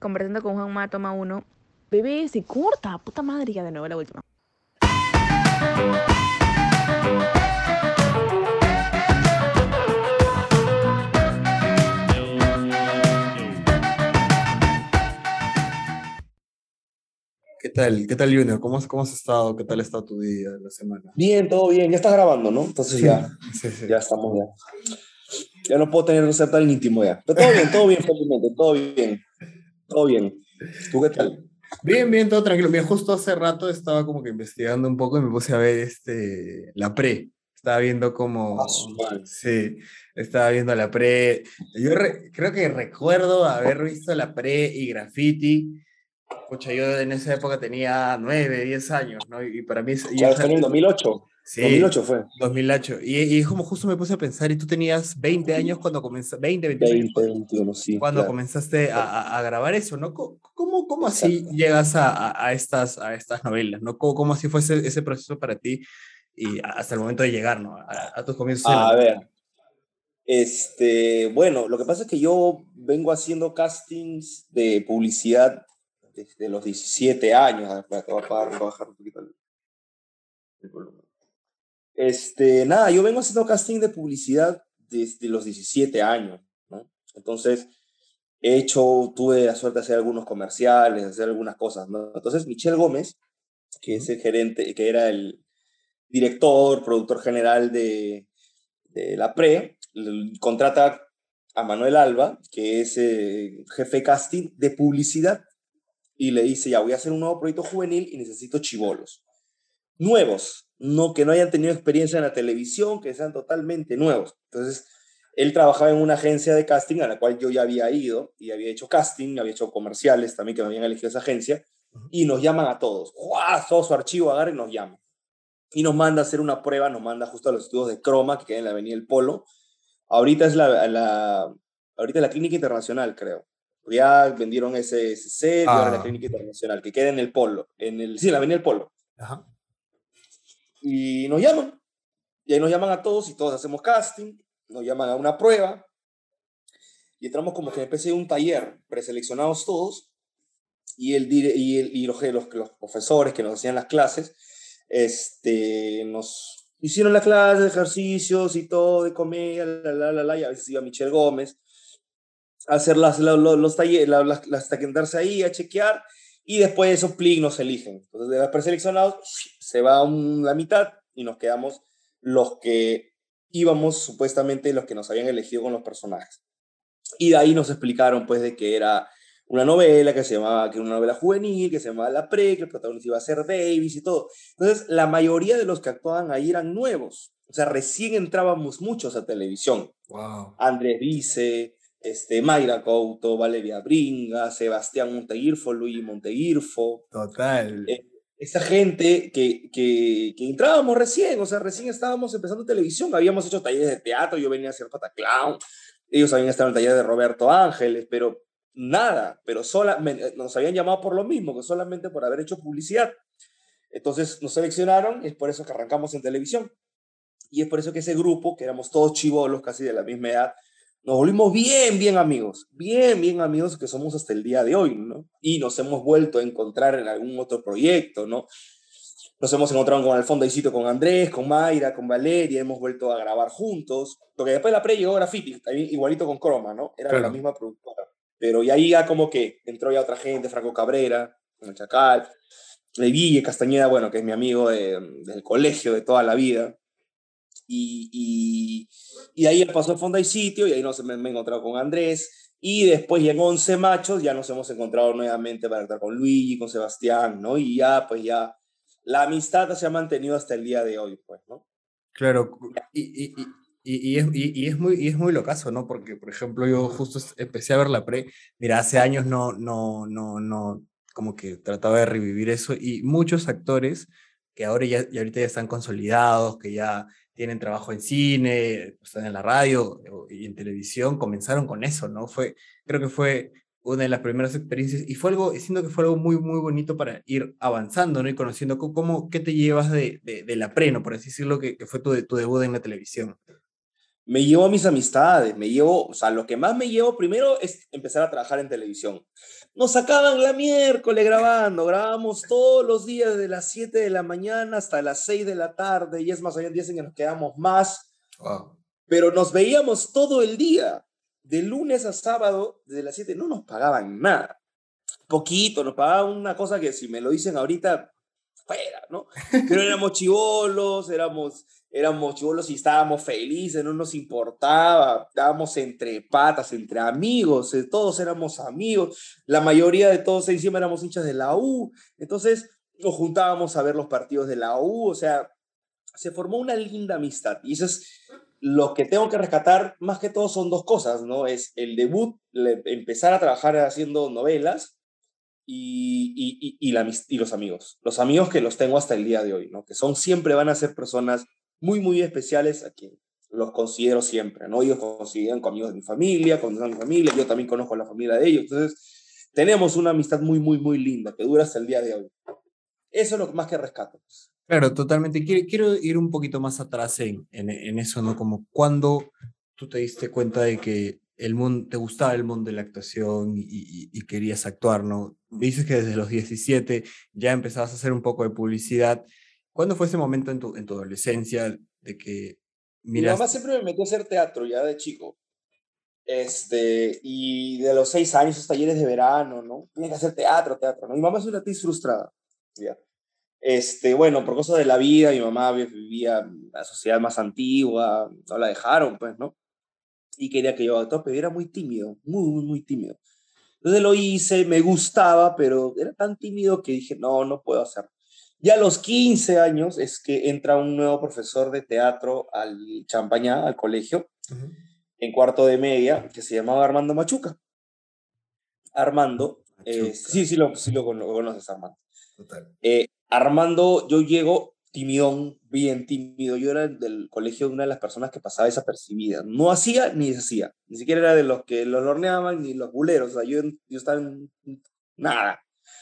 Conversando con Juanma, toma uno. Bebé, se corta, puta madre, ya de nuevo la última. ¿Qué tal? ¿Qué tal, Junior? ¿Cómo has estado? ¿Qué tal ha estado tu día, la semana? Bien, todo bien. Ya estás grabando, ¿no? Entonces Sí, ya, sí, sí. ya estamos ya. Ya no puedo tener que ser tan íntimo ya. Pero todo bien, felizmente, todo bien. Todo bien. ¿Tú qué tal? Bien, bien, todo tranquilo. Mira, justo hace rato estaba como que investigando un poco y me puse a ver la pre. Estaba viendo Ah, su como, madre. sí, estaba viendo la pre. Creo que recuerdo haber visto la pre y graffiti. Pucha, yo en esa época tenía 9, 10 años, ¿no? Y para mí, Claro, fue en el 2008. sí, 2008 fue. 2008. Y es como justo me puse a pensar, y tú tenías 20 años cuando comenzaste, 20, 21 años 2021, sí, cuando claro. comenzaste a grabar eso, ¿no? ¿Cómo así Exacto. llegas a estas novelas, ¿no? ¿Cómo así fue ese proceso para ti y hasta el momento de llegar, ¿no? A tus comienzos en la A música. ver, bueno, lo que pasa es que yo vengo haciendo castings de publicidad desde los 17 años. A ver, espérate, voy a bajar un poquito el volumen. Nada, yo vengo haciendo casting de publicidad desde los 17 años, ¿no? Entonces, tuve la suerte de hacer algunos comerciales, de hacer algunas cosas, ¿no? Entonces, Michel Gómez, que es Ujú. el gerente, que era el director, productor general de la PRE, contrata a Manuel Alba, que es jefe de casting de publicidad, y le dice, ya voy a hacer un nuevo proyecto juvenil y necesito chivolos nuevos, no que no hayan tenido experiencia en la televisión, que sean totalmente nuevos. Entonces, él trabajaba en una agencia de casting a la cual yo ya había ido y había hecho casting, había hecho comerciales también que me habían elegido esa agencia y nos llaman a todos. ¡Guau! Todo su archivo agarra y nos llama. Y nos manda a hacer una prueba, nos manda justo a los estudios de Croma que quedan en la Avenida El Polo. Ahorita es ahorita es la Clínica Internacional, creo. Ya vendieron ese set y ahora es la Ah, Clínica Internacional, que queda en el Polo, sí, en la Avenida El Polo. ajá. Y nos llaman. Y ahí nos llaman a todos y todos hacemos casting, nos llaman a una prueba y entramos como que en especie de un taller, preseleccionados todos, y los profesores que nos hacían las clases, nos hicieron la clase de ejercicios y todo, de comedia, y a veces iba Michelle Gómez a hacer los talleres, hasta que entrarse ahí a chequear, y después de esos plig nos eligen. Entonces, de los preseleccionados, se va la mitad y nos quedamos los que íbamos, supuestamente, los que nos habían elegido con los personajes. Y de ahí nos explicaron, pues, de que era una novela que se llamaba, que era una novela juvenil, que se llamaba La Pre, que el protagonista iba a ser Davis y todo. Entonces, la mayoría de los que actuaban ahí eran nuevos. O sea, recién entrábamos muchos a televisión. Wow. Andrés Vice, Mayra Couto, Valeria Bringa, Sebastián Monteguirfo, Luigi Monteguirfo, Total. eh, esa gente que entrábamos recién, o sea, recién estábamos empezando televisión, habíamos hecho talleres de teatro, yo venía a hacer Pataclown, ellos habían estado en el taller de Roberto Ángeles, pero nada, pero nos habían llamado por lo mismo, que solamente por haber hecho publicidad. Entonces nos seleccionaron y es por eso que arrancamos en televisión. Y es por eso que ese grupo, que éramos todos chivolos, casi de la misma edad, nos volvimos bien amigos que somos hasta el día de hoy, ¿no? Y nos hemos vuelto a encontrar en algún otro proyecto, ¿no? Nos hemos encontrado con Alfonso Isito, con Andrés, con Mayra, con Valeria, hemos vuelto a grabar juntos, porque después de la pre llegó Graffiti, también igualito con Croma, ¿no? Era de la Claro. misma productora. Pero y ahí ya como que entró ya otra gente, Franco Cabrera, con el Chacal, de Guille Castañeda, bueno, que es mi amigo del colegio de toda la vida, y ahí pasó el Fonda y Sitio, y ahí me he encontrado con Andrés, y después ya en 11 Machos ya nos hemos encontrado nuevamente para estar con Luigi, con Sebastián, ¿no? Y ya, pues ya, la amistad se ha mantenido hasta el día de hoy, pues, ¿no? Claro, y es muy locazo, ¿no? Porque, por ejemplo, yo justo empecé a ver la pre, mira, hace años no, como que trataba de revivir eso, y muchos actores que ahora y ahorita ya están consolidados, que ya tienen trabajo en cine, están en la radio y en televisión, comenzaron con eso, ¿no? Creo que fue una de las primeras experiencias y fue algo, siento que fue algo muy, muy bonito para ir avanzando, ¿no? Y conociendo qué te llevas de la pre, ¿no? Por así decirlo, que fue tu debut en la televisión. me llevo a mis amistades, o sea, lo que más me llevo primero es empezar a trabajar en televisión. Nos sacaban la miércoles grabábamos todos los días de las 7 de la mañana hasta las 6 de la tarde, y es más, hay días en que nos quedamos más, Wow. pero nos veíamos todo el día, de lunes a sábado, desde las 7, no nos pagaban nada, poquito, nos pagaban una cosa que si me lo dicen ahorita, fuera, ¿no? Pero éramos chibolos y estábamos felices, no nos importaba, estábamos entre patas, entre amigos, todos éramos amigos, la mayoría de todos encima éramos hinchas de la U, entonces nos juntábamos a ver los partidos de la U, o sea, se formó una linda amistad, y eso es lo que tengo que rescatar, más que todo son dos cosas, ¿no? Es el debut, empezar a trabajar haciendo novelas, y los amigos que los tengo hasta el día de hoy, ¿no? Que siempre van a ser personas muy, muy especiales a quien los considero siempre, ¿no? Ellos consideran como amigos de mi familia, conocen a mi familia, yo también conozco a la familia de ellos, entonces tenemos una amistad muy, muy, muy linda que dura hasta el día de hoy. Eso es lo más que rescato. Claro, totalmente. Quiero ir un poquito más atrás en eso, ¿no? Como cuando tú te diste cuenta de que el mundo, te gustaba el mundo de la actuación y querías actuar, ¿no? Dices que desde los 17 ya empezabas a hacer un poco de publicidad. ¿Cuándo fue ese momento en tu adolescencia de que Mi mamá miraste? siempre me metió a hacer teatro ya de chico. Y de los 6 años, esos talleres de verano, ¿no? Tienes que hacer teatro, ¿no? Mi mamá es una actriz frustrada, ¿ya? Bueno, por cosas de la vida, mi mamá vivía en la sociedad más antigua, no la dejaron, pues, ¿no? Y quería que yo actúe, pero era muy tímido, muy, muy, muy tímido. Entonces lo hice, me gustaba, pero era tan tímido que dije, no, no puedo hacerlo. Ya a los 15 años es que entra un nuevo profesor de teatro al Champañá, al colegio, Ujú. en cuarto de media, que se llamaba Armando Machuca. Armando, Machuca, sí lo conoces, Armando. total. Armando, yo llego timidón, bien tímido. Yo era del colegio una de las personas que pasaba desapercibida. No hacía ni deshacía. Ni siquiera era de los que los horneaban ni los buleros. O sea, yo estaba en nada.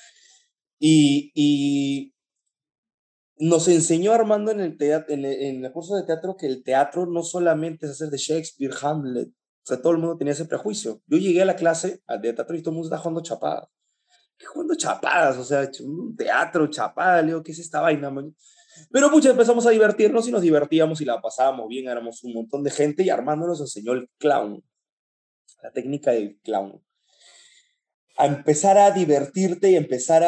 Y nos enseñó Armando en el, teatro, en el curso de teatro que el teatro no solamente es hacer de Shakespeare, Hamlet. O sea, todo el mundo tenía ese prejuicio. Yo llegué a la clase de teatro y todo el mundo estaba jugando chapadas. ¿Qué jugando chapadas? O sea, un teatro, chapada. Le digo, ¿qué es esta vaina, man? Pero muchos empezamos a divertirnos y nos divertíamos y la pasábamos bien, éramos un montón de gente y Armando nos enseñó el clown, la técnica del clown. A empezar a divertirte y empezar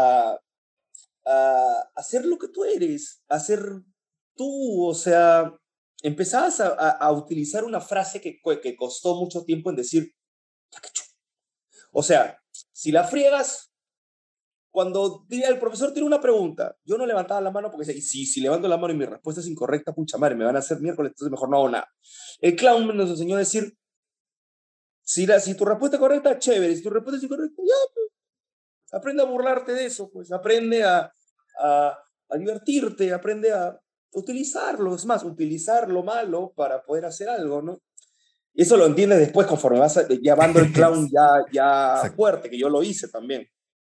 a hacer lo que tú eres, a ser tú, o sea, empezabas a utilizar una frase que costó mucho tiempo en decir, o sea, si la friegas, cuando el profesor tiene una pregunta, yo no levantaba la mano porque si levanto la mano y mi respuesta es incorrecta, pucha madre, me van a hacer miércoles, entonces mejor no hago nada. El clown nos enseñó a decir, si tu respuesta es correcta, chévere, si tu respuesta es incorrecta, ya, pues, aprende a burlarte de eso, pues aprende a divertirte, aprende a utilizarlo, es más, utilizar lo malo para poder hacer algo, ¿no? Y eso lo entiendes después conforme vas llevando el clown ya Exacto. fuerte, que yo lo hice también.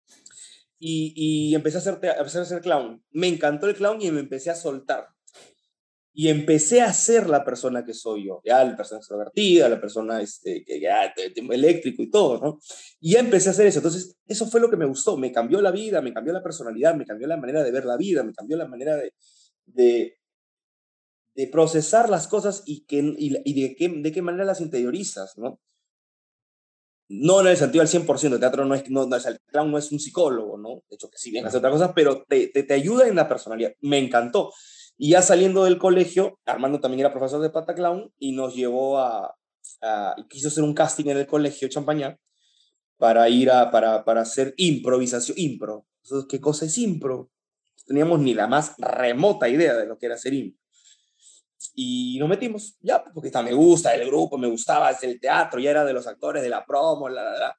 Y empecé a hacer clown. Me encantó el clown y me empecé a soltar. Y empecé a ser la persona que soy yo. Ya la persona extrovertida, la persona que ya eléctrico y todo, ¿no? Y ya empecé a hacer eso. Entonces, eso fue lo que me gustó. Me cambió la vida, me cambió la personalidad, me cambió la manera de ver la vida, me cambió la manera de, de procesar las cosas y de qué manera las interiorizas, ¿no? No en el sentido al 100%, el teatro el clown no es un psicólogo, ¿no? De hecho que sí viene a hacer Claro. otras cosas, pero te ayuda en la personalidad. Me encantó. Y ya saliendo del colegio, Armando también era profesor de Pataclown y nos llevó quiso hacer un casting en el colegio Champañá para para hacer impro. Entonces, ¿qué cosa es impro? No teníamos ni la más remota idea de lo que era hacer impro. Y nos metimos, ya, porque me gusta el grupo, me gustaba el teatro, ya era de los actores de la promo, la.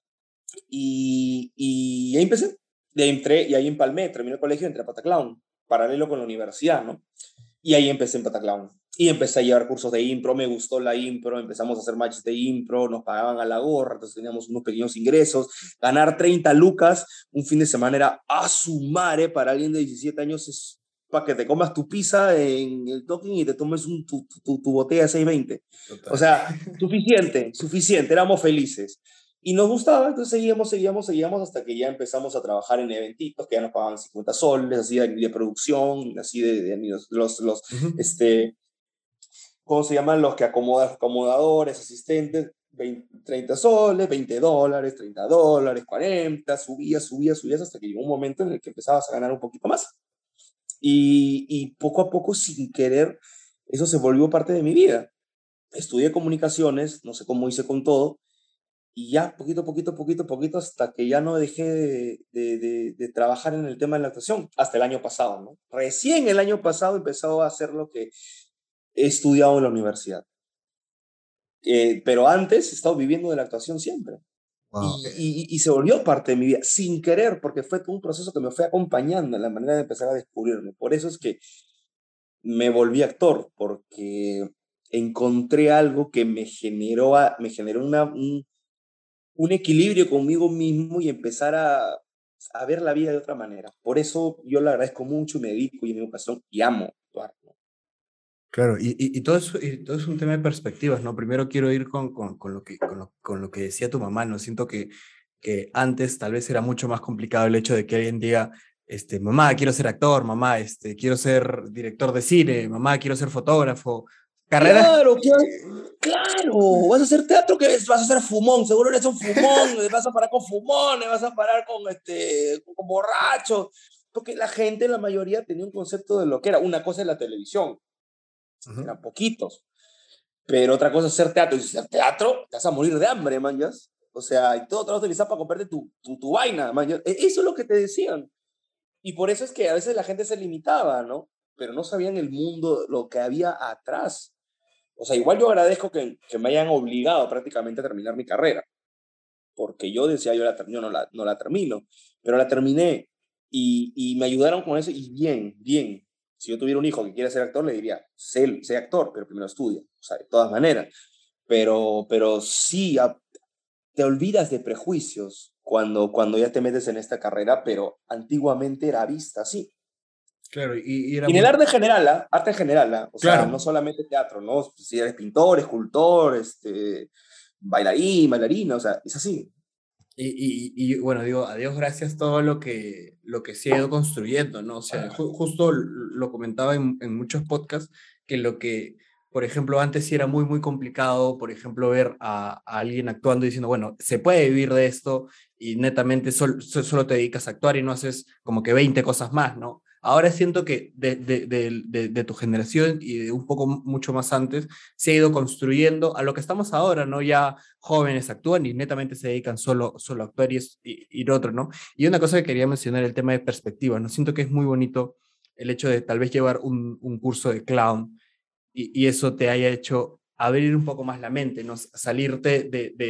Y ahí empecé. De ahí entré y ahí empalmé, terminé el colegio, entré a Pataclown, paralelo con la universidad, ¿no? Y ahí empecé en Pataclown. Y empecé a llevar cursos de impro, me gustó la impro, empezamos a hacer matches de impro, nos pagaban a la gorra, entonces teníamos unos pequeños ingresos. Ganar 30 lucas un fin de semana era a su madre para alguien de 17 años, para que te comas tu pizza en el token y te tomes tu botella de 620. Total. O sea, suficiente, éramos felices. Y nos gustaba, entonces seguíamos hasta que ya empezamos a trabajar en eventitos que ya nos pagaban 50 soles, así de producción, así Ujú. ¿cómo se llaman? Los que acomodadores, asistentes, 30 soles, $20, $30, 40, subías hasta que llegó un momento en el que empezabas a ganar un poquito más. Y poco a poco, sin querer, eso se volvió parte de mi vida. Estudié comunicaciones, no sé cómo hice con todo, y ya poquito, hasta que ya no dejé de trabajar en el tema de la actuación, hasta el año pasado, ¿no? Recién el año pasado he empezado a hacer lo que he estudiado en la universidad. Pero antes he estado viviendo de la actuación siempre. Wow. Y se volvió parte de mi vida, sin querer, porque fue todo un proceso que me fue acompañando en la manera de empezar a descubrirme. Por eso es que me volví actor, porque encontré algo que me generó un equilibrio conmigo mismo y empezar a ver la vida de otra manera. Por eso yo le agradezco mucho y me dedico y en mi vocación y amo actuar, ¿no? Claro, y todo es un tema de perspectivas, ¿no? Primero quiero ir con lo que decía tu mamá, ¿no? Siento que antes tal vez era mucho más complicado el hecho de que alguien diga, mamá, quiero ser actor, mamá, quiero ser director de cine, mamá, quiero ser fotógrafo. Carreras. Claro, claro, vas a hacer teatro, que vas a ser fumón, seguro eres un fumón, vas a parar con fumones, vas a parar con borrachos, porque la gente, la mayoría tenía un concepto de lo que era. Una cosa es la televisión, Ujú. eran poquitos, pero otra cosa es hacer teatro, y si hacer teatro, te vas a morir de hambre, man, ¿ya? O sea, y todo te lo vas a utilizar para comprarte tu vaina, man, ¿ya? Eso es lo que te decían, y por eso es que a veces la gente se limitaba, ¿no? Pero no sabían el mundo, lo que había atrás. O sea, igual yo agradezco que me hayan obligado prácticamente a terminar mi carrera, porque yo decía, yo no la termino, pero la terminé y me ayudaron con eso y bien, bien. Si yo tuviera un hijo que quiere ser actor, le diría, sé actor, pero primero estudia, o sea, de todas maneras. Pero sí, te olvidas de prejuicios cuando ya te metes en esta carrera, pero antiguamente era vista así. Claro, y era Y en el muy. arte en general, ¿ah? Arte en general, ¿ah? O sea, Claro. no solamente teatro, ¿no? Si eres pintor, escultor, bailarín, bailarina, o sea, es así. Bueno, digo, a Dios gracias todo lo que se ha ido construyendo, ¿no? O sea, justo lo comentaba en muchos podcasts, que por ejemplo, antes sí era muy, muy complicado, por ejemplo, ver a alguien actuando y diciendo, bueno, se puede vivir de esto y netamente solo te dedicas a actuar y no haces como que 20 cosas más, ¿no? Ahora siento que de tu generación y de un poco mucho más antes, se ha ido construyendo a lo que estamos ahora, ¿no? Ya jóvenes actúan y netamente se dedican solo a actuar y lo otro, ¿no? Y una cosa que quería mencionar, el tema de perspectiva, ¿no? Siento que es muy bonito el hecho de tal vez llevar un curso de clown y eso te haya hecho abrir un poco más la mente, ¿no? Salirte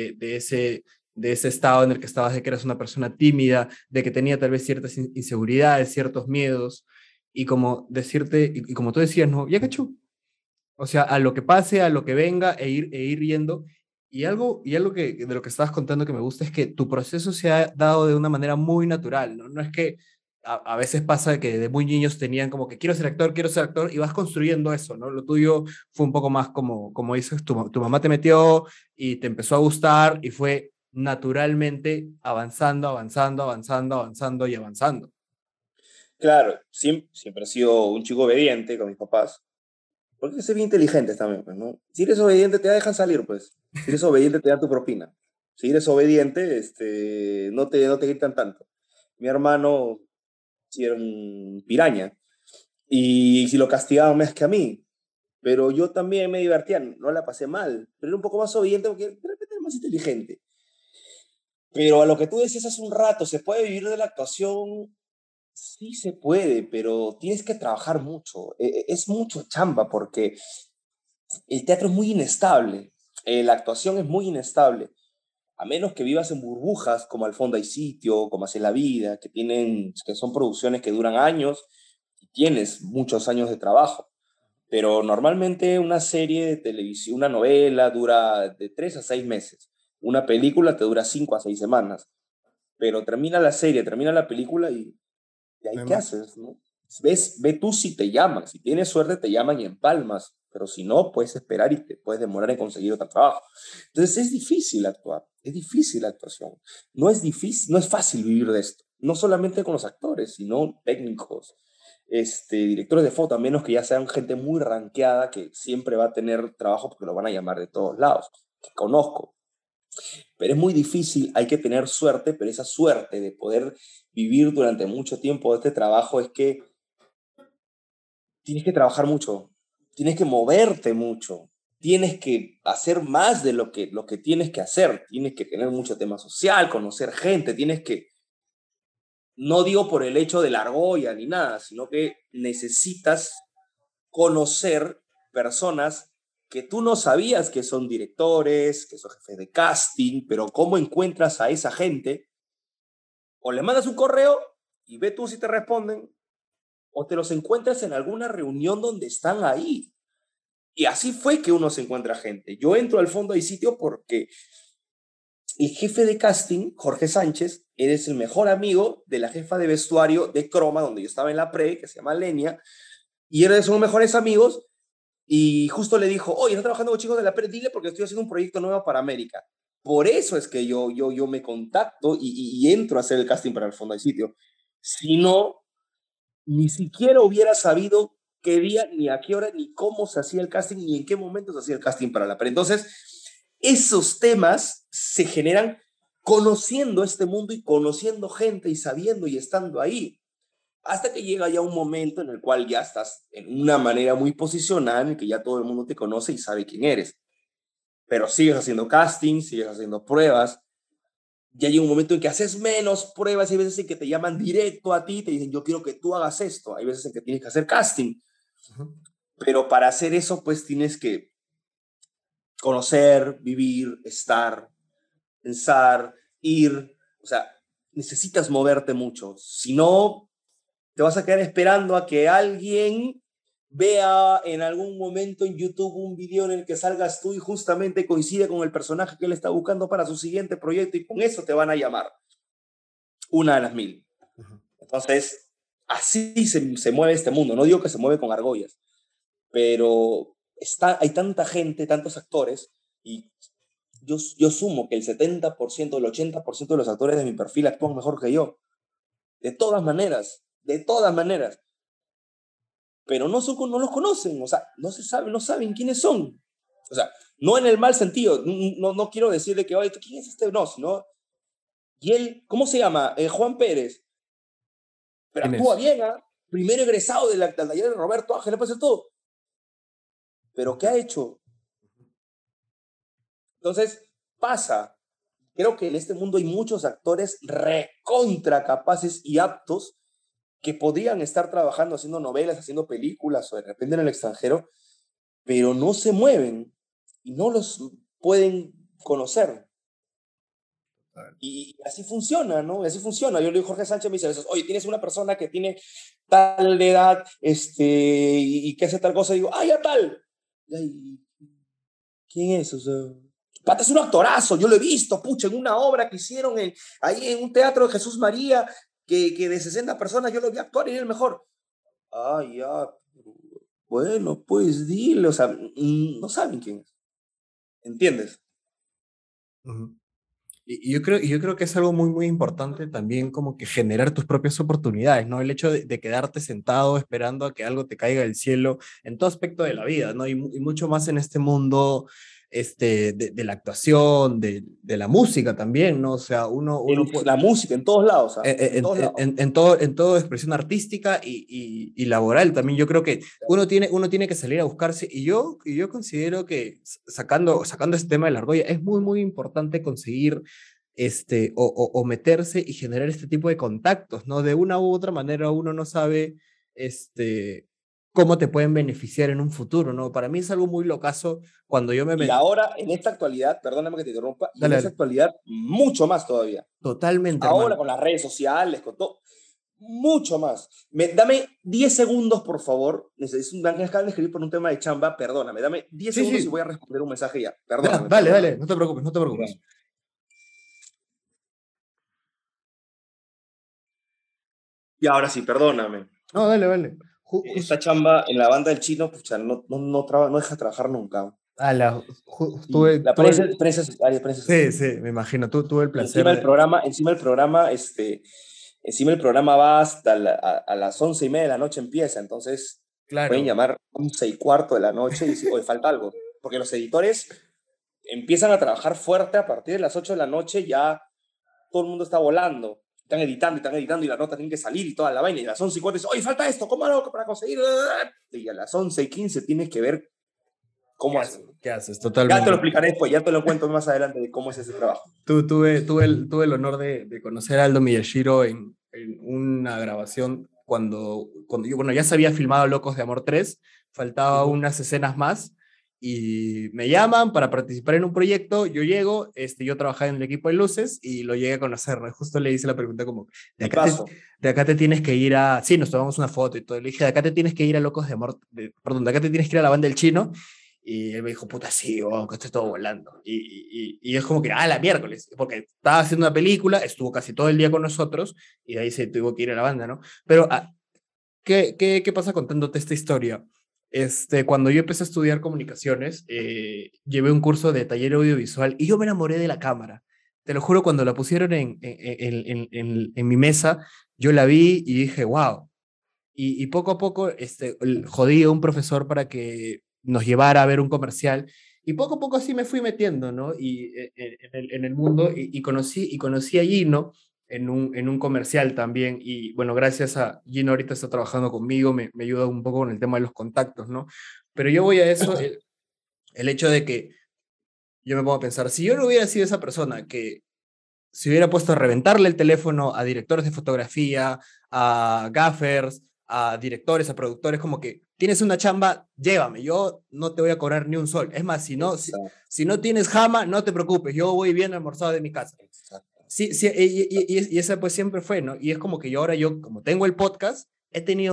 de ese estado en el que estabas, de que eras una persona tímida, de que tenía tal vez ciertas inseguridades, ciertos miedos, y como decirte, y como tú decías, ¿no? Ya cachú, o sea, a lo que pase, a lo que venga e ir viendo. Y algo de lo que estabas contando que me gusta es que tu proceso se ha dado de una manera muy natural, ¿no? No es que a veces pasa que de muy niños tenían como que quiero ser actor y vas construyendo eso, ¿no? Lo tuyo fue un poco más como dices, tu mamá te metió y te empezó a gustar y fue naturalmente avanzando, avanzando, avanzando, avanzando y avanzando. Claro, siempre he sido un chico obediente con mis papás, porque hay que ser bien inteligentes también, pues, ¿no? Si eres obediente, te dejan salir, pues. Si eres obediente, te dan tu propina. Si eres obediente, no te gritan tanto. Mi hermano, sí era un piraña, y si lo castigaban más que a mí, pero yo también me divertía, no la pasé mal, pero era un poco más obediente porque de repente era más inteligente. Pero a lo que tú decías hace un rato, ¿se puede vivir de la actuación? Sí se puede, pero tienes que trabajar mucho. Es mucho chamba porque el teatro es muy inestable, la actuación es muy inestable. A menos que vivas en burbujas como Al Fondo hay Sitio, como Así es la Vida, que son producciones que duran años y tienes muchos años de trabajo. Pero normalmente una serie de televisión, una novela dura de 3 a 6 meses. Una película te dura 5 a 6 semanas. Pero termina la serie, termina la película y No ahí hay qué más. haces, ¿no? Ve tú si te llaman. Si tienes suerte, te llaman y empalmas. Pero si no, puedes esperar y te puedes demorar en conseguir otro trabajo. Entonces es difícil actuar. Es difícil la actuación. No es difícil, no es fácil vivir de esto. No solamente con los actores, sino técnicos, directores de foto, a menos que ya sean gente muy rankeada que siempre va a tener trabajo porque lo van a llamar de todos lados, que conozco. Pero es muy difícil, hay que tener suerte, pero esa suerte de poder vivir durante mucho tiempo de este trabajo es que tienes que trabajar mucho, tienes que moverte mucho, tienes que hacer más de lo que tienes que hacer, tienes que tener mucho tema social, conocer gente, tienes que, no digo por el hecho de la argolla ni nada, sino que necesitas conocer personas que tú no sabías que son directores, que son jefes de casting, pero cómo encuentras a esa gente, o le mandas un correo y ve tú si te responden, o te los encuentras en alguna reunión donde están ahí. Y así fue que uno se encuentra gente. Yo entro al fondo del sitio porque el jefe de casting, Jorge Sánchez, eres el mejor amigo de la jefa de vestuario de Croma, donde yo estaba en la pre, que se llama Lenia, y eres sus mejores amigos. Y justo le dijo, oye, está trabajando con chicos de la pre, dile porque estoy haciendo un proyecto nuevo para América. Por eso es que yo me contacto y entro a hacer el casting para el fondo del sitio. Si no, ni siquiera hubiera sabido qué día, ni a qué hora, ni cómo se hacía el casting, ni en qué momento se hacía el casting para la pre. Entonces, esos temas se generan conociendo este mundo y conociendo gente y sabiendo y estando ahí. Hasta que llega ya un momento en el cual ya estás en una manera muy posicionada, en el que ya todo el mundo te conoce y sabe quién eres. Pero sigues haciendo casting, sigues haciendo pruebas. Ya llega un momento en que haces menos pruebas y hay veces en que te llaman directo a ti, te dicen, yo quiero que tú hagas esto. Hay veces en que tienes que hacer casting. Pero para hacer eso, pues tienes que conocer, vivir, estar, pensar, ir. O sea, necesitas moverte mucho. Si no, te vas a quedar esperando a que alguien vea en algún momento en YouTube un video en el que salgas tú y justamente coincide con el personaje que él está buscando para su siguiente proyecto y con eso te van a llamar. Una de las mil. Entonces, así se mueve este mundo. No digo que se mueve con argollas, pero hay tanta gente, tantos actores, y yo sumo que el 70%, el 80% de los actores de mi perfil actúan mejor que yo. De todas maneras, de todas maneras. Pero no los conocen, o sea, no se sabe, no saben quiénes son. O sea, no en el mal sentido, no quiero decirle que, oye, ¿quién es este? No, sino, y él, ¿cómo se llama? Juan Pérez. Pero ¿Quién actúa es? bien, ¿ah? Primer egresado del taller de Roberto Ángel, le pasa todo. Pero ¿qué ha hecho? Entonces, pasa. Creo que en este mundo hay muchos actores recontra capaces y aptos que podrían estar trabajando haciendo novelas, haciendo películas o de repente en el extranjero, pero no se mueven y no los pueden conocer. Y así funciona, ¿no? Así funciona. Yo le digo, Jorge Sánchez me dice a veces, oye, tienes una persona que tiene tal edad, y que hace tal cosa, y digo, ah, ya tal. Y, ¿quién es? O sea, Pata es un actorazo, yo lo he visto, pucha, en una obra que hicieron ahí en un teatro de Jesús María, que de 60 personas yo lo vi actuar y era el mejor. Ah, ya, bueno, pues dile, o sea, no saben quién es. ¿Entiendes? Ujú. Y yo creo que es algo muy, muy importante también como que generar tus propias oportunidades, ¿no? El hecho de quedarte sentado esperando a que algo te caiga del cielo en todo aspecto de la vida, ¿no? Y mucho más en este mundo de la actuación, de la música también, ¿no? O sea, uno puede, La música, en todos lados, ¿ah? En en, todos lados. en todo expresión artística y laboral también. Yo creo que uno tiene que salir a buscarse y yo considero que sacando este tema de la argolla, es muy, muy importante conseguir o meterse y generar este tipo de contactos, ¿no? De una u otra manera uno no sabe cómo te pueden beneficiar en un futuro, ¿no? Para mí es algo muy locazo cuando yo me... Y ahora, en esta actualidad, perdóname que te interrumpa, y en Dale, esta dale. actualidad, mucho más todavía. Totalmente, Ahora hermano. con las redes sociales, con todo, mucho más. Dame 10 segundos, por favor. Me acaban de escribir por un tema de chamba, perdóname. Dame 10 Sí, segundos y sí. voy a responder un mensaje ya. Perdóname, Dale, perdóname. dale, no te preocupes, no te preocupes. Y ahora sí, perdóname. No, dale, vale. Esta chamba en la banda del Chino, pucha, no deja trabajar nunca. Tuve, La tuve prensa, el- prensa secundaria, prensa sí, secundaria. sí, me imagino. Tuve el Y placer de... encima el programa va hasta a las 11:30 de la noche empieza, entonces pueden Claro, llamar 11:15 de la noche y decir, oye, falta algo. Porque los editores empiezan a trabajar fuerte a partir de las 8 de la noche, ya todo el mundo está volando. Están editando y la nota tiene que salir y toda la vaina. Y a las 11:15 dice, oye, falta esto, ¿cómo hago para conseguir? Y a las 11:15 tienes que ver ¿qué cómo hacen. haces? ¿Qué haces? Ya te lo Totalmente. explicaré después, ya te lo cuento más adelante de cómo es ese trabajo. Tuve el honor de conocer a Aldo Miyashiro en una grabación cuando yo, bueno, ya se había filmado Locos de Amor 3, faltaba Ujú. unas escenas más y me llaman para participar en un proyecto, yo llego, yo trabajaba en el equipo de luces y lo llegué a conocer, ¿no? Justo le hice la pregunta como, de Y acá te, paso. de acá te tienes que ir a, sí, nos tomamos una foto y todo, le dije, de acá te tienes que ir a Locos de Amor, perdón, de acá te tienes que ir a la banda del Chino y él me dijo, puta, sí, oh, que estoy todo volando. Y es como que, ah, la miércoles, porque estaba haciendo una película, estuvo casi todo el día con nosotros y de ahí se tuvo que ir a la banda, ¿no? Pero, ¿qué pasa contándote esta historia? Cuando yo empecé a estudiar comunicaciones, llevé un curso de taller audiovisual y yo me enamoré de la cámara. Te lo juro, cuando la pusieron en mi mesa, yo la vi y dije, wow. Y poco a poco jodí a un profesor para que nos llevara a ver un comercial. Y poco a poco así me fui metiendo, ¿no? En el mundo y conocí a Gino en un comercial también. Y bueno, gracias a Gino ahorita está trabajando conmigo, me ayuda un poco con el tema de los contactos, ¿no? Pero yo voy a eso, el hecho de que yo me pongo a pensar, si yo no hubiera sido esa persona que se hubiera puesto a reventarle el teléfono a directores de fotografía, a gaffers, a directores, a productores, como que tienes una chamba, llévame, yo no te voy a cobrar ni un sol. Es más, Exacto, si no tienes jama, no te preocupes, yo voy bien almorzado de mi casa. exacto. Sí, sí, y esa pues siempre fue, ¿no? Y es como que yo, como tengo el podcast, he tenido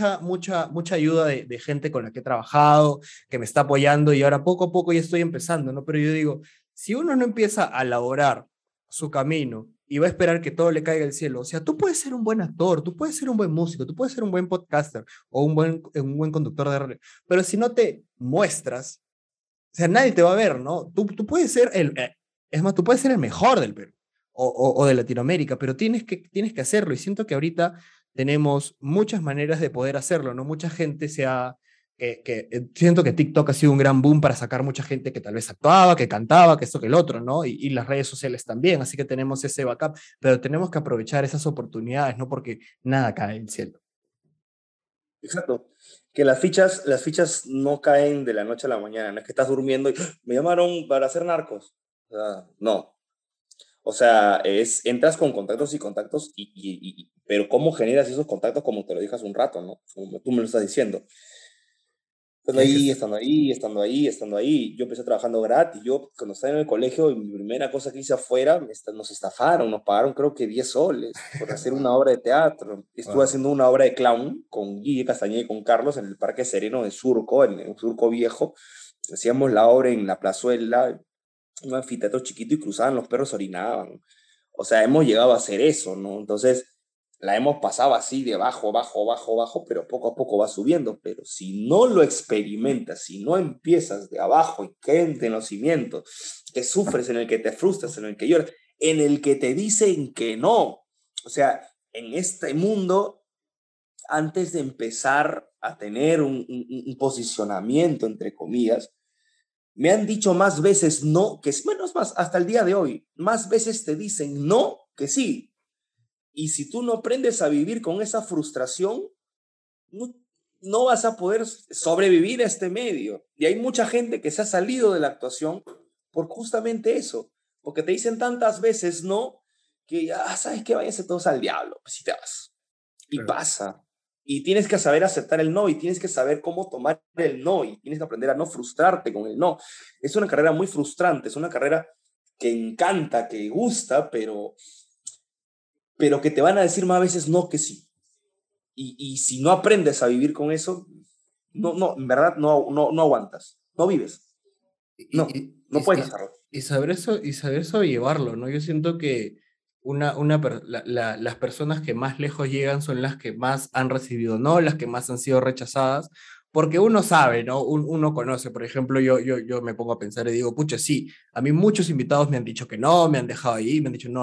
mucha ayuda de gente con la que he trabajado, que me está apoyando y ahora poco a poco ya estoy empezando, ¿no? Pero yo digo, si uno no empieza a elaborar su camino y va a esperar que todo le caiga del cielo, o sea, tú puedes ser un buen actor, tú puedes ser un buen músico, tú puedes ser un buen podcaster o un buen conductor de radio, pero si no te muestras, o sea, nadie te va a ver, ¿no? Tú puedes ser es más, tú puedes ser el mejor del Perú o de Latinoamérica, pero tienes que hacerlo. Y siento que ahorita tenemos muchas maneras de poder hacerlo, ¿no? Mucha gente siento que TikTok ha sido un gran boom para sacar mucha gente que tal vez actuaba, que cantaba, que esto, que el otro, ¿no? Y las redes sociales también, así que tenemos ese backup, pero tenemos que aprovechar esas oportunidades, ¿no? Porque nada cae del cielo. Exacto. Que las fichas no caen de la noche a la mañana. No es que estás durmiendo y ¡ah! Me llamaron para hacer narcos. O sea, no. O sea, entras con contactos y contactos, pero ¿cómo generas esos contactos? Como te lo dije hace un rato, ¿no? Como tú me lo estás diciendo. Estando Tienes que... ahí, estando ahí, estando ahí, estando ahí. Yo empecé trabajando gratis. Yo, cuando estaba en el colegio, mi primera cosa que hice afuera, nos estafaron, nos pagaron creo que 10 soles por hacer una obra de teatro. Estuve Wow. haciendo una obra de clown con Guille Castañeda y con Carlos en el Parque Sereno de Surco, en el Surco Viejo. Hacíamos la obra en la plazuela, un anfiteatro chiquito y cruzaban los perros, orinaban. O sea, hemos llegado a hacer eso, ¿no? Entonces, la hemos pasado así de bajo, bajo, bajo, bajo, pero poco a poco va subiendo. Pero si no lo experimentas, si no empiezas de abajo y caes en los cimientos, que sufres, en el que te frustras, en el que lloras, en el que te dicen que no. O sea, en este mundo, antes de empezar a tener un posicionamiento, entre comillas, me han dicho más veces no que sí. Bueno, es más, hasta el día de hoy, más veces te dicen no que sí. Y si tú no aprendes a vivir con esa frustración, no, no vas a poder sobrevivir a este medio. Y hay mucha gente que se ha salido de la actuación por justamente eso, porque te dicen tantas veces no que ya sabes que váyanse todos al diablo, pues si te vas. Y Claro. pasa. Y tienes que saber aceptar el no y tienes que saber cómo tomar el no y tienes que aprender a no frustrarte con el no. Es una carrera muy frustrante, es una carrera que encanta, que gusta, pero que te van a decir más veces no que sí. Y si no aprendes a vivir con eso, en verdad no aguantas, no vives, y, no, y, no y, puedes y- hacerlo. y saber eso y saber sobrellevarlo, ¿no? Yo siento que las personas que más lejos llegan son las que más han recibido no, las que más han sido rechazadas, porque uno sabe, ¿no? Uno conoce, por ejemplo, yo me pongo a pensar y digo, pucha, sí, a mí muchos invitados me han dicho que no, me han dejado ahí, me han dicho,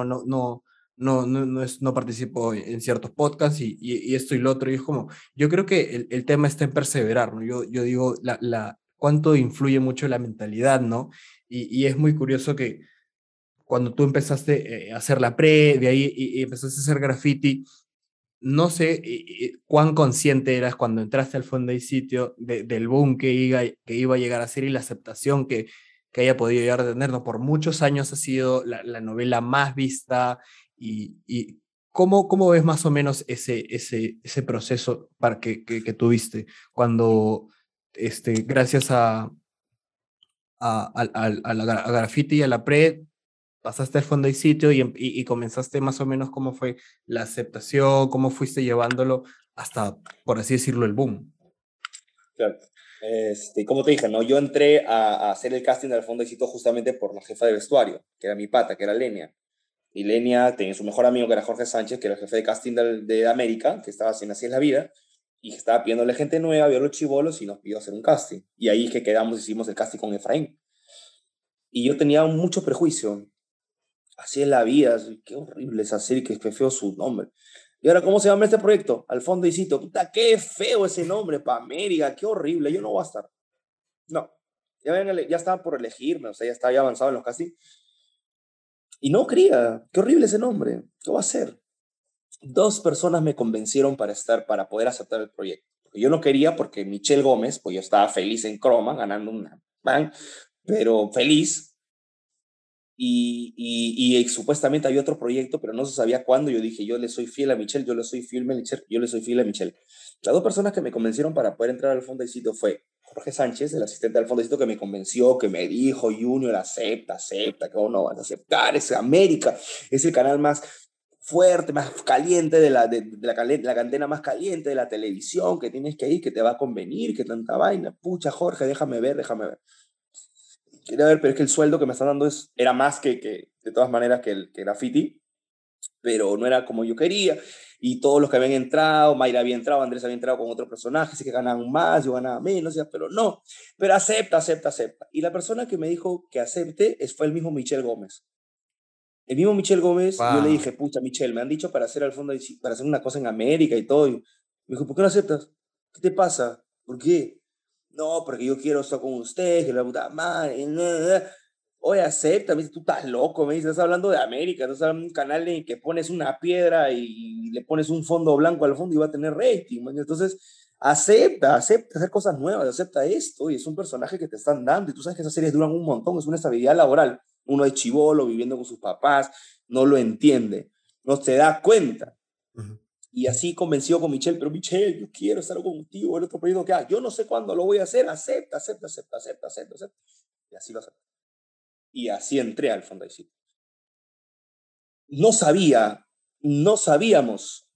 no participo en ciertos podcasts y esto y lo otro, y es como, yo creo que el tema está en perseverar, ¿no? Yo digo, cuánto influye mucho la mentalidad, ¿no? Y es muy curioso que cuando tú empezaste a hacer la pre, de ahí y empezaste a hacer graffiti, no sé cuán consciente eras cuando entraste al fondo y sitio del boom que iba a llegar a ser y la aceptación que haya podido llegar a tener, ¿no? Por muchos años ha sido la novela más vista y ¿cómo ves más o menos ese proceso para que tuviste cuando, gracias a graffiti y a la pre, pasaste al fondo y sitio y comenzaste más o menos cómo fue la aceptación, cómo fuiste llevándolo hasta, por así decirlo, el boom? Claro. Como te dije, ¿no? Yo entré a hacer el casting del Fondo de Éxito justamente por la jefa de vestuario, que era mi pata, que era Lenia. Y Lenia tenía su mejor amigo, que era Jorge Sánchez, que era el jefe de casting de América, que estaba haciendo Así es la vida, y que estaba pidiéndole gente nueva, vio los chivolos y nos pidió hacer un casting. Y ahí es que quedamos, hicimos el casting con Efraín. Y yo tenía mucho prejuicio. Así es la vida, qué horrible esa serie, qué feo su nombre. Y ahora, ¿cómo se llama este proyecto? Al Fondo y Sitio. Puta, qué feo ese nombre, para América, qué horrible, yo no voy a estar. No, ya estaban por elegirme, o sea, ya estaba ya avanzado en los castings. Y no quería, qué horrible ese nombre, ¿qué va a hacer? Dos personas me convencieron para poder aceptar el proyecto. Porque yo no quería porque Michelle Gómez, pues yo estaba feliz en Croma, ganando una van, pero feliz. Y supuestamente había otro proyecto, pero no se sabía cuándo. Yo dije, yo le soy fiel a Michelle, yo le soy fiel a Michelle, yo le soy fiel a Michelle. Las dos personas que me convencieron para poder entrar al Fondo de Sitio fue Jorge Sánchez, el asistente del Fondo de Sitio, que me convenció, que me dijo, Junior, acepta, que vos no vas a aceptar, es América, es el canal más fuerte, más caliente la cadena más caliente de la televisión, que tienes que ir, que te va a convenir, que tanta vaina. Pucha, Jorge, déjame ver. Quería ver, pero es que el sueldo que me están dando era más que de todas maneras, que graffiti, pero no era como yo quería. Y todos los que habían entrado, Mayra había entrado, Andrés había entrado con otro personaje, así que ganaban más, yo ganaba menos, ya, pero no. Pero acepta. Y la persona que me dijo que acepte fue el mismo Michelle Gómez. El mismo Michelle Gómez, yo le Wow. dije, pucha, Michelle, me han dicho para hacer al fondo, para hacer una cosa en América y todo. Y me dijo, ¿por qué no aceptas? ¿Qué te pasa? ¿Por qué? No, porque yo quiero estar con usted, que la puta madre. Oye, acepta, me dice, tú estás loco, me dice, estás hablando de América, estás hablando de un canal en el que pones una piedra y le pones un fondo blanco al fondo y va a tener rating, man. Entonces, acepta hacer cosas nuevas, acepta esto, y es un personaje que te están dando, y tú sabes que esas series duran un montón, es una estabilidad laboral. Uno es chivolo, viviendo con sus papás, no lo entiende, no se da cuenta. Ujú. Y así convenció con Michelle, pero Michelle, yo quiero estar contigo en otro proyecto que yo no sé cuándo lo voy a hacer, acepta. Y así lo acepté. Y así entré al Fondo de Sitio. No sabía, no sabíamos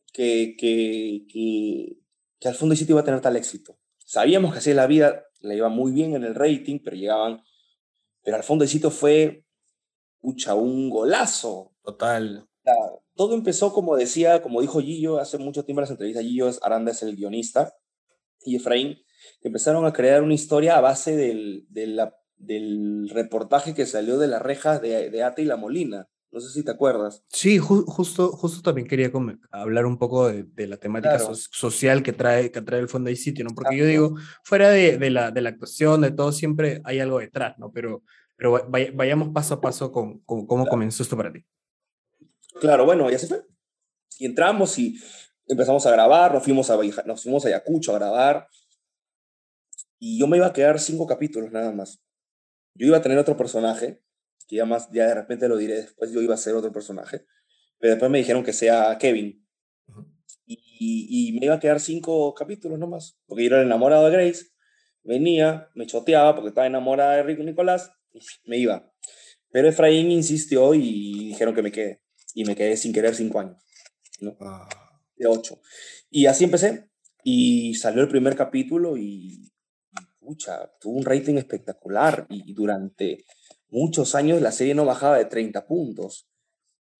que al Fondo de Sitio iba a tener tal éxito. Sabíamos que así en la vida le iba muy bien en el rating, pero al Fondo de Sitio fue, pucha, un golazo. Total. Sea, todo empezó como dijo Gillo hace mucho tiempo en las entrevistas. Gillo Aranda es el guionista y Efraín, que empezaron a crear una historia a base del reportaje que salió de las rejas de Ate y La Molina. No sé si te acuerdas. Sí, justo también quería hablar un poco de la temática Claro, social que trae el fondo y sitio, ¿no? Porque yo exacto. digo, fuera de la actuación, de todo, siempre hay algo detrás, ¿no? Pero vayamos paso a paso con cómo Claro, comenzó esto para ti. claro, bueno, y así fue. Y entramos y empezamos a grabar, nos fuimos a Ayacucho a grabar y yo me iba a quedar 5 capítulos nada más. Yo iba a tener otro personaje, que ya de repente lo diré después, yo iba a ser otro personaje, pero después me dijeron que sea Kevin. Ujú. Y me iba a quedar 5 capítulos nomás, porque yo era el enamorado de Grace, venía, me choteaba porque estaba enamorada de Rico Nicolás, y me iba. Pero Efraín insistió y dijeron que me quede, y me quedé sin querer 5 años, ¿no? Ah, De 8. Y así empecé, y salió el primer capítulo pucha, tuvo un rating espectacular, y durante muchos años la serie no bajaba de 30 puntos.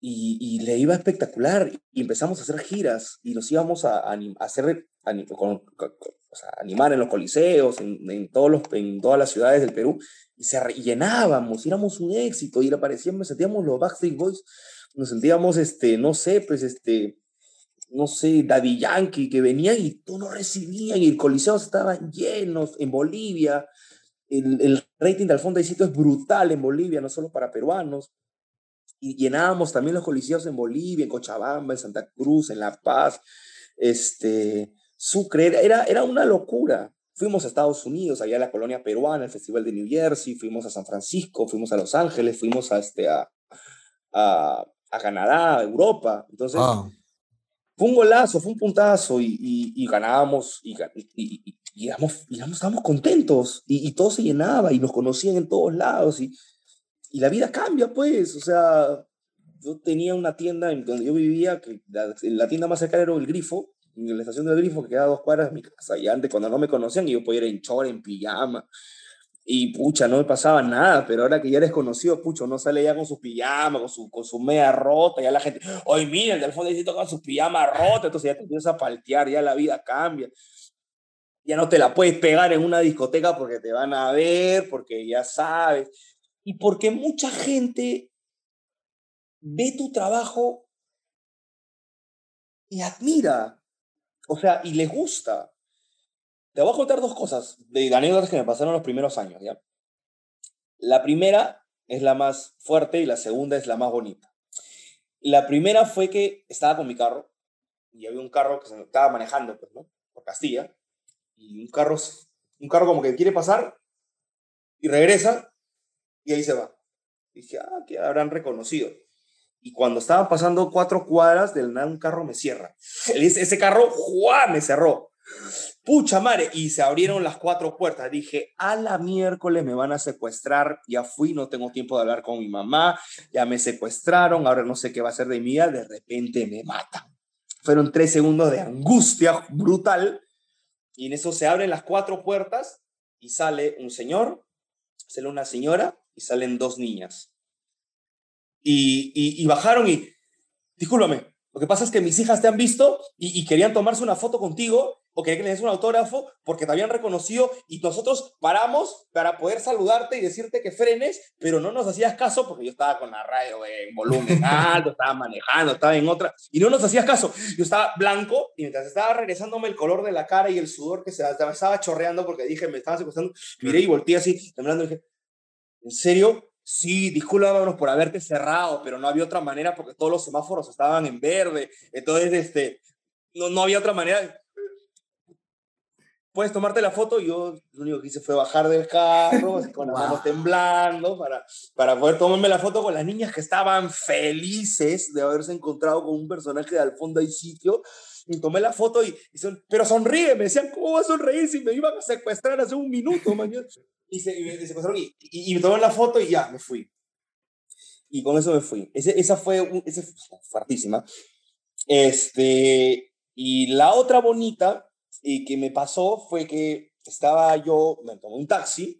y le iba espectacular. Y empezamos a hacer giras y nos íbamos a hacer, o sea, animar en los coliseos, en todas las ciudades del Perú, y llenábamos, y éramos un éxito, y nos sentíamos los Backstreet Boys, nos sentíamos, no sé, pues, no sé, Daddy Yankee, que venían y todos nos recibían, y el coliseo estaban llenos en Bolivia. El rating de Alfonso Sito es brutal en Bolivia, no solo para peruanos. Y llenábamos también los coliseos en Bolivia, en Cochabamba, en Santa Cruz, en La Paz, Sucre. Era una locura. Fuimos a Estados Unidos, allá a la colonia peruana, el Festival de New Jersey, fuimos a San Francisco, fuimos a Los Ángeles, fuimos a Canadá, a Europa. Entonces, Wow. fue un golazo, fue un puntazo y ganábamos y estábamos contentos y todo se llenaba y nos conocían en todos lados y la vida cambia, pues. O sea, yo tenía una tienda en donde yo vivía, que la tienda más cercana era el Grifo, en la estación del Grifo, que quedaba a 2 cuadras de mi casa. Y antes, cuando no me conocían, yo podía ir en chor, en pijama. Y pucha, no me pasaba nada, pero ahora que ya eres conocido, pucho, no sale ya con su pijama, con su media rota, ya la gente, oye, mira, el del fondo dice con su pijama rota, entonces ya te empiezas a paltear, ya la vida cambia. Ya no te la puedes pegar en una discoteca porque te van a ver, porque ya sabes. Y porque mucha gente ve tu trabajo y admira, o sea, y les gusta. Te voy a contar 2 cosas de anécdotas que me pasaron los primeros años, ¿ya? La primera es la más fuerte y la segunda es la más bonita. La primera fue que estaba con mi carro y había un carro que se me estaba manejando, pues, ¿no? Por Castilla, y un carro como que quiere pasar y regresa y ahí se va. Y dije, que habrán reconocido. Y cuando estaban pasando 4 cuadras, del nada un carro me cierra. Ese carro, ¡juá!, me cerró. Pucha madre, y se abrieron las 4 puertas. Dije, a la miércoles me van a secuestrar. Ya fui, no tengo tiempo de hablar con mi mamá. Ya me secuestraron, ahora no sé qué va a hacer de mi vida. De repente me matan. Fueron 3 segundos de angustia brutal. Y en eso se abren las 4 puertas y sale un señor, sale una señora y salen 2 niñas. Y bajaron y, discúlpame, lo que pasa es que mis hijas te han visto y querían tomarse una foto contigo o querían que les des un autógrafo porque te habían reconocido y nosotros paramos para poder saludarte y decirte que frenes, pero no nos hacías caso porque yo estaba con la radio en volumen alto, estaba manejando, estaba en otra y no nos hacías caso. Yo estaba blanco y mientras estaba regresándome el color de la cara y el sudor que se estaba chorreando porque dije, me estaban secuestrando, miré y volteé así, temblando y dije, ¿en serio? Sí, discúlpanos por haberte cerrado, pero no había otra manera porque todos los semáforos estaban en verde. Entonces, no había otra manera. Puedes tomarte la foto. Y yo lo único que hice fue bajar del carro, así con las manos temblando, para poder tomarme la foto con las niñas que estaban felices de haberse encontrado con un personaje de Al fondo hay sitio. Y tomé la foto pero sonríe, me decían, ¿cómo va a sonreír si me iban a secuestrar hace un minuto, mañana? Y me secuestraron y me tomaron la foto y ya, me fui. Y con eso me fui. Esa fue fuertísima. Y la otra bonita que me pasó fue que me tomé un taxi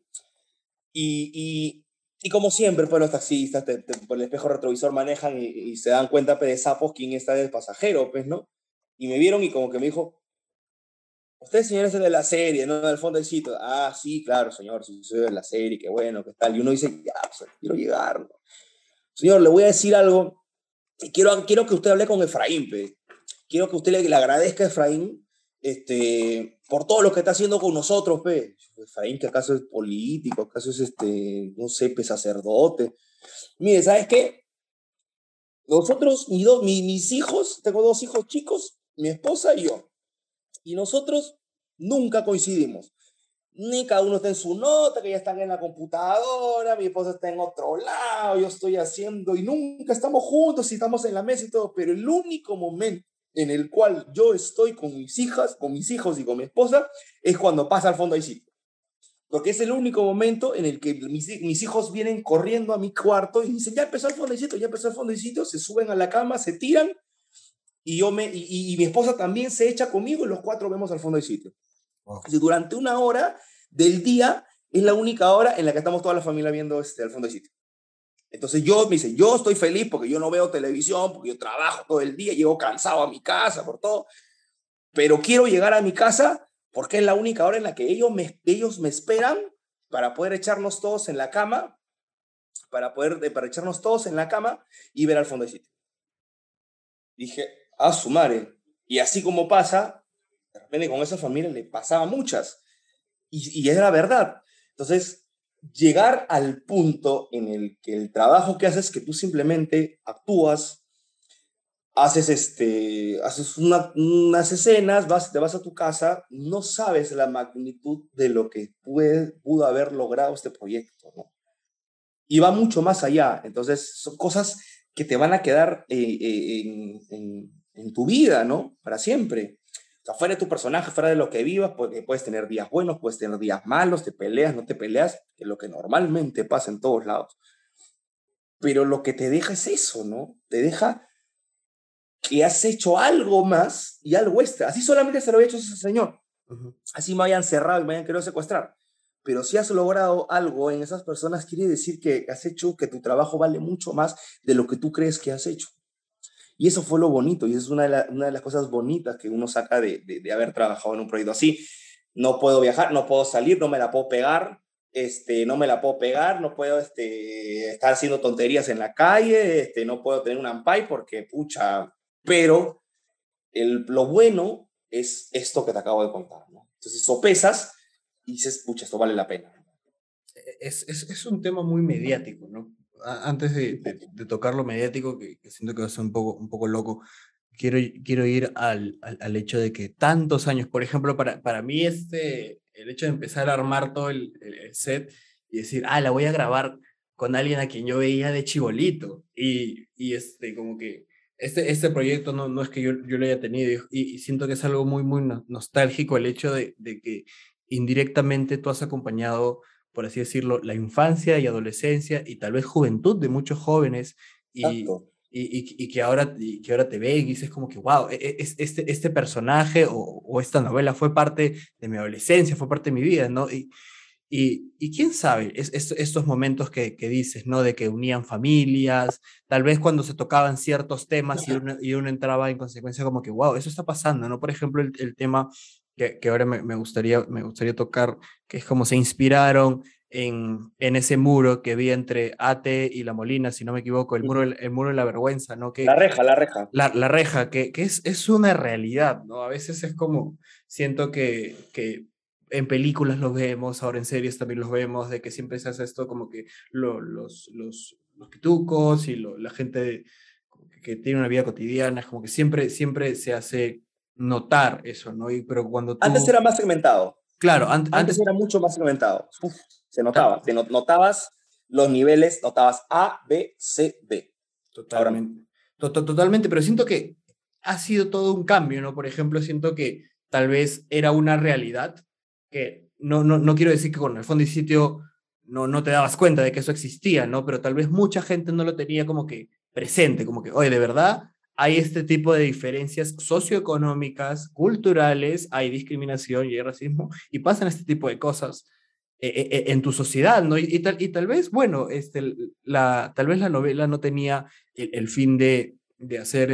y como siempre, pues los taxistas por el espejo retrovisor manejan y se dan cuenta, pues, de sapos, quién está del pasajero, pues, ¿no? Y me vieron y como que me dijo, usted, señor, es el de la serie, ¿no? Del fondo del sitio. Ah, sí, claro, señor, sí, soy de la serie, qué bueno, qué tal. Y uno dice, ya, pues, quiero llegar, ¿no? Señor, le voy a decir algo. Quiero que usted hable con Efraín, pe. Quiero que usted le agradezca a Efraín por todo lo que está haciendo con nosotros, pe. Efraín, que acaso es político, acaso es, no sé, pe, sacerdote. Mire, ¿sabes qué? Nosotros, mis hijos, tengo 2 hijos chicos, mi esposa y yo. Y nosotros nunca coincidimos. Ni cada uno está en su nota, que ya están en la computadora, mi esposa está en otro lado, yo estoy haciendo, y nunca estamos juntos, y estamos en la mesa y todo, pero el único momento en el cual yo estoy con mis hijas, con mis hijos y con mi esposa, es cuando pasa al fondo del sitio. Porque es el único momento en el que mis hijos vienen corriendo a mi cuarto y dicen, ya empezó el fondo del sitio, ya empezó el fondo del sitio, se suben a la cama, se tiran, y mi esposa también se echa conmigo y los 4 vemos al fondo del sitio. Wow. Así, durante 1 hora del día es la única hora en la que estamos toda la familia viendo al fondo del sitio. Entonces yo me dice, yo estoy feliz porque yo no veo televisión, porque yo trabajo todo el día, llego cansado a mi casa por todo, pero quiero llegar a mi casa porque es la única hora en la que ellos me esperan para poder echarnos todos en la cama, para echarnos todos en la cama y ver al fondo del sitio. Dije, a su madre. Y así como pasa, de repente con esa familia le pasaba muchas. Y era verdad. Entonces, llegar al punto en el que el trabajo que haces, que tú simplemente actúas, haces unas escenas, te vas a tu casa, no sabes la magnitud de lo que pudo haber logrado este proyecto, ¿no? Y va mucho más allá. Entonces, son cosas que te van a quedar en tu vida, ¿no? Para siempre. O sea, fuera de tu personaje, fuera de lo que vivas, porque puedes tener días buenos, puedes tener días malos, te peleas, no te peleas, que es lo que normalmente pasa en todos lados. Pero lo que te deja es eso, ¿no? Te deja que has hecho algo más y algo extra. Así solamente se lo había hecho ese señor. Ujú. Así me hayan cerrado y me hayan querido secuestrar. Pero si has logrado algo en esas personas, quiere decir que has hecho que tu trabajo vale mucho más de lo que tú crees que has hecho. Y eso fue lo bonito, y es una de las cosas bonitas que uno saca de haber trabajado en un proyecto así. No puedo viajar, no puedo salir, no me la puedo pegar, no me la puedo pegar, no puedo estar haciendo tonterías en la calle, no puedo tener un ampay porque, pucha, pero lo bueno es esto que te acabo de contar, ¿no? Entonces sopesas y dices, pucha, esto vale la pena. Es un tema muy mediático, ¿no? Antes de tocar lo mediático, que siento que va a ser un poco loco, quiero ir al hecho de que tantos años, por ejemplo, para mí el hecho de empezar a armar todo el set y decir, la voy a grabar con alguien a quien yo veía de chibolito, y como que este proyecto no es que yo lo haya tenido, y siento que es algo muy, muy nostálgico el hecho de que indirectamente tú has acompañado, por así decirlo, la infancia y adolescencia y tal vez juventud de muchos jóvenes, y, Exacto. y que ahora te ven y dices como que, wow, este personaje o esta novela fue parte de mi adolescencia, fue parte de mi vida, ¿no? Y quién sabe, estos momentos que dices, ¿no? De que unían familias, tal vez cuando se tocaban ciertos temas y uno entraba en consecuencia como que, wow, eso está pasando, ¿no? Por ejemplo, el tema que ahora me gustaría tocar, que es como se inspiraron en ese muro que vi entre Ate y La Molina, si no me equivoco, el muro de la vergüenza, ¿no? La reja, la reja. La reja, que es una realidad, ¿no? A veces es como, siento que en películas los vemos, ahora en series también los vemos, de que siempre se hace esto como que los pitucos y la gente como que tiene una vida cotidiana, es como que siempre se hace notar eso, ¿no? Pero cuando Antes tú, era más segmentado. claro, Antes antes, era mucho más segmentado. Uf, se ta- notaba. Notabas los niveles, notabas A, B, C, D. Ahora no. totalmente, totalmente, pero siento que ha sido todo un cambio, ¿no? Por ejemplo, siento que tal vez era una realidad que no quiero decir que con el fondo y sitio no te dabas cuenta de que eso existía, ¿no? Pero tal vez mucha gente no lo tenía como que presente, como que, oye, de verdad hay este tipo de diferencias socioeconómicas, culturales, hay discriminación y hay racismo, y pasan este tipo de cosas en tu sociedad, ¿no? Y tal vez, bueno, tal vez la novela no tenía el fin de hacer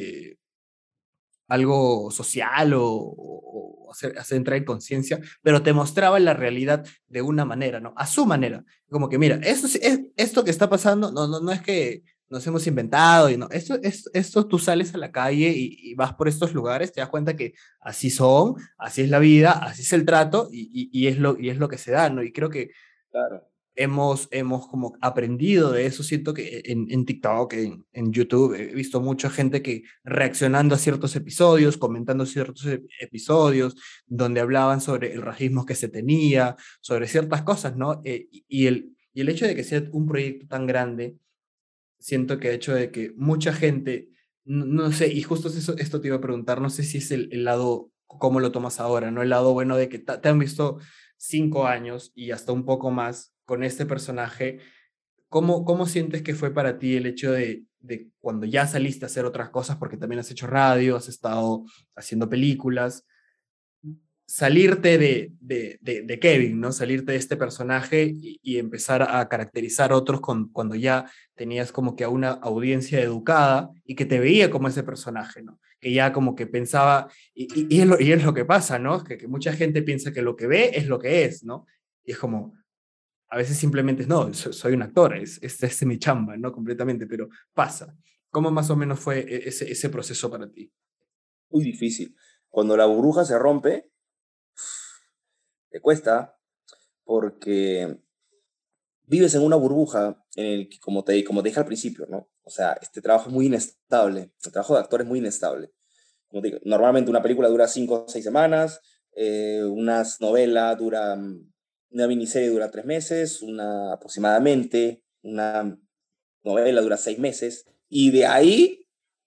algo social o hacer entrar en conciencia, pero te mostraba la realidad de una manera, ¿no? A su manera. Como que, mira, esto que está pasando no es que nos hemos inventado, y no, esto tú sales a la calle y vas por estos lugares, te das cuenta que así son, así es la vida, así es el trato y es lo que se da, ¿no? Y creo que Claro. hemos como aprendido de eso. Siento que en TikTok, en YouTube, he visto mucha gente que reaccionando a ciertos episodios, comentando ciertos episodios, donde hablaban sobre el racismo que se tenía, sobre ciertas cosas, ¿no? Y el hecho de que sea un proyecto tan grande, siento que el hecho de que mucha gente, no sé, y justo esto te iba a preguntar, no sé si es el lado, cómo lo tomas ahora, ¿no? El lado bueno de que te han visto 5 años y hasta un poco más con este personaje. ¿Cómo sientes que fue para ti el hecho de cuando ya saliste a hacer otras cosas, porque también has hecho radio, has estado haciendo películas? salirte de Kevin, ¿no? Salirte de este personaje y empezar a caracterizar otros cuando ya tenías como que a una audiencia educada y que te veía como ese personaje, ¿no? Que ya como que pensaba, y es lo que pasa, ¿no? Que mucha gente piensa que lo que ve es lo que es, ¿no? Y es como, a veces simplemente es, no, soy un actor, es mi chamba, ¿no? Completamente, pero pasa. ¿Cómo más o menos fue ese proceso para ti? Muy difícil. Cuando la burbuja se rompe, te cuesta porque vives en una burbuja en el que, como te dije al principio, ¿no? O sea, este trabajo es muy inestable. El trabajo de actor es muy inestable. Como te digo, normalmente una película dura 5 o 6 semanas, una novela dura, una miniserie dura 3 meses, aproximadamente, una novela dura 6 meses, y de ahí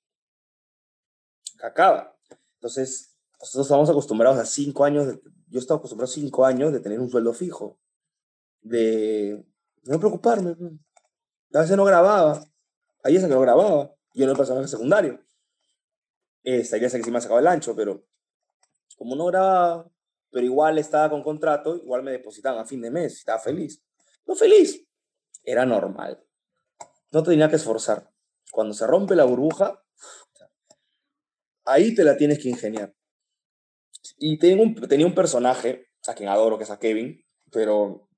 acaba. Entonces, nosotros estamos acostumbrados a 5 años, yo estaba acostumbrado a 5 años de tener un sueldo fijo, de no preocuparme. A veces no grababa, hay veces que no grababa, yo era el personaje secundario. Hay veces que sí me ha sacado el ancho, pero como no grababa, pero igual estaba con contrato, igual me depositaban a fin de mes, estaba feliz. No feliz, era normal. No tenía que esforzar. Cuando se rompe la burbuja, ahí te la tienes que ingeniar. Y tenía un personaje, a quien adoro, que es a Kevin, pero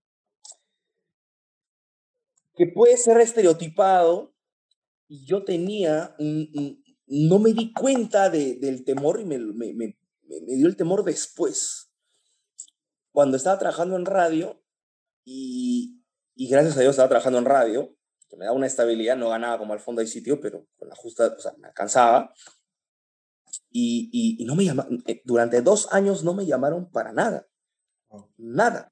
que puede ser estereotipado, y yo tenía no me di cuenta del temor y me dio el temor después. Cuando estaba trabajando en radio, y gracias a Dios estaba trabajando en radio, que me daba una estabilidad, no ganaba como al fondo del sitio, pero con la justa, o sea, me alcanzaba. Y no me llamaron, durante 2 años no me llamaron para nada, Oh. nada.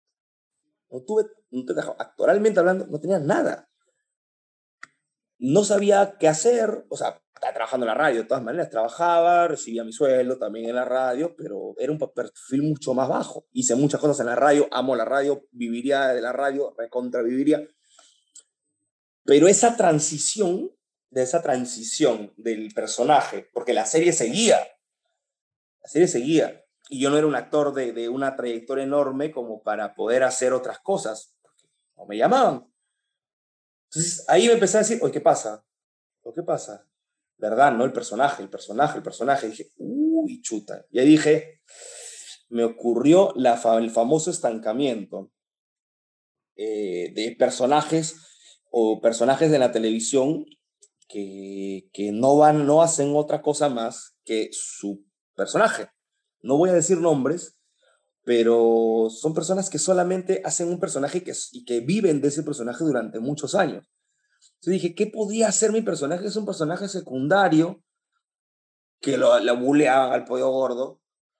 Actualmente hablando, no tenía nada. No sabía qué hacer, o sea, estaba trabajando en la radio, de todas maneras, trabajaba, recibía mi sueldo también en la radio, pero era un perfil mucho más bajo. Hice muchas cosas en la radio, amo la radio, viviría de la radio, recontraviviría, pero de esa transición del personaje, porque la serie seguía, y yo no era un actor de una trayectoria enorme como para poder hacer otras cosas, no me llamaban. Entonces ahí me empecé a decir, oye, ¿qué pasa? ¿O qué pasa? ¿Verdad? No el personaje, el personaje, el personaje. Y dije, uy, chuta. Y ahí dije, me ocurrió el famoso estancamiento de personajes o personajes de la televisión que no hacen otra cosa más que su personaje. No voy a decir nombres, pero son personas que solamente hacen un personaje y que viven de ese personaje durante muchos años. Entonces dije, ¿qué podía hacer mi personaje? Es un personaje secundario que lo buleaban al pollo gordo.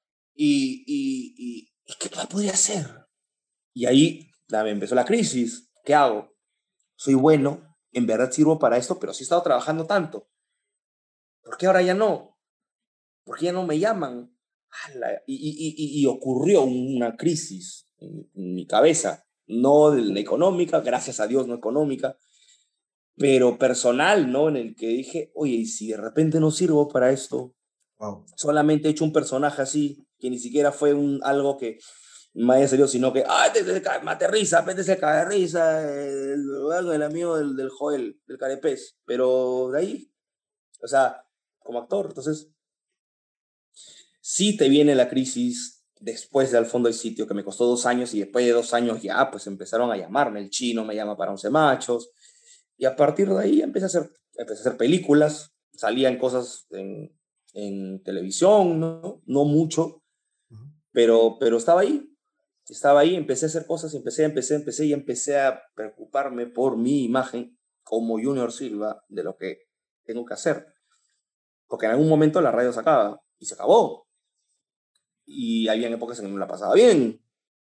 ¿Y qué podría hacer? Y ahí me empezó la crisis. ¿Qué hago? Soy bueno, en verdad sirvo para esto, pero sí he estado trabajando tanto. ¿Por qué ahora ya no? ¿Por qué ya no me llaman? Y ocurrió una crisis en mi cabeza. No de la económica, gracias a Dios no económica, pero personal, ¿no? En el que dije, oye, ¿y si de repente no sirvo para esto? Wow. Solamente he hecho un personaje así, que ni siquiera fue algo que me haya salido, sino que, me aterriza, se cae de risa, el amigo del Joel, del Carepés. Pero de ahí, o sea, como actor, entonces, sí te viene la crisis después de Al fondo del sitio, que me costó 2 años, y después de 2 años ya, pues empezaron a llamarme. El Chino me llama para 11 machos, y a partir de ahí empecé a hacer películas, salían cosas en televisión, ¿no? No mucho, Ujú. pero estaba ahí, empecé a hacer cosas, empecé y empecé a preocuparme por mi imagen como Junior Silva, de lo que tengo que hacer. Porque en algún momento la radio se acaba, y se acabó. Y había épocas en que no la pasaba bien.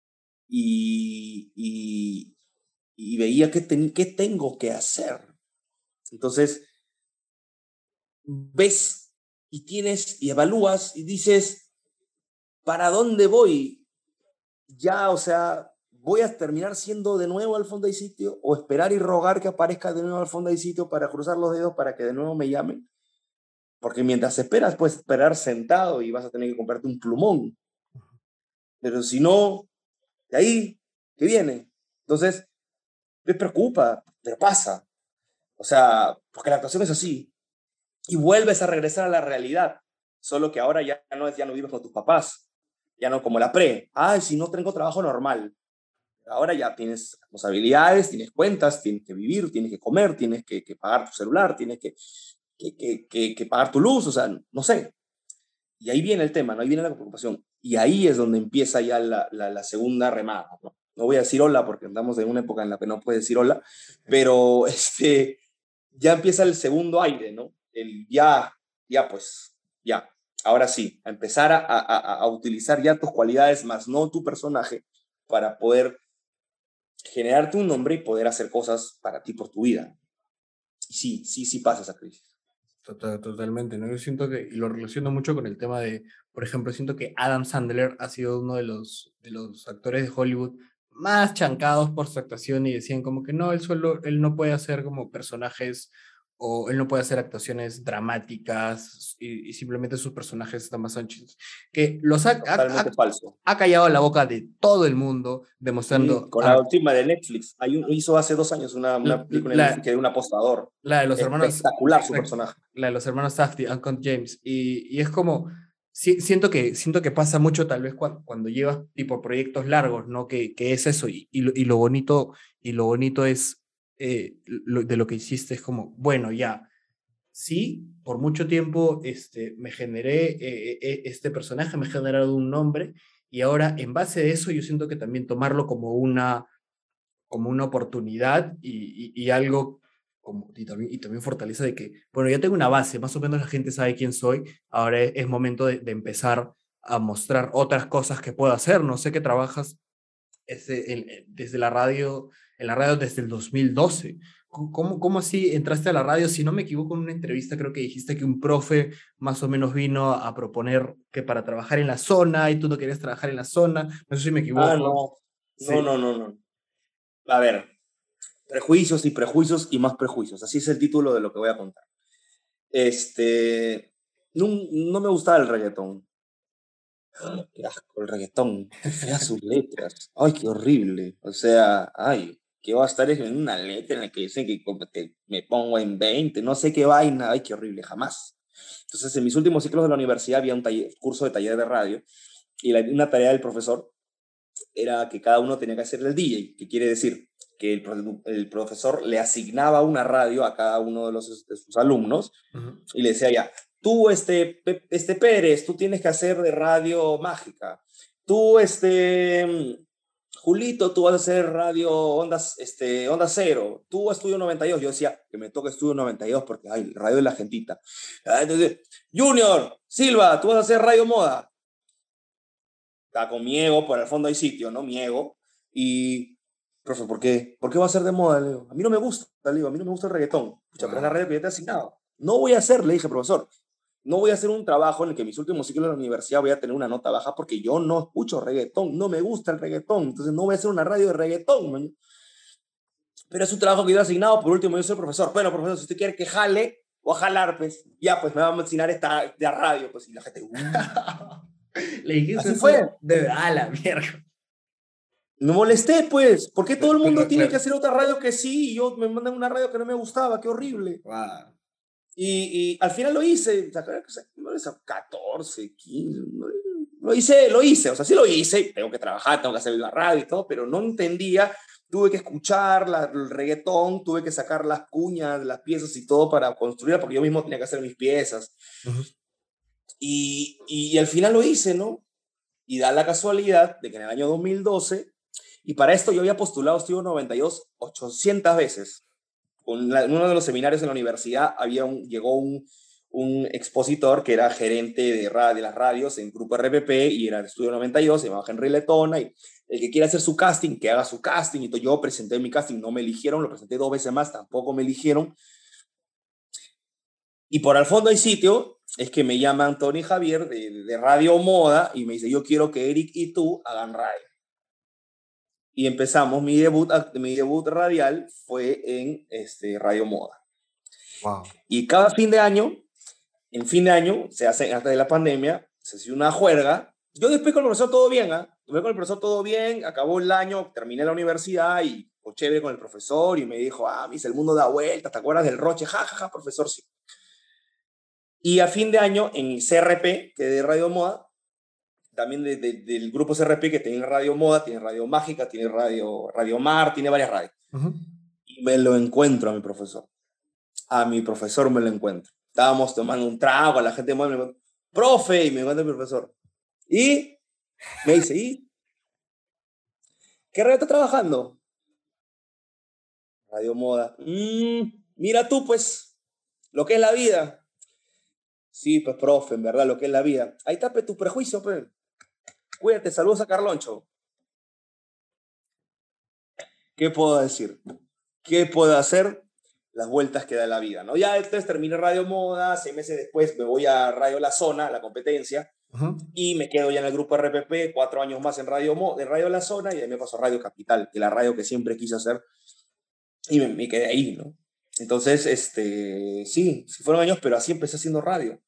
Y, y, y veía qué tengo que hacer. Entonces, ves y evalúas y dices, ¿para dónde voy? Ya, o sea, ¿voy a terminar siendo de nuevo al fondo del sitio o esperar y rogar que aparezca de nuevo al fondo del sitio para cruzar los dedos para que de nuevo me llamen? Porque mientras esperas, puedes esperar sentado y vas a tener que comprarte un plumón. pero si no, de ahí, ¿qué viene? Entonces, me preocupa, pero pasa. O sea, porque la actuación es así. Y vuelves a regresar a la realidad. Solo que ahora ya no vives con tus papás. Ya no como la pre. Ay, si no tengo trabajo normal. Ahora ya tienes responsabilidades, tienes cuentas, tienes que vivir, tienes que comer, tienes que pagar tu celular, tienes que pagar tu luz, o sea, no sé. Y ahí viene el tema, ¿no? Ahí viene la preocupación. Y ahí es donde empieza ya la segunda remada, ¿no? No voy a decir hola porque andamos en una época en la que no puedes decir hola, pero ya empieza el segundo aire, ¿no? El pues, ya. Ahora sí, a empezar a utilizar ya tus cualidades, más no tu personaje, para poder generarte un nombre y poder hacer cosas para ti por tu vida. Y sí pasa esa crisis. Totalmente, ¿no? Yo siento que, y lo relaciono mucho con el tema de, por ejemplo, siento que Adam Sandler ha sido uno de los actores de Hollywood más chancados por su actuación y decían como que no, él no puede hacer como personajes o él no puede hacer actuaciones dramáticas y simplemente sus personajes están más anchos. Que Totalmente falso. ha callado la boca de todo el mundo, demostrando Con la última de Netflix. Hizo hace 2 años una película de Netflix que la, era un apostador. la de los hermanos, Espectacular su exacto, personaje. la de los hermanos Safdie, Uncut James, y es como, siento que pasa mucho tal vez cuando llevas tipo proyectos largos, ¿no? Que es eso, y lo bonito es de lo que hiciste es como, bueno, ya, sí, por mucho tiempo me generé este personaje, me he generado un nombre, y ahora en base de eso yo siento que también tomarlo como una oportunidad y algo como, y también fortaleza de que, bueno, ya tengo una base, más o menos la gente sabe quién soy, ahora es momento de empezar a mostrar otras cosas que puedo hacer. No sé que trabajas desde la radio, en la radio desde el 2012. ¿Cómo así entraste a la radio? Si no me equivoco, en una entrevista creo que dijiste que un profe más o menos vino a proponer que para trabajar en la zona y tú no querías trabajar en la zona. No sé si me Ah, equivoco. no. No, Sí. no, no, no. A ver, prejuicios y más prejuicios. Así es el título de lo que voy a contar. No, no me gustaba el reggaetón. Qué asco el reggaetón. Qué feas sus letras. Ay, qué horrible. O sea, ay, ¿qué va a estar en una letra en la que dicen que como me pongo en 20? No sé qué vaina. Ay, qué horrible, jamás. Entonces, en mis últimos ciclos de la universidad había un curso de taller de radio y una tarea del profesor era que cada uno tenía que hacer el DJ, que quiere decir que el profesor le asignaba una radio a cada uno de sus alumnos Ujú. y le decía ya, tú, Pérez, tú tienes que hacer de radio mágica. Tú, Julito, tú vas a hacer radio onda cero. Tú, Estudio 92. Yo decía que me toca Estudio 92 porque, ay, radio de la gentita. Entonces, Junior, Silva, tú vas a hacer radio moda. Está con mi ego, por el fondo hay sitio, ¿no? Mi ego. Y, profe, ¿por qué? ¿Por qué va a ser de moda? Le digo, a mí no me gusta, le digo, a mí no me gusta el reggaetón. Pucha, pero es la Wow. radio que ya te he asignado. No voy a hacer, le dije, profesor, no voy a hacer un trabajo en el que mis últimos ciclos de la universidad voy a tener una nota baja porque yo no escucho reggaetón, no me gusta el reggaetón, entonces no voy a hacer una radio de reggaetón, man. Pero es un trabajo que yo he asignado, por último, yo soy el profesor. Bueno, profesor, si usted quiere que jale, o a jalar, pues, ya, pues me va a asignar esta de radio, pues, y la gente, Le dijiste así fue. eso de a la mierda. Me molesté, pues. ¿Por qué todo el mundo Claro, tiene que claro. hacer otra radio que sí? Y yo me mandan una radio que no me gustaba, qué horrible. Wow. Y al final lo hice. O sea, creo que no es 14, 15. Lo hice. O sea, sí lo hice. Tengo que trabajar, tengo que hacer la radio y todo, pero no entendía. Tuve que escuchar el reggaetón, tuve que sacar las cuñas, las piezas y todo para construirla, porque yo mismo tenía que hacer mis piezas. Ujú. Y al final lo hice, ¿no? Y da la casualidad de que en el año 2012, y para esto yo había postulado Estudio 92 800 veces. En uno de los seminarios en la universidad llegó un expositor que era gerente de las radios en Grupo RPP y era de Estudio 92, se llamaba Henry Letona, y el que quiera hacer su casting, que haga su casting. Y yo presenté mi casting, no me eligieron, lo presenté 2 veces más, tampoco me eligieron. Y por al fondo hay sitio, es que me llama Antonio Javier de Radio Moda y me dice, yo quiero que Eric y tú hagan radio. Y empezamos, mi debut radial fue en Radio Moda. Wow. Y cada fin de año, en fin de año, se hace, antes de la pandemia, se hace una juerga Yo después con el profesor todo bien, ¿ah? Después con el profesor todo bien, acabó el año, terminé la universidad y fue chévere con el profesor y me dijo, mis, el mundo da vueltas, ¿te acuerdas del Roche? Ja, ja, ja, profesor, sí. Y a fin de año, en el CRP, que es de Radio Moda, también del grupo CRP, que tiene Radio Moda, tiene Radio Mágica, tiene Radio Mar, tiene varias radios. Y me lo encuentro a mi profesor. A mi profesor me lo encuentro. Estábamos tomando un trago, la gente me encuentra, profe, y me encuentra mi profesor. Y me dice, ¿y qué radio está trabajando? Radio Moda. Mira tú, pues, lo que es la vida. Sí, pues, profe, en verdad, lo que es la vida. Ahí está, pues, tu prejuicio, pues. Cuídate, saludos a Carloncho. ¿Qué puedo decir? ¿Qué puedo hacer? Las vueltas que da la vida, ¿no? Ya entonces terminé Radio Moda, 6 meses después me voy a Radio La Zona, la competencia, y me quedo ya en el grupo RPP, 4 años más en Radio La Zona, y de ahí me paso a Radio Capital, que es la radio que siempre quise hacer, y me quedé ahí, ¿no? Entonces, sí fueron años, pero así empecé haciendo radio.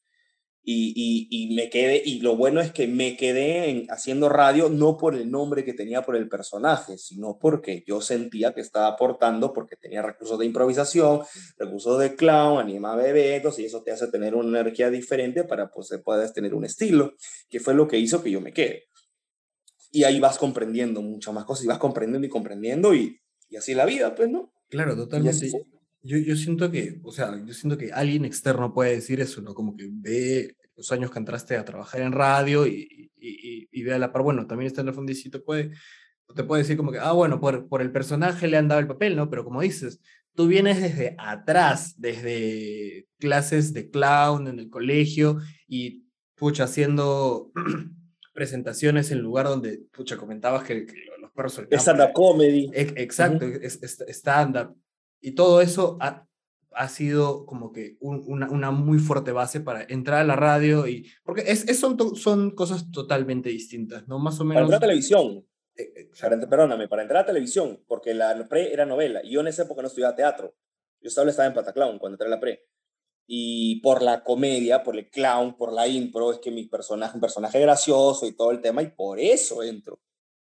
Y me quedé, y lo bueno es que me quedé haciendo radio no por el nombre que tenía por el personaje, sino porque yo sentía que estaba aportando, porque tenía recursos de improvisación, recursos de clown, animaba eventos, y eso te hace tener una energía diferente para pues puedas tener un estilo, que fue lo que hizo que yo me quede. Y ahí vas comprendiendo muchas más cosas, y vas comprendiendo, y así es la vida, pues, ¿no? Claro, Y así totalmente. fue. Yo siento que, o sea, yo siento que alguien externo puede decir eso, ¿no? Como que ve los años que entraste a trabajar en radio y ve a la par, bueno, también está en el fondicito, te puede decir como que, bueno, por el personaje le han dado el papel, ¿no? Pero como dices, tú vienes desde atrás, desde clases de clown en el colegio y, pucha, haciendo presentaciones en lugar donde, pucha, comentabas que los perros soltaban por Stand-up comedy. Exacto, stand-up. Y todo eso ha sido como que una muy fuerte base para entrar a la radio porque son cosas totalmente distintas, ¿no? Más o Para entrar menos. a televisión, Exacto. perdóname, para entrar a televisión, porque la pre era novela, y yo en esa época no estudiaba teatro. Yo estaba en Pataclown cuando entré a la pre. Y por la comedia, por el clown, por la impro, es que mi personaje, un personaje gracioso y todo el tema, y por eso entro.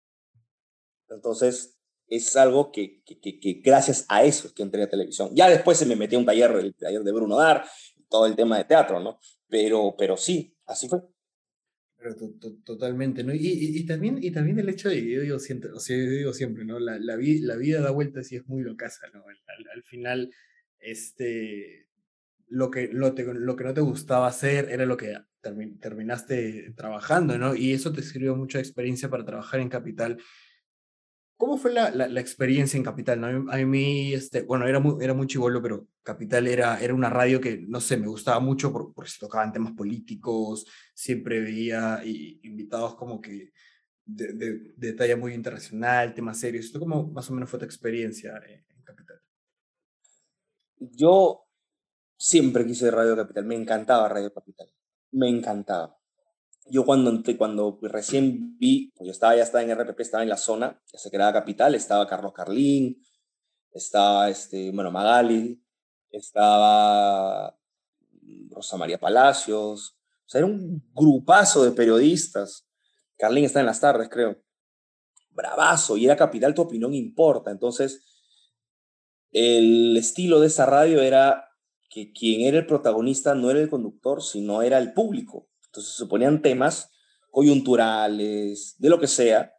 Entonces, es algo que gracias a eso es que entré a televisión. Ya después se me metió un taller, el taller de Bruno Dar, todo el tema de teatro, ¿no? Pero sí, así fue. Pero totalmente, ¿no? Y también el hecho de que yo digo siempre, o sea, yo digo siempre, ¿no? La vida da vueltas y es muy locaza, ¿no? Al final, este, lo que no te gustaba hacer era lo que terminaste trabajando, ¿no? Y eso te sirvió mucha experiencia para trabajar en Capital. ¿Cómo fue la experiencia en Capital? ¿No? A mí, bueno, era muy chibolo, pero Capital era una radio que, no sé, me gustaba mucho porque se tocaban temas políticos, siempre veía invitados como que de talla muy internacional, temas serios. ¿Esto cómo más o menos fue tu experiencia en Capital? Yo siempre quise Radio Capital, me encantaba Radio Capital, me encantaba. Yo cuando recién vi, pues yo ya estaba en RPP, estaba en la zona, ya se creaba Capital, estaba Carlos Carlín, estaba bueno, Magali, estaba Rosa María Palacios, o sea, era un grupazo de periodistas. Carlín está en las tardes, creo. Bravazo, y era Capital, tu opinión importa. Entonces, el estilo de esa radio era que quien era el protagonista no era el conductor, sino era el público. Entonces se ponían temas coyunturales, de lo que sea,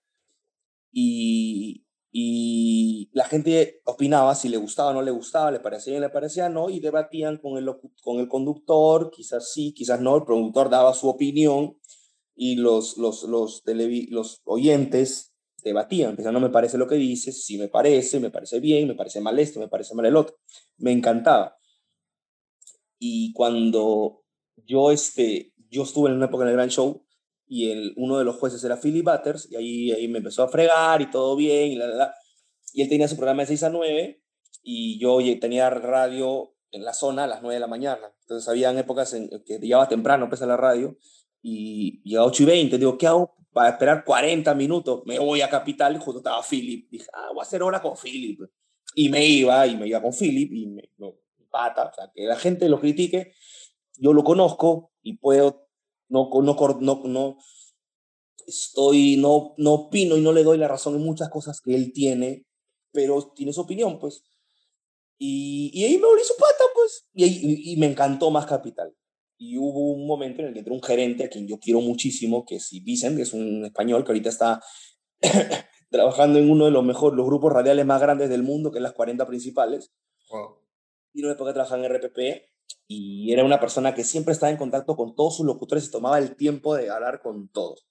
y la gente opinaba si le gustaba o no le gustaba, le parecía bien, le parecía no, y debatían con el conductor, quizás sí, quizás no, el productor daba su opinión y los oyentes debatían, decían, no me parece lo que dices, sí me parece bien, me parece mal esto, me parece mal el otro. Me encantaba. Y cuando yo estuve en una época en el Gran Show y uno de los jueces era Philip Butters y ahí me empezó a fregar y todo bien y él tenía su programa de 6 a 9 y yo tenía radio en la zona a las 9 de la mañana. Entonces habían épocas en que llegaba temprano pues, a la radio y llegaba a 8:20. Digo, ¿qué hago? Para esperar 40 minutos. Me voy a Capital y justo estaba Philip. Dije, voy a hacer hora con Philip. Y me iba con Philip y pata, o sea, que la gente lo critique, yo lo conozco y puedo no no opino y no le doy la razón en muchas cosas que él tiene, pero tiene su opinión, pues. Y ahí me volví su pata, pues. Y me encantó Más Capital. Y hubo un momento en el que entró un gerente a quien yo quiero muchísimo, que es Vicent, que es un español que ahorita está trabajando en uno de los grupos radiales más grandes del mundo, que es las 40 principales. Wow. Y una época trabajaba en RPP y era una persona que siempre estaba en contacto con todos sus locutores y tomaba el tiempo de hablar con todos.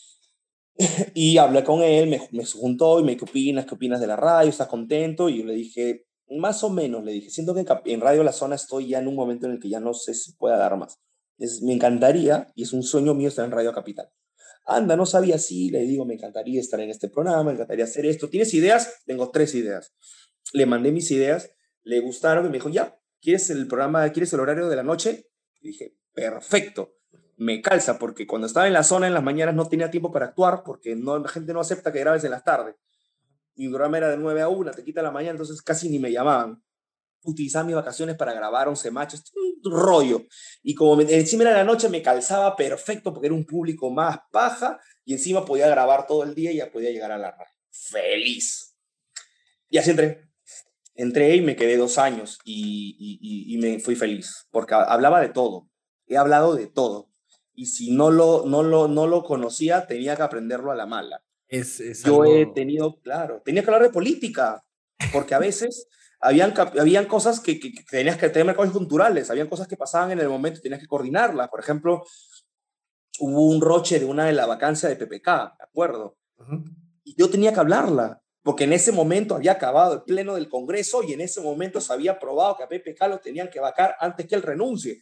Y hablé con él, me juntó y me dijo, ¿qué opinas de la radio? ¿Estás contento? Y yo le dije, más o menos, le dije, siento que en Radio La Zona estoy ya en un momento en el que ya no sé si pueda dar más. Me encantaría, y es un sueño mío estar en Radio Capital. Anda, no sabía si, le digo, me encantaría estar en este programa, me encantaría hacer esto. ¿Tienes ideas? Tengo 3 ideas. Le mandé mis ideas, le gustaron y me dijo, ya, ¿quieres el programa, quieres el horario de la noche? Y dije, perfecto, me calza, porque cuando estaba en la zona en las mañanas no tenía tiempo para actuar, porque no, la gente no acepta que grabes en las tardes. Mi programa era de 9 a 1, te quita la mañana, entonces casi ni me llamaban. Utilizaba mis vacaciones para grabar 11 machos, un rollo. Y como encima era la noche, me calzaba perfecto porque era un público más paja y encima podía grabar todo el día y ya podía llegar a la radio. Feliz. Y así entré y me quedé 2 años y me fui feliz porque hablaba de todo. He hablado de todo. Y si no lo conocía, tenía que aprenderlo a la mala. Es Yo he algo... tenido, claro, tenía que hablar de política, porque a veces habían cosas que tenías que tener mercados culturales, habían cosas que pasaban en el momento y tenías que coordinarlas. Por ejemplo, hubo un roche de una de la vacancia de PPK, ¿de acuerdo? Ujú. Y yo tenía que hablarla, porque en ese momento había acabado el pleno del Congreso y en ese momento se había aprobado que a PPK lo tenían que vacar antes que él renuncie.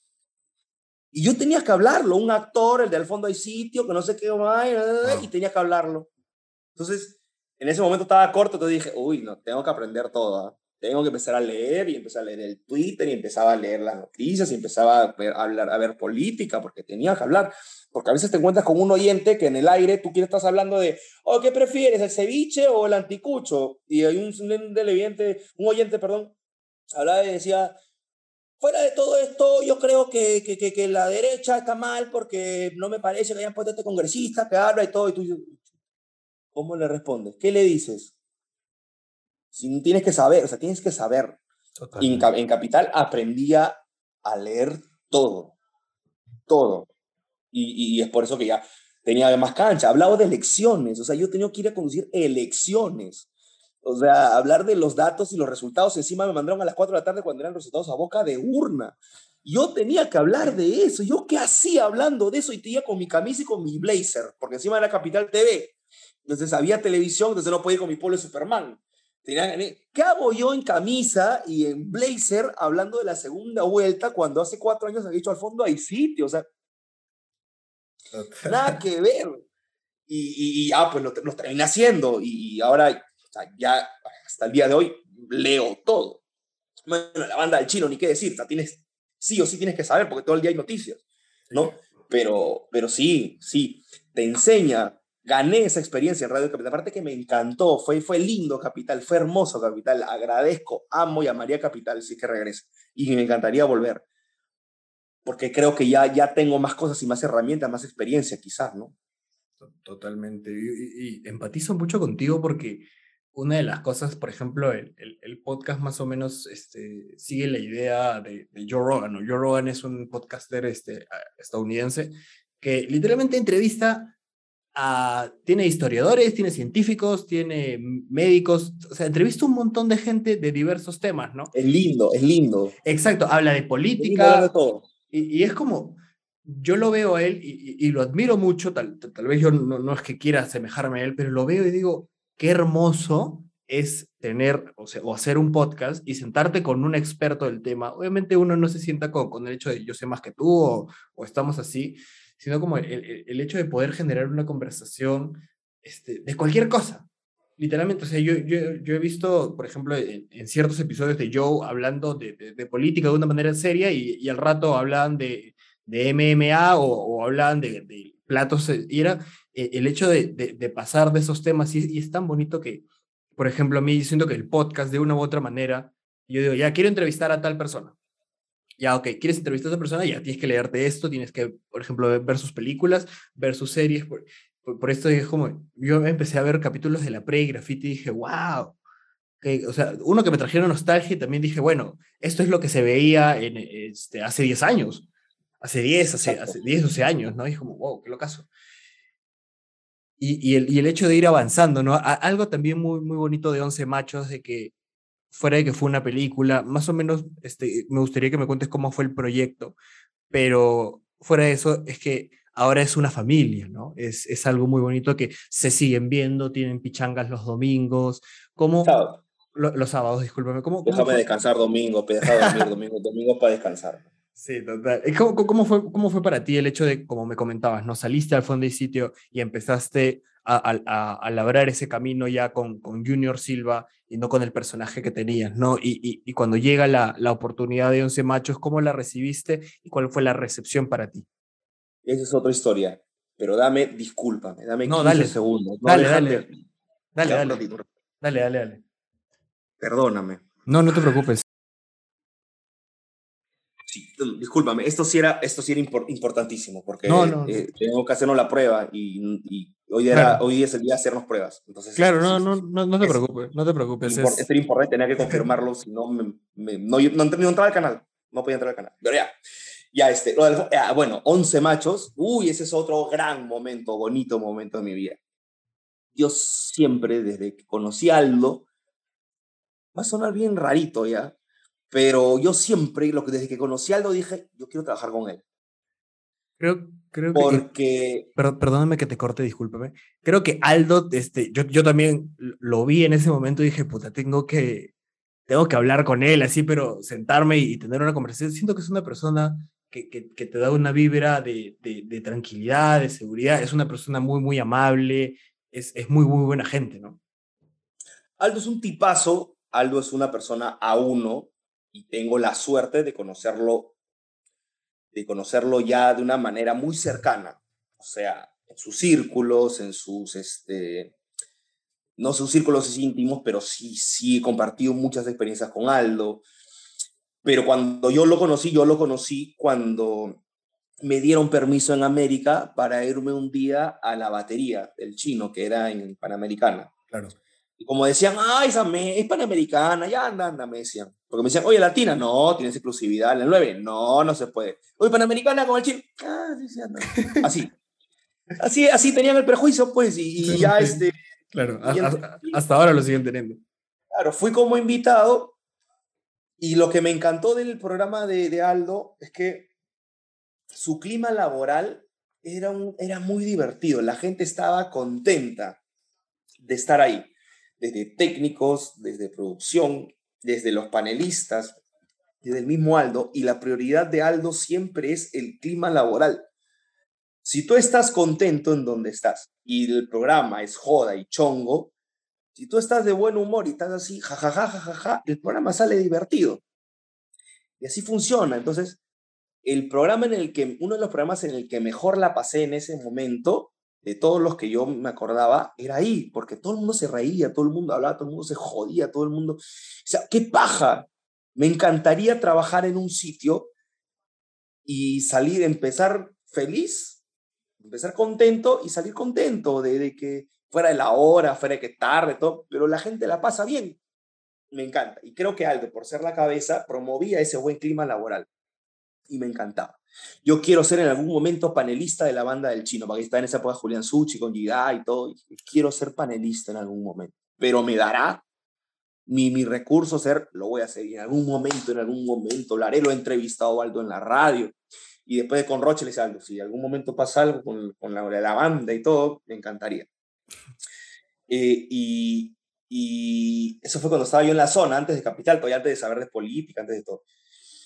Y yo tenía que hablarlo, un actor, el de al fondo hay sitio, que no sé qué más, y Wow. tenía que hablarlo. Entonces, en ese momento estaba corto, entonces dije, uy, no, tengo que aprender todo. ¿Ah? Tengo que empezar a leer y empecé a leer el Twitter y empezaba a leer las noticias y empezaba a ver política porque tenía que hablar. Porque a veces te encuentras con un oyente que en el aire tú quieres estás hablando de, oh, ¿qué prefieres, el ceviche o el anticucho? Y hay un oyente, perdón, hablaba y decía, fuera de todo esto, yo creo que la derecha está mal porque no me parece que hayan puesto a este congresista que habla y todo. Y tú dices, ¿cómo le respondes? ¿Qué le dices? Si no tienes que saber, o sea, tienes que saber. Y Totalmente. en Capital aprendía a leer todo, todo. Y es por eso que ya tenía más cancha. Hablaba de elecciones, o sea, yo tenía que ir a conducir elecciones. O sea, hablar de los datos y los resultados. Encima me mandaron a las 4 de la tarde cuando eran resultados a boca de urna. Yo tenía que hablar de eso. ¿Yo qué hacía hablando de eso? Y tenía con mi camisa y con mi blazer, porque encima era Capital TV. Entonces había televisión, entonces no podía ir con mi polo de Superman. ¿Qué hago yo en camisa y en blazer hablando de la segunda vuelta cuando hace 4 años había dicho al fondo hay sitio? O sea, nada que ver. Pues lo terminé haciendo y ahora, o sea, ya hasta el día de hoy leo todo. Bueno, la banda del chino, ni qué decir, o sea, sí o sí tienes que saber porque todo el día hay noticias, Sí. ¿no? Pero sí, sí, te enseña. Gané esa experiencia en Radio Capital. Aparte que me encantó, fue lindo Capital, fue hermoso Capital. Agradezco, amo y amaría Capital si es que regrese. Y me encantaría volver, porque creo que ya tengo más cosas y más herramientas, más experiencia quizás, ¿no? Totalmente. Y empatizo mucho contigo porque una de las cosas, por ejemplo, el podcast más o menos sigue la idea de Joe Rogan, ¿no? Joe Rogan es un podcaster estadounidense que literalmente entrevista tiene historiadores, tiene científicos, tiene médicos, o sea, entrevista un montón de gente de diversos temas, ¿no? Es lindo, es lindo. Exacto, habla de Es lindo hablar de política, todo. y es como, yo lo veo a él y lo admiro mucho, tal vez yo no es que quiera asemejarme a él, pero lo veo y digo, qué hermoso es tener, o sea, o hacer un podcast y sentarte con un experto del tema. Obviamente uno no se sienta con el hecho de yo sé más que tú o estamos así, sino como el hecho de poder generar una conversación de cualquier cosa. Literalmente, o sea, yo he visto, por ejemplo, en ciertos episodios de Joe hablando de política de una manera seria y al rato hablaban de MMA o hablaban de platos, y era el hecho de pasar de esos temas y es tan bonito que, por ejemplo, a mí yo siento que el podcast de una u otra manera, yo digo, ya quiero entrevistar a tal persona. Ya, ok, quieres entrevistar a esa persona, ya tienes que leerte esto, tienes que, por ejemplo, ver sus películas, ver sus series, por esto es como, yo empecé a ver capítulos de la pre y Graffiti y dije, wow. O sea, uno que me trajeron nostalgia y también dije, bueno, esto es lo que se veía hace 10 años, Exacto. hace 10, 12 años, ¿no? Y es como, wow, qué locazo. Y el hecho de ir avanzando, ¿no? Algo también muy, muy bonito de Once Machos, de que fuera de que fue una película, más o menos me gustaría que me cuentes cómo fue el proyecto, pero fuera de eso es que ahora es una familia, ¿no? Es algo muy bonito que se siguen viendo, tienen pichangas los domingos, ¿cómo, Sábado. los sábados, discúlpame, ¿cómo Déjame fue? descansar domingo, deja dormir domingo, domingo para descansar. Sí, total. ¿Cómo fue para ti el hecho de, como me comentabas, no saliste al fondo y sitio y empezaste a labrar ese camino ya con Junior Silva y no con el personaje que tenías, ¿no? Y cuando llega la oportunidad de Once Machos, ¿cómo la recibiste y cuál fue la recepción para ti? Esa es otra historia. Pero discúlpame, dame No, 15 dale, segundos. No dale, dejan dale, de... dale, Ya, un dale, ratito. dale, dale, dale. Perdóname. No, no te preocupes. Sí, discúlpame, esto sí era importantísimo, No, porque no, no. tenemos que hacernos la prueba y Claro, hoy día es el día de hacernos pruebas. Entonces, claro, sí, no, sí, no, sí. no, no te Es, preocupes, no te preocupes, esto era importante, tenía que confirmarlo, si no, no entraba al canal, no podía entrar al canal. Pero ya bueno, 11 machos, uy, ese es otro gran momento, bonito momento de mi vida. Yo siempre, desde que conocí a Aldo, va a sonar bien rarito ya, pero yo siempre, desde que conocí a Aldo dije, yo quiero trabajar con él. creo que, Porque, perdóname que te corte, discúlpame. Creo que Aldo, yo también lo vi en ese momento y dije, puta, tengo que hablar con él, así, pero sentarme y tener una conversación. Siento que es una persona que te da una vibra de tranquilidad, de seguridad. Es una persona muy, muy amable, es muy, muy buena gente, ¿no? Aldo es un tipazo, Aldo es una persona a uno y tengo la suerte de conocerlo ya de una manera muy cercana. O sea, en sus círculos, no sus círculos íntimos, pero sí, sí he compartido muchas experiencias con Aldo. Pero cuando yo lo conocí cuando me dieron permiso en América para irme un día a la batería del Chino, que era en Panamericana. Claro. Y como decían, esa es Panamericana, ya anda, me decían. Porque me decían, oye, Latina, no, tienes exclusividad. En el 9, no, no se puede. Oye, Panamericana con el Chino, sí, sí, anda. Así. Así tenían el prejuicio, pues, y Sí, ya sí. Claro, y hasta ahora lo siguen teniendo. claro, fui como invitado y lo que me encantó del programa de Aldo es que su clima laboral era muy divertido, la gente estaba contenta de estar ahí, desde técnicos, desde producción, desde los panelistas, desde el mismo Aldo, y la prioridad de Aldo siempre es el clima laboral. Si tú estás contento en donde estás y el programa es joda y chongo, si tú estás de buen humor y estás así, jajaja, jajaja, el programa sale divertido. Y así funciona. Entonces, uno de los programas en el que mejor la pasé en ese momento, de todos los que yo me acordaba, era ahí, porque todo el mundo se reía, todo el mundo hablaba, todo el mundo se jodía, todo el mundo... O sea, qué paja. Me encantaría trabajar en un sitio y empezar feliz, empezar contento y salir contento de que fuera de la hora, fuera de que tarde, todo, pero la gente la pasa bien. Me encanta. Y creo que Aldo, por ser la cabeza, promovía ese buen clima laboral. Y me encantaba. Yo quiero ser en algún momento panelista de la banda del Chino, porque está en esa época Julián Suchi con Giga y todo. Y quiero ser panelista en algún momento. Pero me dará mi recurso ser, lo voy a hacer. Y en algún momento, lo haré. Lo he entrevistado a Aldo en la radio. Y después de con Roche le dice Aldo, si en algún momento pasa algo con la banda y todo, me encantaría. Eh, y, y eso fue cuando estaba yo en la zona, antes de Capital, todavía antes de saber de política, antes de todo.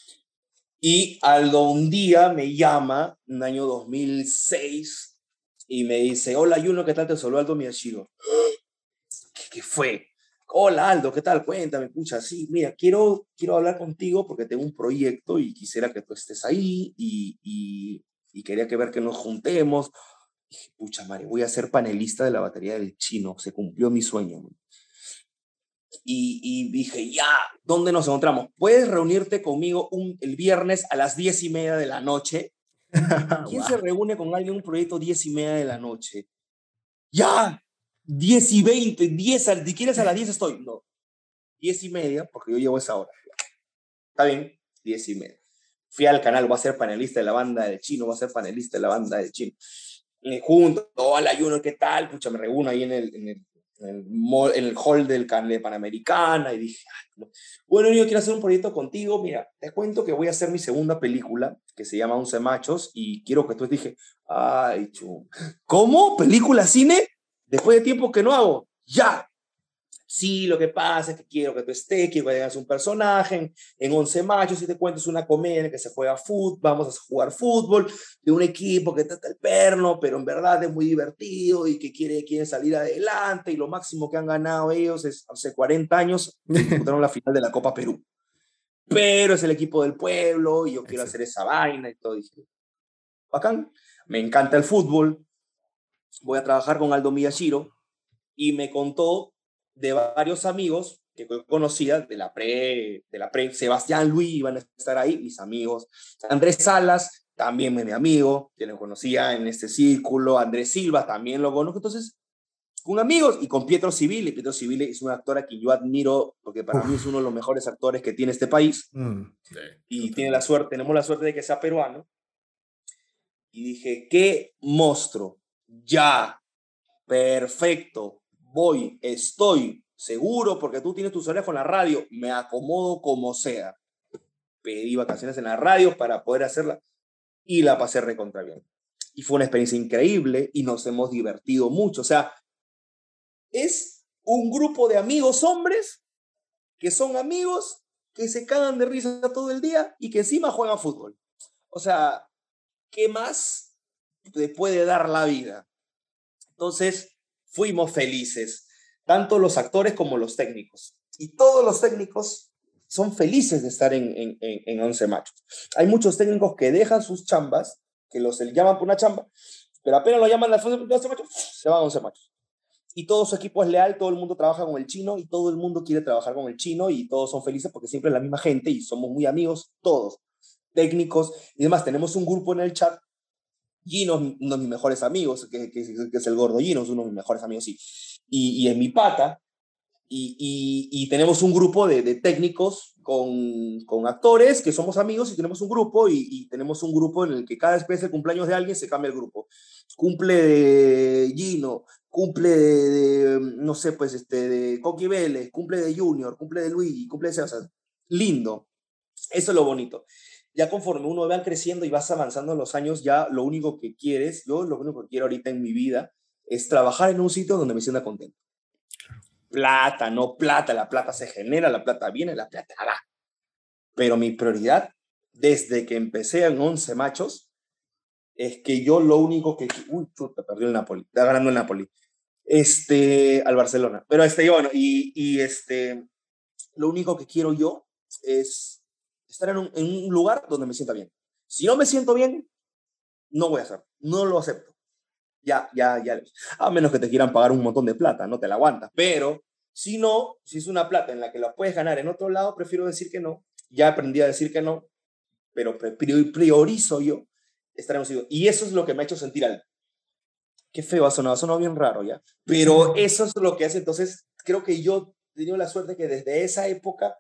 Y Aldo un día me llama, un año 2006, y me dice, hola Juno, ¿qué tal? Te saludo Aldo Miyashiro. ¿Qué fue? Hola Aldo, ¿qué tal? Cuéntame, pucha, sí, mira, quiero hablar contigo porque tengo un proyecto y quisiera que tú estés ahí y quería ver que nos juntemos. Dije, pucha, madre, voy a ser panelista de la batería del Chino, se cumplió mi sueño. Y dije, ya, ¿dónde nos encontramos? ¿Puedes reunirte conmigo el viernes a las 10:30 de la noche? ¿Quién se Guau. reúne con alguien en un proyecto 10:30 de la noche? ya, 10:20, 10, si quieres a las 10 estoy. No, 10:30, porque yo llevo esa hora. Está bien, 10:30. Fui al canal, voy a ser panelista de la banda del Chino, voy a ser panelista de la banda del Chino. Me junto, todo al ayuno, ¿qué tal? Pucha, me reúno ahí en el hall del canal de Panamericana y dije, no. Bueno, yo quiero hacer un proyecto contigo. Mira, te cuento que voy a hacer mi segunda película que se llama 11 Machos y quiero que tú. Dije, ay, ¿cómo? ¿Película, cine? Después de tiempo que no hago. Ya. Sí, lo que pasa es que quiero que tú estés, quiero que hagas un personaje en 11 Machos y te cuento, es una comedia en la que se juega fútbol, vamos a jugar fútbol de un equipo que trata el perno, pero en verdad es muy divertido y que quiere salir adelante y lo máximo que han ganado ellos es hace 40 años disputaron la final de la Copa Perú. Pero es el equipo del pueblo y yo quiero hacer esa vaina y todo. Y dije, bacán, me encanta el fútbol, voy a trabajar con Aldo Miyashiro y me contó de varios amigos que conocía de la pre, Sebastián Luis iban a estar ahí, mis amigos. Andrés Salas, también mi amigo, que lo conocía en este círculo. Andrés Silva, también lo conozco. Entonces, con amigos y con Pietro Civile. Pietro Civile es un actor a quien yo admiro, porque para mí es uno de los mejores actores que tiene este país. Sí, y tenemos la suerte de que sea peruano. Y dije, qué monstruo, ya, perfecto, estoy seguro porque tú tienes tus orejas con la radio, me acomodo como sea. Pedí vacaciones en la radio para poder hacerla y la pasé recontra bien. Y fue una experiencia increíble y nos hemos divertido mucho. O sea, es un grupo de amigos hombres que son amigos que se cagan de risa todo el día y que encima juegan fútbol. O sea, ¿qué más te puede dar la vida? Entonces, fuimos felices, tanto los actores como los técnicos. Y todos los técnicos son felices de estar en 11 Machos. Hay muchos técnicos que dejan sus chambas, que los llaman por una chamba, pero apenas lo llaman a 11 Machos, se van a 11 Machos. Y todo su equipo es leal, todo el mundo trabaja con el Chino y todo el mundo quiere trabajar con el Chino y todos son felices porque siempre es la misma gente y somos muy amigos, todos, técnicos y demás. Tenemos un grupo en el chat. Gino es uno de mis mejores amigos, que es el gordo Gino, es uno de mis mejores amigos, sí. Y es mi pata. Y tenemos un grupo de técnicos con actores que somos amigos y tenemos un grupo y tenemos un grupo en el que cada vez el cumpleaños de alguien se cambia el grupo. Cumple de Gino, cumple no sé, pues de Coqui Vélez, cumple de Junior, cumple de Luigi, cumple de... O sea, lindo. Eso es lo bonito. Ya conforme uno va creciendo y vas avanzando en los años, ya lo único que quieres, yo lo único que quiero ahorita en mi vida es trabajar en un sitio donde me sienta contento. Plata, no plata, la plata se genera, la plata viene, la plata va. Pero mi prioridad, desde que empecé en 11 Machos, es que yo lo único que... Uy, chuta, perdió el Napoli, está ganando el Napoli. Al Barcelona. Pero bueno, lo único que quiero yo es estar en un lugar donde me sienta bien. Si no me siento bien, no voy a hacer, no lo acepto. Ya. A menos que te quieran pagar un montón de plata, no te la aguantas. Pero si no, si es una plata en la que la puedes ganar en otro lado, prefiero decir que no. Ya aprendí a decir que no, pero priorizo yo estar en un sitio. Y eso es lo que me ha hecho sentir algo. Qué feo ha sonado bien raro ya. Pero eso es lo que hace. Entonces, creo que yo he tenido la suerte que desde esa época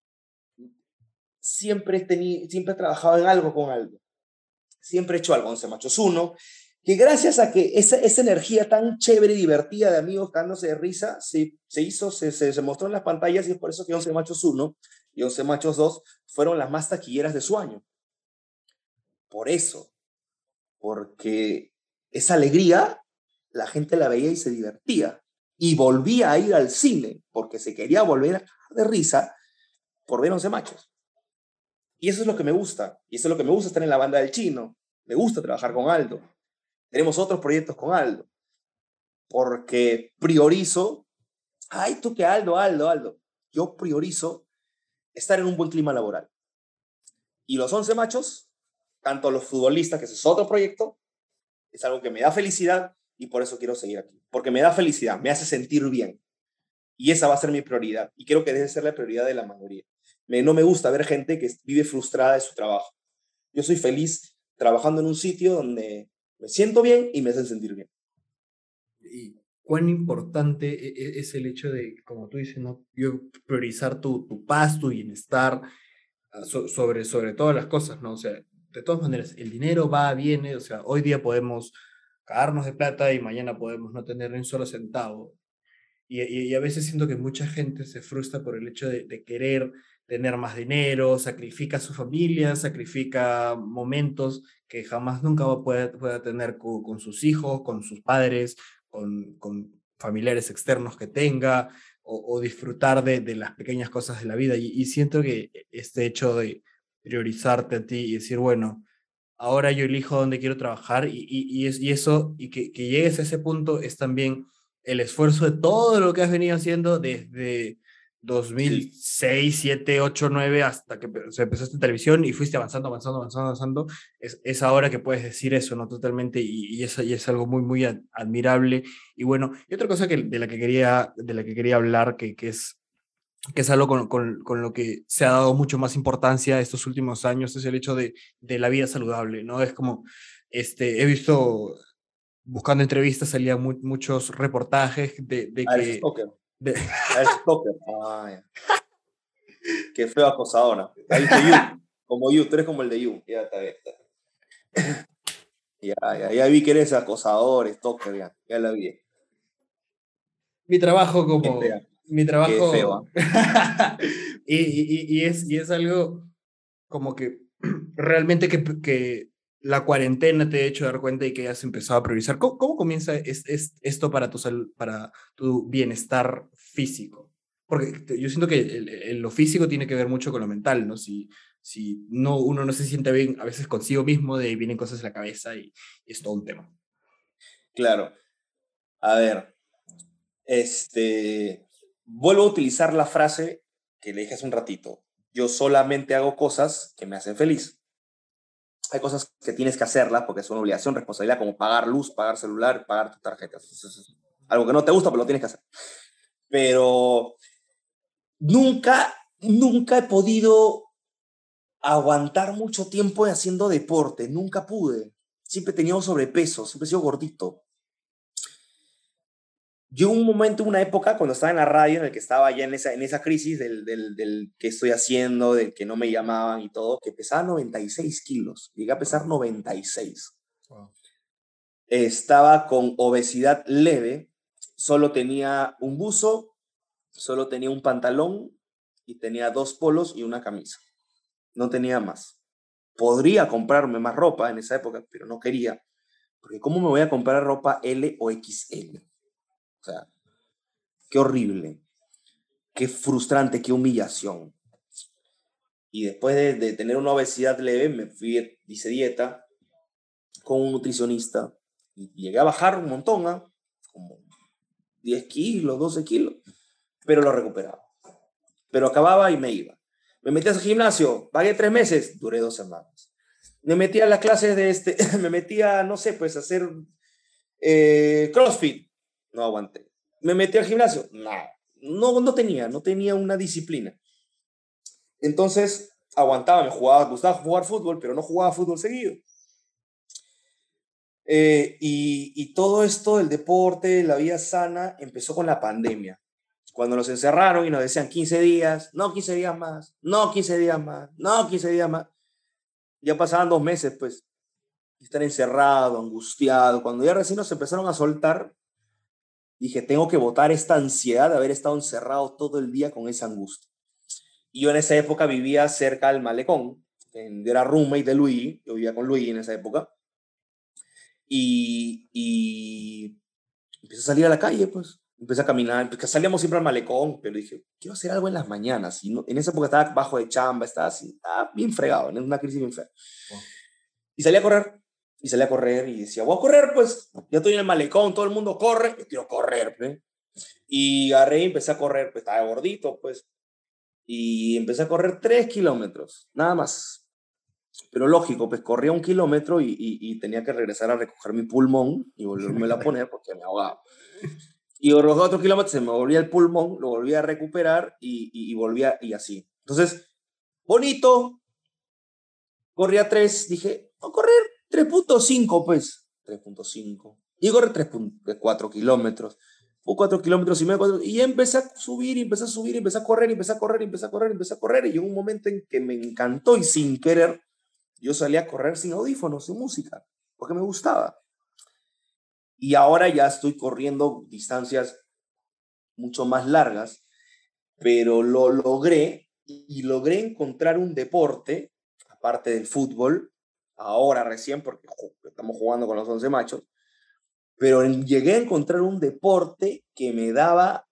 siempre he trabajado en algo con algo. Siempre he hecho algo, 11 Machos 1, que gracias a que esa energía tan chévere y divertida de amigos cagándose de risa se mostró en las pantallas y es por eso que 11 Machos 1 y 11 Machos 2 fueron las más taquilleras de su año. Por eso, porque esa alegría la gente la veía y se divertía y volvía a ir al cine porque se quería volver a cagar de risa por ver 11 Machos. Y eso es lo que me gusta. Y eso es lo que me gusta estar en la banda del Chino. Me gusta trabajar con Aldo. Tenemos otros proyectos con Aldo. Porque priorizo. Ay, tú que Aldo. Yo priorizo estar en un buen clima laboral. Y los 11 Machos, tanto los futbolistas, que ese es otro proyecto, es algo que me da felicidad y por eso quiero seguir aquí. Porque me da felicidad, me hace sentir bien. Y esa va a ser mi prioridad. Y creo que debe ser la prioridad de la mayoría. No me gusta ver gente que vive frustrada de su trabajo. Yo soy feliz trabajando en un sitio donde me siento bien y me hacen sentir bien. y cuán importante es el hecho de, como tú dices, ¿no? Priorizar tu paz, tu bienestar, sobre todas las cosas, ¿no? O sea, de todas maneras, el dinero va, viene, o sea, hoy día podemos cagarnos de plata y mañana podemos no tener ni un solo centavo. Y a veces siento que mucha gente se frustra por el hecho de querer tener más dinero, sacrifica a su familia, sacrifica momentos que jamás nunca va a poder, pueda tener con sus hijos, con sus padres, con familiares externos que tenga, o disfrutar de las pequeñas cosas de la vida. Y siento que este hecho de priorizarte a ti y decir, bueno, ahora yo elijo dónde quiero trabajar y eso, y que llegues a ese punto es también el esfuerzo de todo lo que has venido haciendo desde Sí, 2006, 7, 8, 9 hasta que se empezaste en televisión y fuiste avanzando, avanzando, avanzando, avanzando. Es ahora que puedes decir eso, ¿no? Totalmente, y es algo muy, muy admirable. Y bueno, y otra cosa de la que quería hablar, que es algo con lo que se ha dado mucho más importancia estos últimos años, es el hecho de la vida saludable, ¿no? Es como, he visto, buscando entrevistas, salían muchos reportajes de eres que... stalker. de- Eres stalker. Ah, ya. Qué feo acosadora. ¿Has visto You? Como You, tú eres como el de You. Ya está bien. Ya vi que eres acosador, stalker, ya la vi. mi trabajo Qué fea, como... Mi qué feo, trabajo... ¿ah? y es algo como que realmente que la cuarentena te ha hecho dar cuenta y que has empezado a priorizar. ¿Cómo comienza esto para para tu bienestar físico? Porque yo siento que lo físico tiene que ver mucho con lo mental, ¿no? Si no, uno no se siente bien a veces consigo mismo, de ahí vienen cosas en la cabeza y es todo un tema. Claro. A ver, vuelvo a utilizar la frase que le dije hace un ratito. Yo solamente hago cosas que me hacen feliz. Hay cosas que tienes que hacerlas porque es una obligación, responsabilidad, como pagar luz, pagar celular, pagar tus tarjetas. Eso es algo que no te gusta, pero lo tienes que hacer. Pero nunca he podido aguantar mucho tiempo haciendo deporte. Nunca pude. Siempre he tenido sobrepeso, siempre he sido gordito. Yo un momento, una época, cuando estaba en la radio, en el que estaba ya en esa crisis del que estoy haciendo, del que no me llamaban y todo, que pesaba 96 kilos. Llegué a pesar Wow, 96. wow. Estaba con obesidad leve, solo tenía un buzo, solo tenía un pantalón y tenía 2 polos y una camisa. No tenía más. Podría comprarme más ropa en esa época, pero no quería. Porque ¿cómo me voy a comprar ropa L o XL? O sea, qué horrible, qué frustrante, qué humillación. Y después de tener una obesidad leve, hice dieta con un nutricionista y llegué a bajar un montón, ¿eh? Como 10 kilos, 12 kilos, pero lo recuperaba. Pero acababa y me iba. Me metí al gimnasio, pagué 3 meses, duré 2 semanas. Me metí a las clases me metía, no sé, pues a hacer CrossFit, no aguanté. Me metí al gimnasio, nada. No tenía una disciplina. Entonces aguantaba, me gustaba jugar fútbol, pero no jugaba fútbol seguido. Y todo esto del deporte, la vida sana, empezó con la pandemia. Cuando nos encerraron y nos decían 15 días, no 15 días más, no 15 días más, no 15 días más. Ya pasaban 2 meses, pues, estar encerrado, angustiado. Cuando ya recién nos empezaron a soltar, dije, tengo que botar esta ansiedad de haber estado encerrado todo el día con esa angustia. Y yo en esa época vivía cerca del malecón, era roommate de Luis, yo vivía con Luis en esa época, y empecé a salir a la calle, pues, empecé a caminar, porque salíamos siempre al malecón, pero dije, quiero hacer algo en las mañanas, y en esa época estaba bajo de chamba, estaba así, estaba bien fregado, en una crisis bien fea. Wow. Y salí a correr, y decía, voy a correr, pues, ya estoy en el malecón, todo el mundo corre, yo quiero correr, pues. Y agarré y empecé a correr, pues estaba gordito, pues, y empecé a correr 3 kilómetros, nada más. Pero lógico, pues corría 1 kilómetro y tenía que regresar a recoger mi pulmón y volverme a poner porque me ahogaba. Y los otros kilómetros se me volvía el pulmón, lo volvía a recuperar y volvía y así. Entonces, bonito, corría 3, dije, a correr 3.5 pues. 3.5, Y corrí 4 kilómetros. O 4 kilómetros y medio, y empecé a subir, y empecé a subir, y empecé a correr, y empecé a correr, y empecé a correr, y empecé a correr, y llegó un momento en que me encantó y sin querer, yo salí a correr sin audífonos, sin música, porque me gustaba. Y ahora ya estoy corriendo distancias mucho más largas, pero lo logré y logré encontrar un deporte, aparte del fútbol, ahora recién, porque estamos jugando con los 11 machos, pero llegué a encontrar un deporte que me daba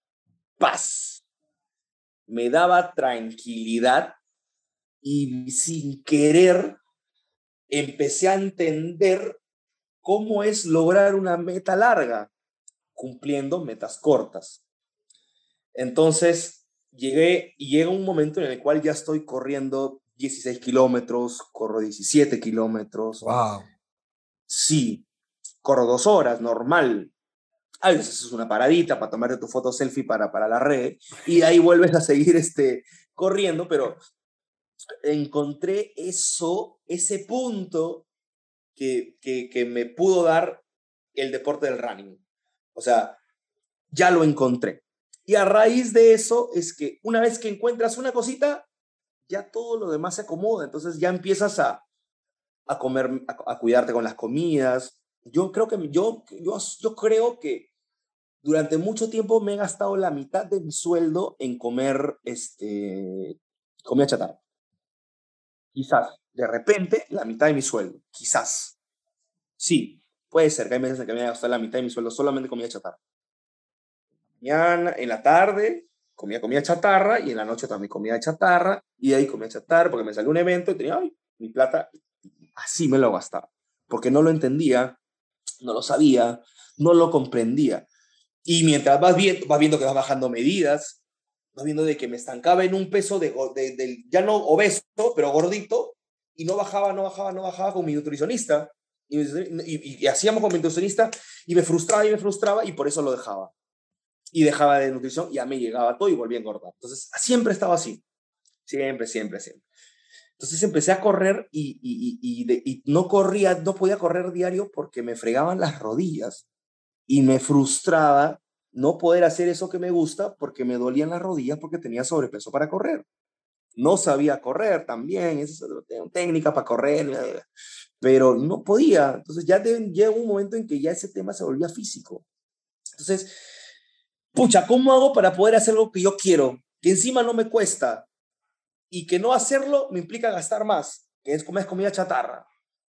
paz, me daba tranquilidad y sin querer empecé a entender cómo es lograr una meta larga, cumpliendo metas cortas. Entonces, llega un momento en el cual ya estoy corriendo 16 kilómetros, corro 17 kilómetros. Wow. Sí, corro 2 horas, normal. A veces es una paradita para tomarte tu foto selfie para la red y ahí vuelves a seguir corriendo, pero encontré ese punto que me pudo dar el deporte del running. O sea, ya lo encontré. Y a raíz de eso es que una vez que encuentras una cosita, ya todo lo demás se acomoda. Entonces ya empiezas a comer, a cuidarte con las comidas. Yo creo que durante mucho tiempo me he gastado la mitad de mi sueldo en comer comida chatarra. Quizás, de repente, la mitad de mi sueldo. Quizás. Sí, puede ser que hay meses en que me haya gastado la mitad de mi sueldo solamente en comida chatarra. Mañana, en la tarde, comía comida chatarra y en la noche también comida chatarra y ahí comía chatarra porque me salió un evento y tenía mi plata. Así me lo gastaba. Porque no lo entendía, no lo sabía, no lo comprendía. Y mientras vas viendo que vas bajando medidas, vas viendo de que me estancaba en un peso ya no obeso, pero gordito, y no bajaba con mi nutricionista. Y hacíamos con mi nutricionista y me frustraba y por eso lo dejaba. Y dejaba de nutrición y ya me llegaba todo y volví a engordar. Entonces, siempre estaba así. Siempre. Entonces empecé a correr y no podía correr diario porque me fregaban las rodillas. Y me frustraba no poder hacer eso que me gusta porque me dolían las rodillas porque tenía sobrepeso para correr. No sabía correr también, tengo técnica para correr, pero no podía. Entonces ya llegó un momento en que ya ese tema se volvía físico. Entonces, pucha, ¿cómo hago para poder hacer lo que yo quiero? Que encima no me cuesta y que no hacerlo me implica gastar más, que es comer comida chatarra.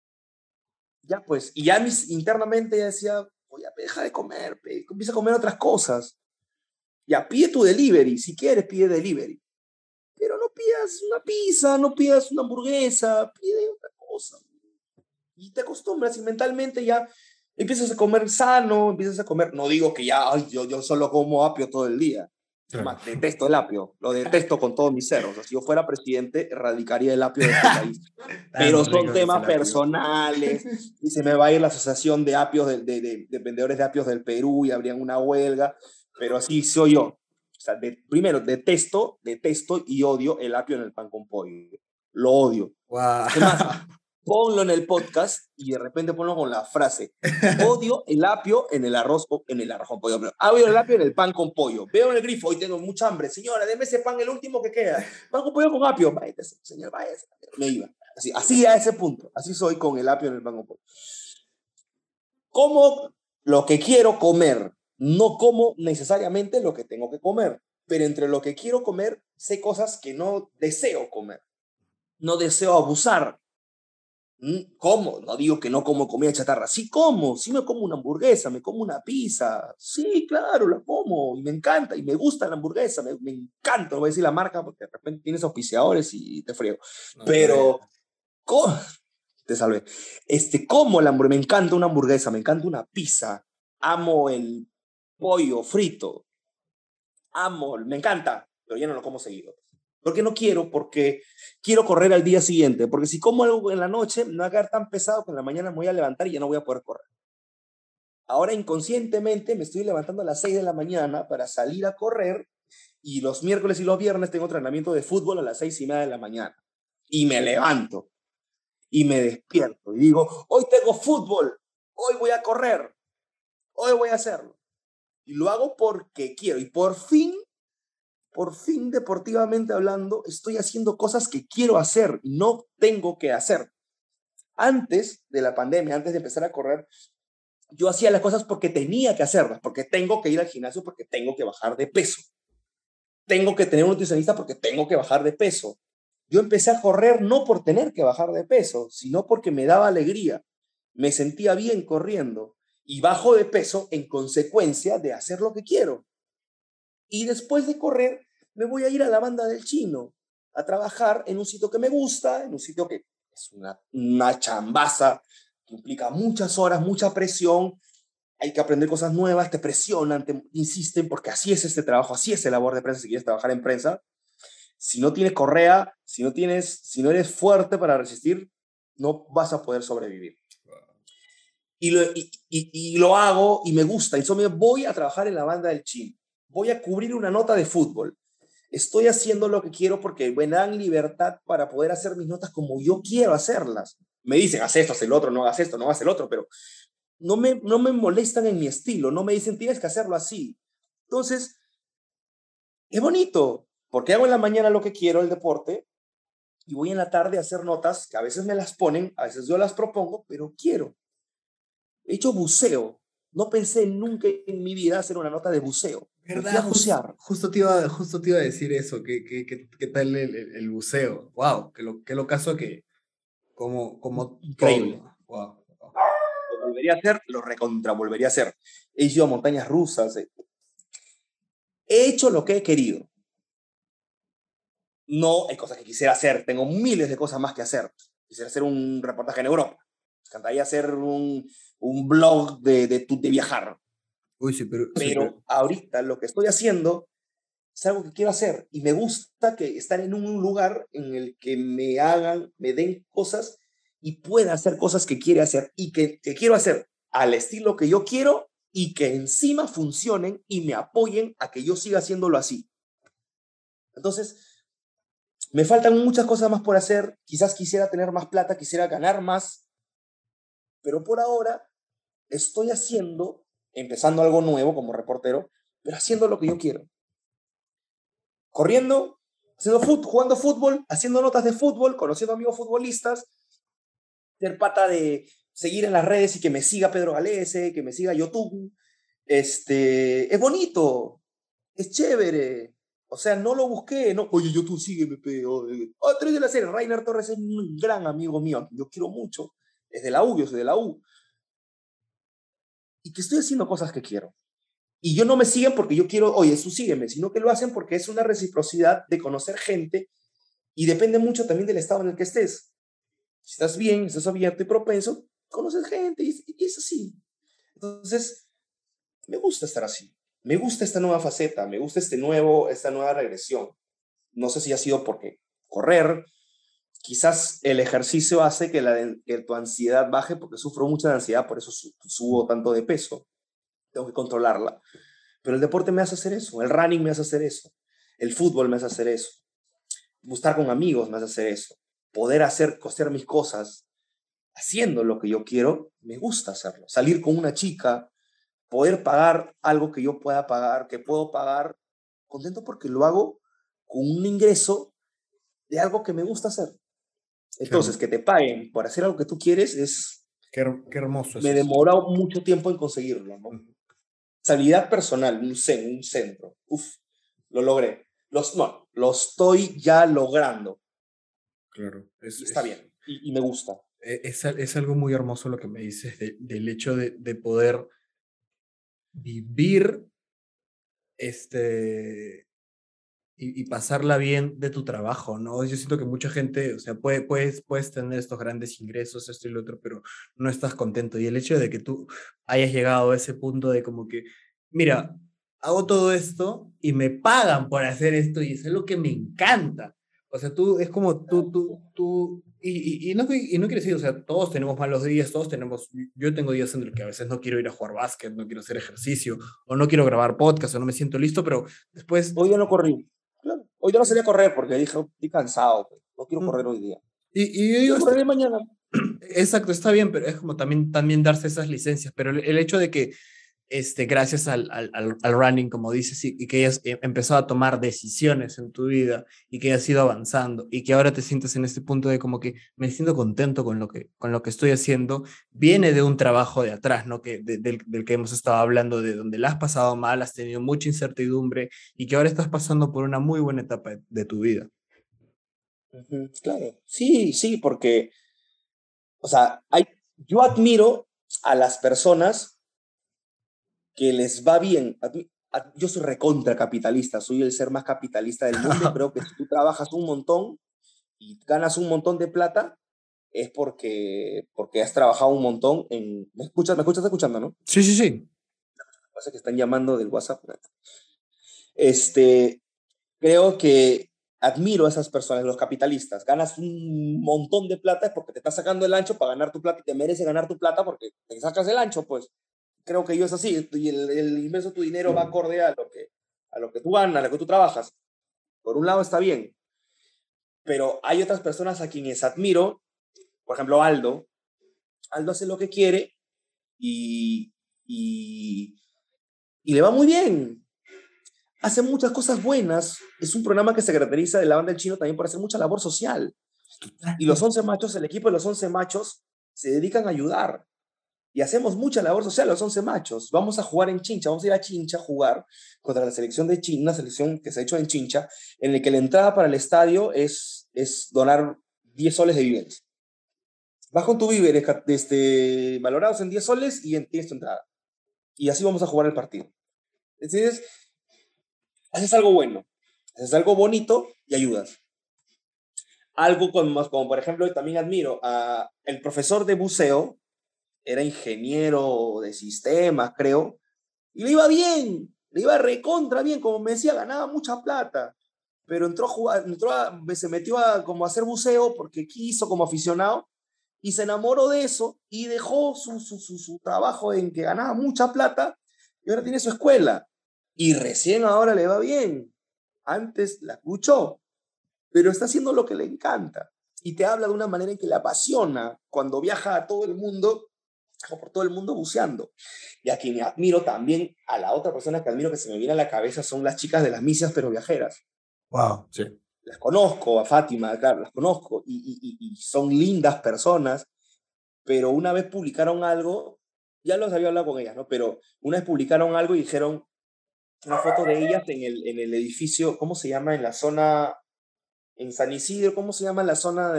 Ya pues, y ya internamente ya decía, oye, deja de comer, empieza a comer otras cosas. Ya, pide tu delivery, si quieres pide delivery. Pero no pidas una pizza, no pidas una hamburguesa, pide otra cosa. Y te acostumbras y mentalmente ya empiezas a comer sano, empiezas a comer, no digo que ya, ay, yo solo como apio todo el día. Claro. Detesto el apio, lo detesto con todo mi ser. O sea, si yo fuera presidente, erradicaría el apio de este país. Pero son temas personales y se me va a ir la asociación de apios de vendedores de apios del Perú y habrían una huelga, pero así soy yo. O sea, primero, detesto y odio el apio en el pan con pollo. Lo odio. Wow. Es más, ponlo en el podcast y de repente ponlo con la frase: odio el apio en el arroz con pollo. Pero odio el apio en el pan con pollo. Veo en el grifo, hoy tengo mucha hambre. Señora, deme ese pan, el último que queda. Pan con pollo con apio. Váyase, señor, váyase. Me iba. Así a ese punto. Así soy con el apio en el pan con pollo. Como lo que quiero comer. No como necesariamente lo que tengo que comer. Pero entre lo que quiero comer, sé cosas que no deseo comer. No deseo abusar. ¿Cómo? No digo que no como comida chatarra. Sí como, sí me como una hamburguesa, me como una pizza. Sí, claro, la como y me encanta y me gusta la hamburguesa, me encanta. No voy a decir la marca porque de repente tienes auspiciadores y te friego. No, pero, te salvé. Como la hamburguesa, me encanta una hamburguesa, me encanta una pizza. Amo el pollo frito. Me encanta, pero ya no lo como seguido. Porque no quiero, porque quiero correr al día siguiente. Porque si como algo en la noche, me va a quedar tan pesado que en la mañana me voy a levantar y ya no voy a poder correr. Ahora inconscientemente me estoy levantando a las 6 de la mañana para salir a correr y los miércoles y los viernes tengo entrenamiento de fútbol a las 6:30 de la mañana. Y me levanto y me despierto y digo, hoy tengo fútbol, hoy voy a correr. hoy voy a hacerlo. Y lo hago porque quiero. Y por fin, deportivamente hablando, estoy haciendo cosas que quiero hacer, no tengo que hacer. Antes de la pandemia, antes de empezar a correr, yo hacía las cosas porque tenía que hacerlas, porque tengo que ir al gimnasio, porque tengo que bajar de peso. Tengo que tener un nutricionista porque tengo que bajar de peso. Yo empecé a correr no por tener que bajar de peso, sino porque me daba alegría. Me sentía bien corriendo y bajo de peso en consecuencia de hacer lo que quiero. Y después de correr, me voy a ir a la banda del Chino, a trabajar en un sitio que me gusta, en un sitio que es una chambaza, que implica muchas horas, mucha presión, hay que aprender cosas nuevas, te presionan, te insisten, porque así es este trabajo, así es el labor de prensa si quieres trabajar en prensa. Si no tienes correa, si no eres fuerte para resistir, no vas a poder sobrevivir. Y lo hago y me gusta. Y me voy a trabajar en la banda del Chino. Voy a cubrir una nota de fútbol. Estoy haciendo lo que quiero porque me dan libertad para poder hacer mis notas como yo quiero hacerlas. Me dicen, haz esto, haz el otro, no hagas esto, no hagas el otro, pero no me molestan en mi estilo, no me dicen, tienes que hacerlo así. Entonces, es bonito, porque hago en la mañana lo que quiero, el deporte, y voy en la tarde a hacer notas, que a veces me las ponen, a veces yo las propongo, pero quiero. He hecho buceo. No pensé nunca en mi vida hacer una nota de buceo. Me fui a ¿Verdad? bucear. Justo te iba a decir eso, ¿qué tal el buceo? Wow, qué lo caso que como Increíble. todo. Wow. Lo volvería a hacer, lo recontra volvería a hacer. He ido a montañas rusas. He hecho lo que he querido. No hay cosas que quisiera hacer. Tengo miles de cosas más que hacer. Quisiera hacer un reportaje en Europa. Me encantaría hacer un blog de viajar. Uy, sí, pero Pero ahorita lo que estoy haciendo es algo que quiero hacer y me gusta que estar en un lugar en el que me den cosas y pueda hacer cosas que quiere hacer y que quiero hacer al estilo que yo quiero y que encima funcionen y me apoyen a que yo siga haciéndolo así. Entonces, me faltan muchas cosas más por hacer, quizás quisiera tener más plata, quisiera ganar más, pero por ahora estoy empezando algo nuevo como reportero, pero haciendo lo que yo quiero. Corriendo, jugando fútbol, haciendo notas de fútbol, conociendo amigos futbolistas, ser pata de seguir en las redes y que me siga Pedro Galese, que me siga YouTube. Es bonito, es chévere. O sea, no lo busqué, no, oye, YouTube, sígueme, tres de la serie. Rainer Torres es un gran amigo mío, yo quiero mucho. Es de la U, yo soy de la U. Y que estoy haciendo cosas que quiero. Y yo no me siguen porque yo quiero, oye, tú sígueme, sino que lo hacen porque es una reciprocidad de conocer gente y depende mucho también del estado en el que estés. Si estás bien, estás abierto y propenso, conoces gente y es así. Entonces, me gusta estar así. Me gusta esta nueva faceta, me gusta esta nueva regresión. No sé si ha sido porque correr, quizás el ejercicio hace que tu ansiedad baje porque sufro mucha ansiedad, por eso subo tanto de peso. Tengo que controlarla. Pero el deporte me hace hacer eso, el running me hace hacer eso, el fútbol me hace hacer eso, estar con amigos me hace hacer eso, poder coser mis cosas haciendo lo que yo quiero, me gusta hacerlo. Salir con una chica, poder pagar algo que yo pueda pagar, que puedo pagar, contento porque lo hago con un ingreso de algo que me gusta hacer. Entonces, claro, que te paguen por hacer algo que tú quieres qué hermoso es me eso. demora mucho tiempo en conseguirlo, ¿no? Ujú. Estabilidad personal, un centro. Uf, lo logré. No, lo estoy ya logrando. Claro, Y está bien. Y me gusta. es algo muy hermoso lo que me dices del hecho de poder vivir este, y pasarla bien de tu trabajo, ¿no? Yo siento que mucha gente, o sea, puedes tener estos grandes ingresos, esto y lo otro, pero no estás contento. Y el hecho de que tú hayas llegado a ese punto de como que, mira, hago todo esto y me pagan por hacer esto y eso es lo que me encanta. O sea, es como y no quiere decir, o sea, todos tenemos malos días, yo tengo días en los que a veces no quiero ir a jugar básquet, no quiero hacer ejercicio, o no quiero grabar podcast, o no me siento listo, pero después. Hoy ya no corrí. Claro. Hoy ya no salí a correr porque dije, estoy cansado. Pues. No quiero correr Mm. hoy día. Y yo Yo digo, correré mañana. exacto, está bien, pero es como también darse esas licencias, pero el hecho de que gracias al running, como dices, y que hayas empezado a tomar decisiones en tu vida y que hayas ido avanzando y que ahora te sientes en este punto de como que me siento contento con lo que estoy haciendo, viene de un trabajo de atrás, ¿no? Del que hemos estado hablando, de donde la has pasado mal, has tenido mucha incertidumbre y que ahora estás pasando por una muy buena etapa de tu vida. Ujú, claro. Sí, sí, porque, o sea, yo admiro a las personas que les va bien. Yo soy recontra capitalista, soy el ser más capitalista del mundo y creo que si tú trabajas un montón y ganas un montón de plata, es porque has trabajado un montón en... me escuchas escuchando, no? Sí, sí, sí. Pasa que están llamando del WhatsApp. Este, creo que admiro a esas personas, los capitalistas. Ganas un montón de plata es porque te estás sacando el ancho para ganar tu plata y te mereces ganar tu plata porque te sacas el ancho, pues. Creo que yo es así. Y el inverso de tu dinero va acorde a lo que tú ganas, a lo que tú trabajas. Por un lado está bien, pero hay otras personas a quienes admiro, por ejemplo Aldo. Aldo hace lo que quiere y, y, y le va muy bien. Hace muchas cosas buenas. Es un programa que se caracteriza de la banda del Chino también por hacer mucha labor social. Y los 11 machos, el equipo de los 11 machos, se dedican a ayudar. Y hacemos mucha labor social los 11 machos. Vamos a jugar en Chincha, vamos a ir a Chincha a jugar contra la selección de Chincha, una selección que se ha hecho en Chincha, en la que la entrada para el estadio es donar 10 soles de víveres. Vas con tu víveres valorados en 10 soles y tienes tu entrada. Y así vamos a jugar el partido. Entonces, haces algo bueno, haces algo bonito y ayudas. Algo como por ejemplo, también admiro a el profesor de buceo, era ingeniero de sistemas, creo, y le iba bien, le iba recontra bien, como me decía, ganaba mucha plata, pero entró a jugar, se metió a como a hacer buceo porque quiso como aficionado y se enamoró de eso y dejó su trabajo en que ganaba mucha plata y ahora tiene su escuela y recién ahora le va bien. Antes la escuchó, pero está haciendo lo que le encanta y te habla de una manera en que le apasiona cuando viaja a todo el mundo o por todo el mundo buceando. Y a quien admiro también, a la otra persona que admiro que se me viene a la cabeza son las chicas de las misias pero viajeras. Wow, sí. Las conozco, a Fátima, claro, las conozco y son lindas personas, pero una vez publicaron algo, ya los había hablado con ellas, ¿no? Pero una vez publicaron algo y dijeron una foto de ellas en el edificio, ¿cómo se llama? En la zona, en San Isidro, ¿cómo se llama la zona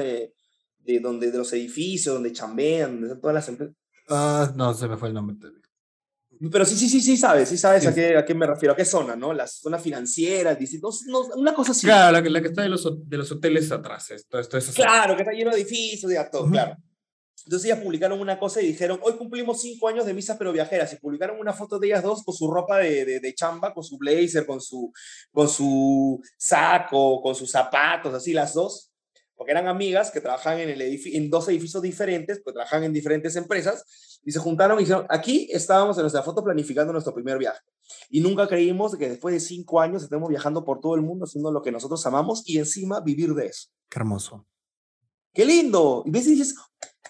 de los edificios, donde chambean, donde están todas las empresas? Ah, no, se me fue el nombre. Pero sí sabes Sí, a qué me refiero, a qué zona, ¿no? La zona financiera, una cosa así. claro, la que está de los hoteles atrás, esto es así. Claro, que está lleno de edificios, de todo, Ujú. claro. Entonces ellas publicaron una cosa y dijeron, hoy cumplimos 5 años de misas pero viajeras. Y publicaron una foto de ellas dos con su ropa de chamba, con su blazer, con su saco, con sus zapatos, así las dos. Porque eran amigas que trabajaban en dos edificios diferentes, pues trabajaban en diferentes empresas. Y se juntaron y dijeron, aquí estábamos en nuestra foto planificando nuestro primer viaje. Y nunca creímos que después de 5 años estemos viajando por todo el mundo haciendo lo que nosotros amamos y encima vivir de eso. Qué hermoso. ¡Qué lindo! Y ves y dices,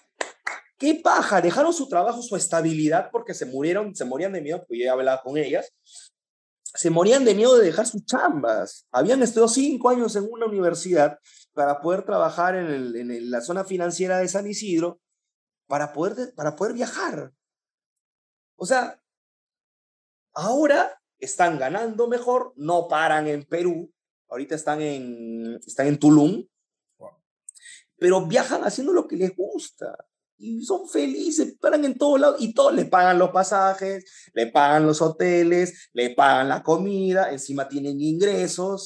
qué paja, dejaron su trabajo, su estabilidad, porque se morían de miedo, porque yo ya hablaba con ellas, se morían de miedo de dejar sus chambas. Habían estudiado 5 años en una universidad para poder trabajar la zona financiera de San Isidro, para poder viajar. O sea, ahora están ganando mejor, no paran en Perú, ahorita están en Tulum, pero viajan haciendo lo que les gusta y son felices, paran en todos lados y todos les pagan los pasajes, le pagan los hoteles, le pagan la comida, encima tienen ingresos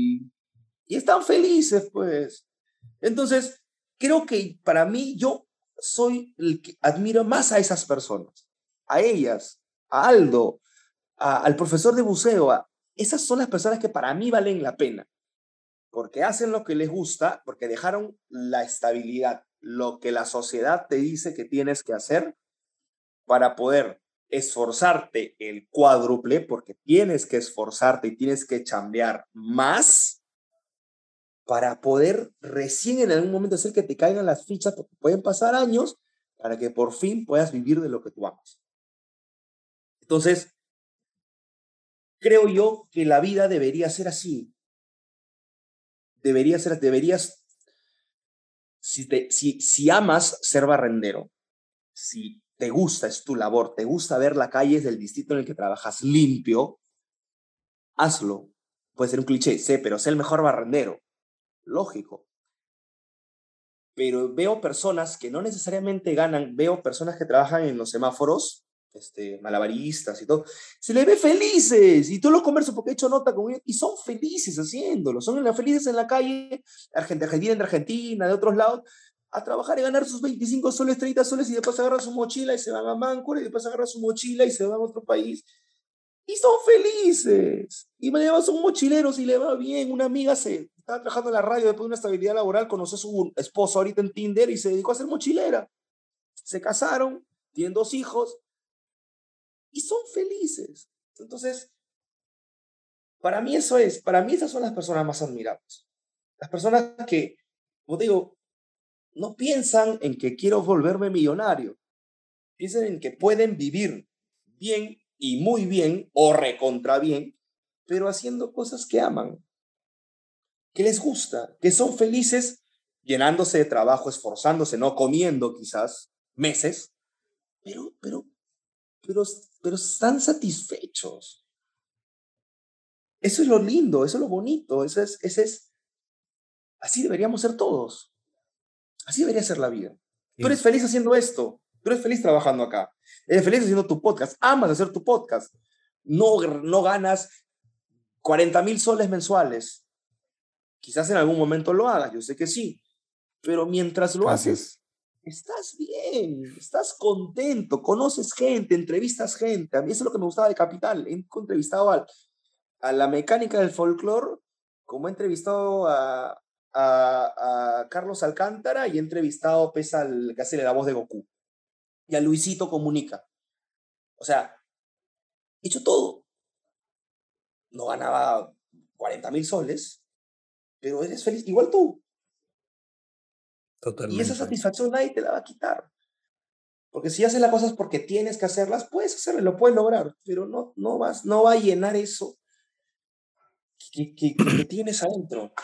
y están felices, pues. Entonces, creo que para mí yo soy el que admiro más a esas personas, a ellas, a Aldo, al profesor de buceo, esas son las personas que para mí valen la pena porque hacen lo que les gusta, porque dejaron la estabilidad, lo que la sociedad te dice que tienes que hacer para poder esforzarte el cuádruple, porque tienes que esforzarte y tienes que chambear más para poder recién en algún momento hacer que te caigan las fichas, porque pueden pasar años para que por fin puedas vivir de lo que tú amas. Entonces, creo yo que la vida debería ser así. Deberías, si amas ser barrendero, si te gusta, es tu labor, te gusta ver la calle del distrito en el que trabajas limpio, hazlo. Puede ser un cliché, sé, pero sé el mejor barrendero. Lógico. Pero veo personas que no necesariamente ganan, veo personas que trabajan en los semáforos, malabaristas y todo, se les ve felices, y tú los converso porque he hecho nota con ellos, y son felices haciéndolo, son felices en la calle, Argentina, de Argentina, de otros lados, a trabajar y ganar sus 25 soles, 30 soles, y después agarran su mochila y se van a Máncora, y después agarran su mochila y se van a otro país, y son felices. Y me llevas un mochilero si le va bien. Una amiga estaba trabajando en la radio después de una estabilidad laboral, conoció a su esposo ahorita en Tinder y se dedicó a ser mochilera. Se casaron, tienen 2 hijos y son felices. Entonces, para mí esas son las personas más admirables. Las personas que, como te digo, no piensan en que quiero volverme millonario. Piensan en que pueden vivir bien y muy bien o recontra bien, pero haciendo cosas que aman, que les gusta, que son felices llenándose de trabajo, esforzándose, no comiendo quizás meses, pero, pero, pero están satisfechos. Eso es lo lindo, eso es lo bonito, así deberíamos ser todos. Así debería ser la vida. Tú eres feliz haciendo esto, tú eres feliz trabajando acá, eres feliz haciendo tu podcast, amas hacer tu podcast, no ganas 40,000 soles mensuales. Quizás en algún momento lo hagas, yo sé que sí, pero mientras lo haces, estás bien, estás contento, conoces gente, entrevistas gente. A mí eso es lo que me gustaba de Capital. He entrevistado a la mecánica del folclore, como he entrevistado a Carlos Alcántara y he entrevistado pues, al que hace la voz de Goku y a Luisito Comunica. O sea, he hecho todo. No ganaba 40,000 soles, pero eres feliz, igual tú. Y esa Totalmente. satisfacción nadie te la va a quitar. Porque si haces las cosas porque tienes que hacerlas, puedes hacerlo, lo puedes lograr, pero no va a llenar eso que tienes adentro.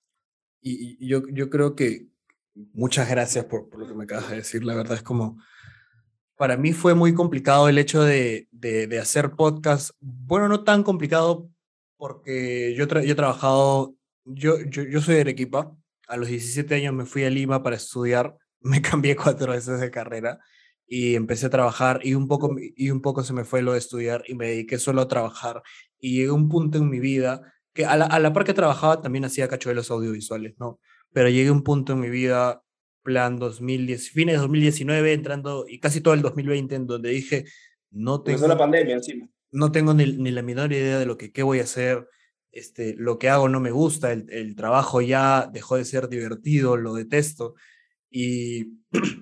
Y yo creo que muchas gracias por lo que me acabas de decir. La verdad es como, para mí fue muy complicado el hecho de hacer podcast. Bueno, no tan complicado porque yo he trabajado, yo soy de Arequipa. A los 17 años me fui a Lima para estudiar. Me cambié 4 veces de carrera y empecé a trabajar y un poco se me fue lo de estudiar y me dediqué solo a trabajar. Y llegué a un punto en mi vida que a la par que trabajaba también hacía cachuelos audiovisuales, ¿no? Pero llegué a un punto en mi vida plan 2010, fines de 2019, entrando y casi todo el 2020, en donde dije, no Comenzó la tengo, pandemia encima. no tengo ni la menor idea de lo que qué voy a hacer, lo que hago no me gusta, el trabajo ya dejó de ser divertido, lo detesto, y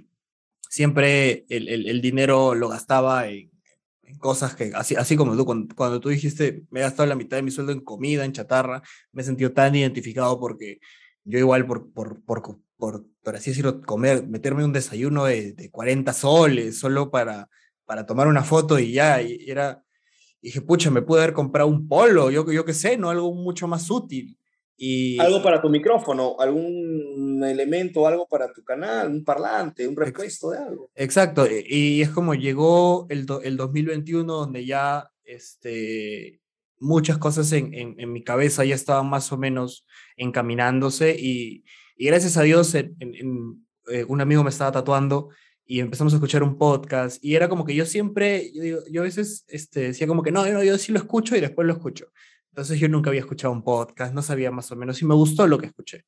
siempre el dinero lo gastaba en cosas que, así como tú, cuando tú dijiste, me he gastado la mitad de mi sueldo en comida, en chatarra, me he sentido tan identificado porque yo igual por así decirlo, meterme un desayuno de 40 soles solo para tomar una foto y ya, y dije, pucha, me pude haber comprado un polo, yo qué sé, ¿no? Algo mucho más útil. Algo Y, para tu micrófono, algún elemento, algo para tu canal, un parlante, un repuesto de algo. Exacto, y es como llegó el 2021 donde ya muchas cosas en mi cabeza ya estaban más o menos encaminándose y gracias a Dios un amigo me estaba tatuando y empezamos a escuchar un podcast y era como que yo siempre, yo a veces decía como que no, yo sí lo escucho y después lo escucho. Entonces yo nunca había escuchado un podcast, no sabía más o menos y me gustó lo que escuché.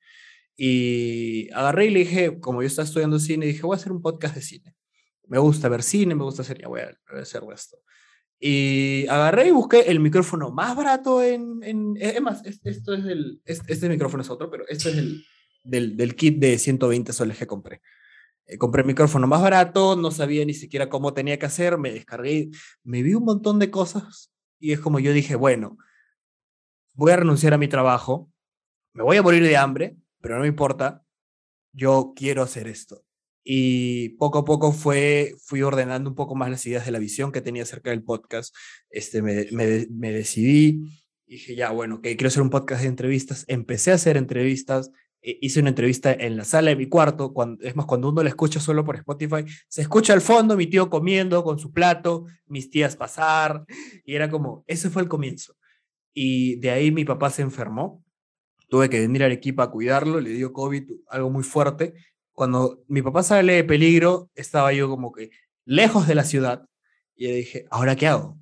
Y agarré y le dije, como yo estaba estudiando cine, dije, voy a hacer un podcast de cine. Me gusta ver cine, me gusta hacer, ya voy a hacer esto. Y agarré y busqué el micrófono más barato es más, esto es este micrófono es otro, pero este es del kit de 120 soles que compré. Compré el micrófono más barato, no sabía ni siquiera cómo tenía que hacer, me descargué, me vi un montón de cosas y es como yo dije, bueno, voy a renunciar a mi trabajo, me voy a morir de hambre, pero no me importa, yo quiero hacer esto. y poco a poco fui ordenando un poco más las ideas de la visión que tenía acerca del podcast. Me decidí, dije, ya, bueno, que quiero hacer un podcast de entrevistas. Empecé a hacer entrevistas, hice una entrevista en la sala de mi cuarto, es más, cuando uno la escucha solo por Spotify, se escucha al fondo mi tío comiendo con su plato, mis tías pasar, y era como, ese fue el comienzo. Y de ahí mi papá se enfermó, tuve que venir a Arequipa a cuidarlo, le dio COVID, algo muy fuerte. Cuando mi papá sale de peligro, estaba yo como que lejos de la ciudad y le dije, ¿ahora qué hago?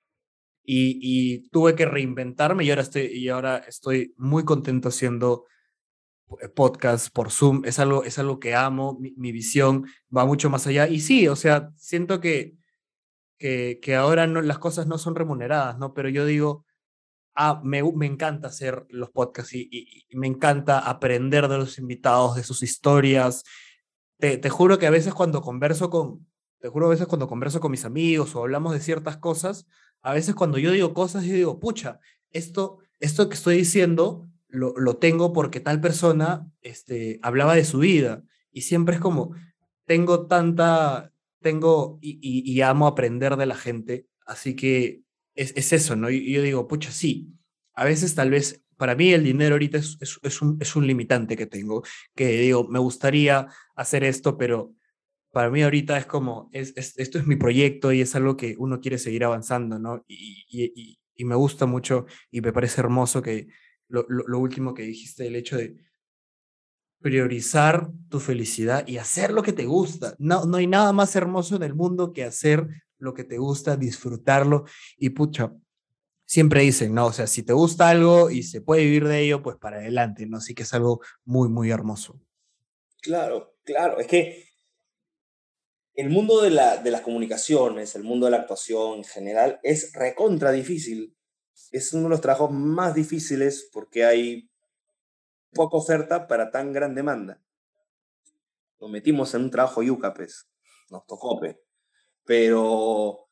Y tuve que reinventarme y ahora estoy muy contento haciendo podcast por Zoom. Es algo que amo, mi visión va mucho más allá. Y sí, o sea, siento que ahora no, las cosas no son remuneradas, ¿no? Pero yo digo, me encanta hacer los podcasts y me encanta aprender de los invitados, de sus historias. Te juro que a veces te juro a veces cuando converso con mis amigos o hablamos de ciertas cosas, a veces cuando yo digo cosas, yo digo, pucha, esto que estoy diciendo lo tengo porque tal persona hablaba de su vida. Y siempre es como, tengo tanta, y amo aprender de la gente, así que es eso, ¿no? Y yo digo, pucha, sí, a veces tal vez para mí el dinero ahorita es un limitante que tengo, que digo, me gustaría hacer esto, pero para mí ahorita es como, esto es mi proyecto y es algo que uno quiere seguir avanzando, ¿no? Y me gusta mucho y me parece hermoso que lo último que dijiste, el hecho de priorizar tu felicidad y hacer lo que te gusta. No, no hay nada más hermoso en el mundo que hacer lo que te gusta, disfrutarlo y pucha, siempre dicen, no, o sea, si te gusta algo y se puede vivir de ello, pues para adelante, ¿no? Así que es algo muy, muy hermoso. Claro, claro, es que el mundo de las comunicaciones, el mundo de la actuación en general, es recontra difícil. Es uno de los trabajos más difíciles porque hay poca oferta para tan gran demanda. Nos metimos en un trabajo yuca, pues. Nos tocó, pues. Pero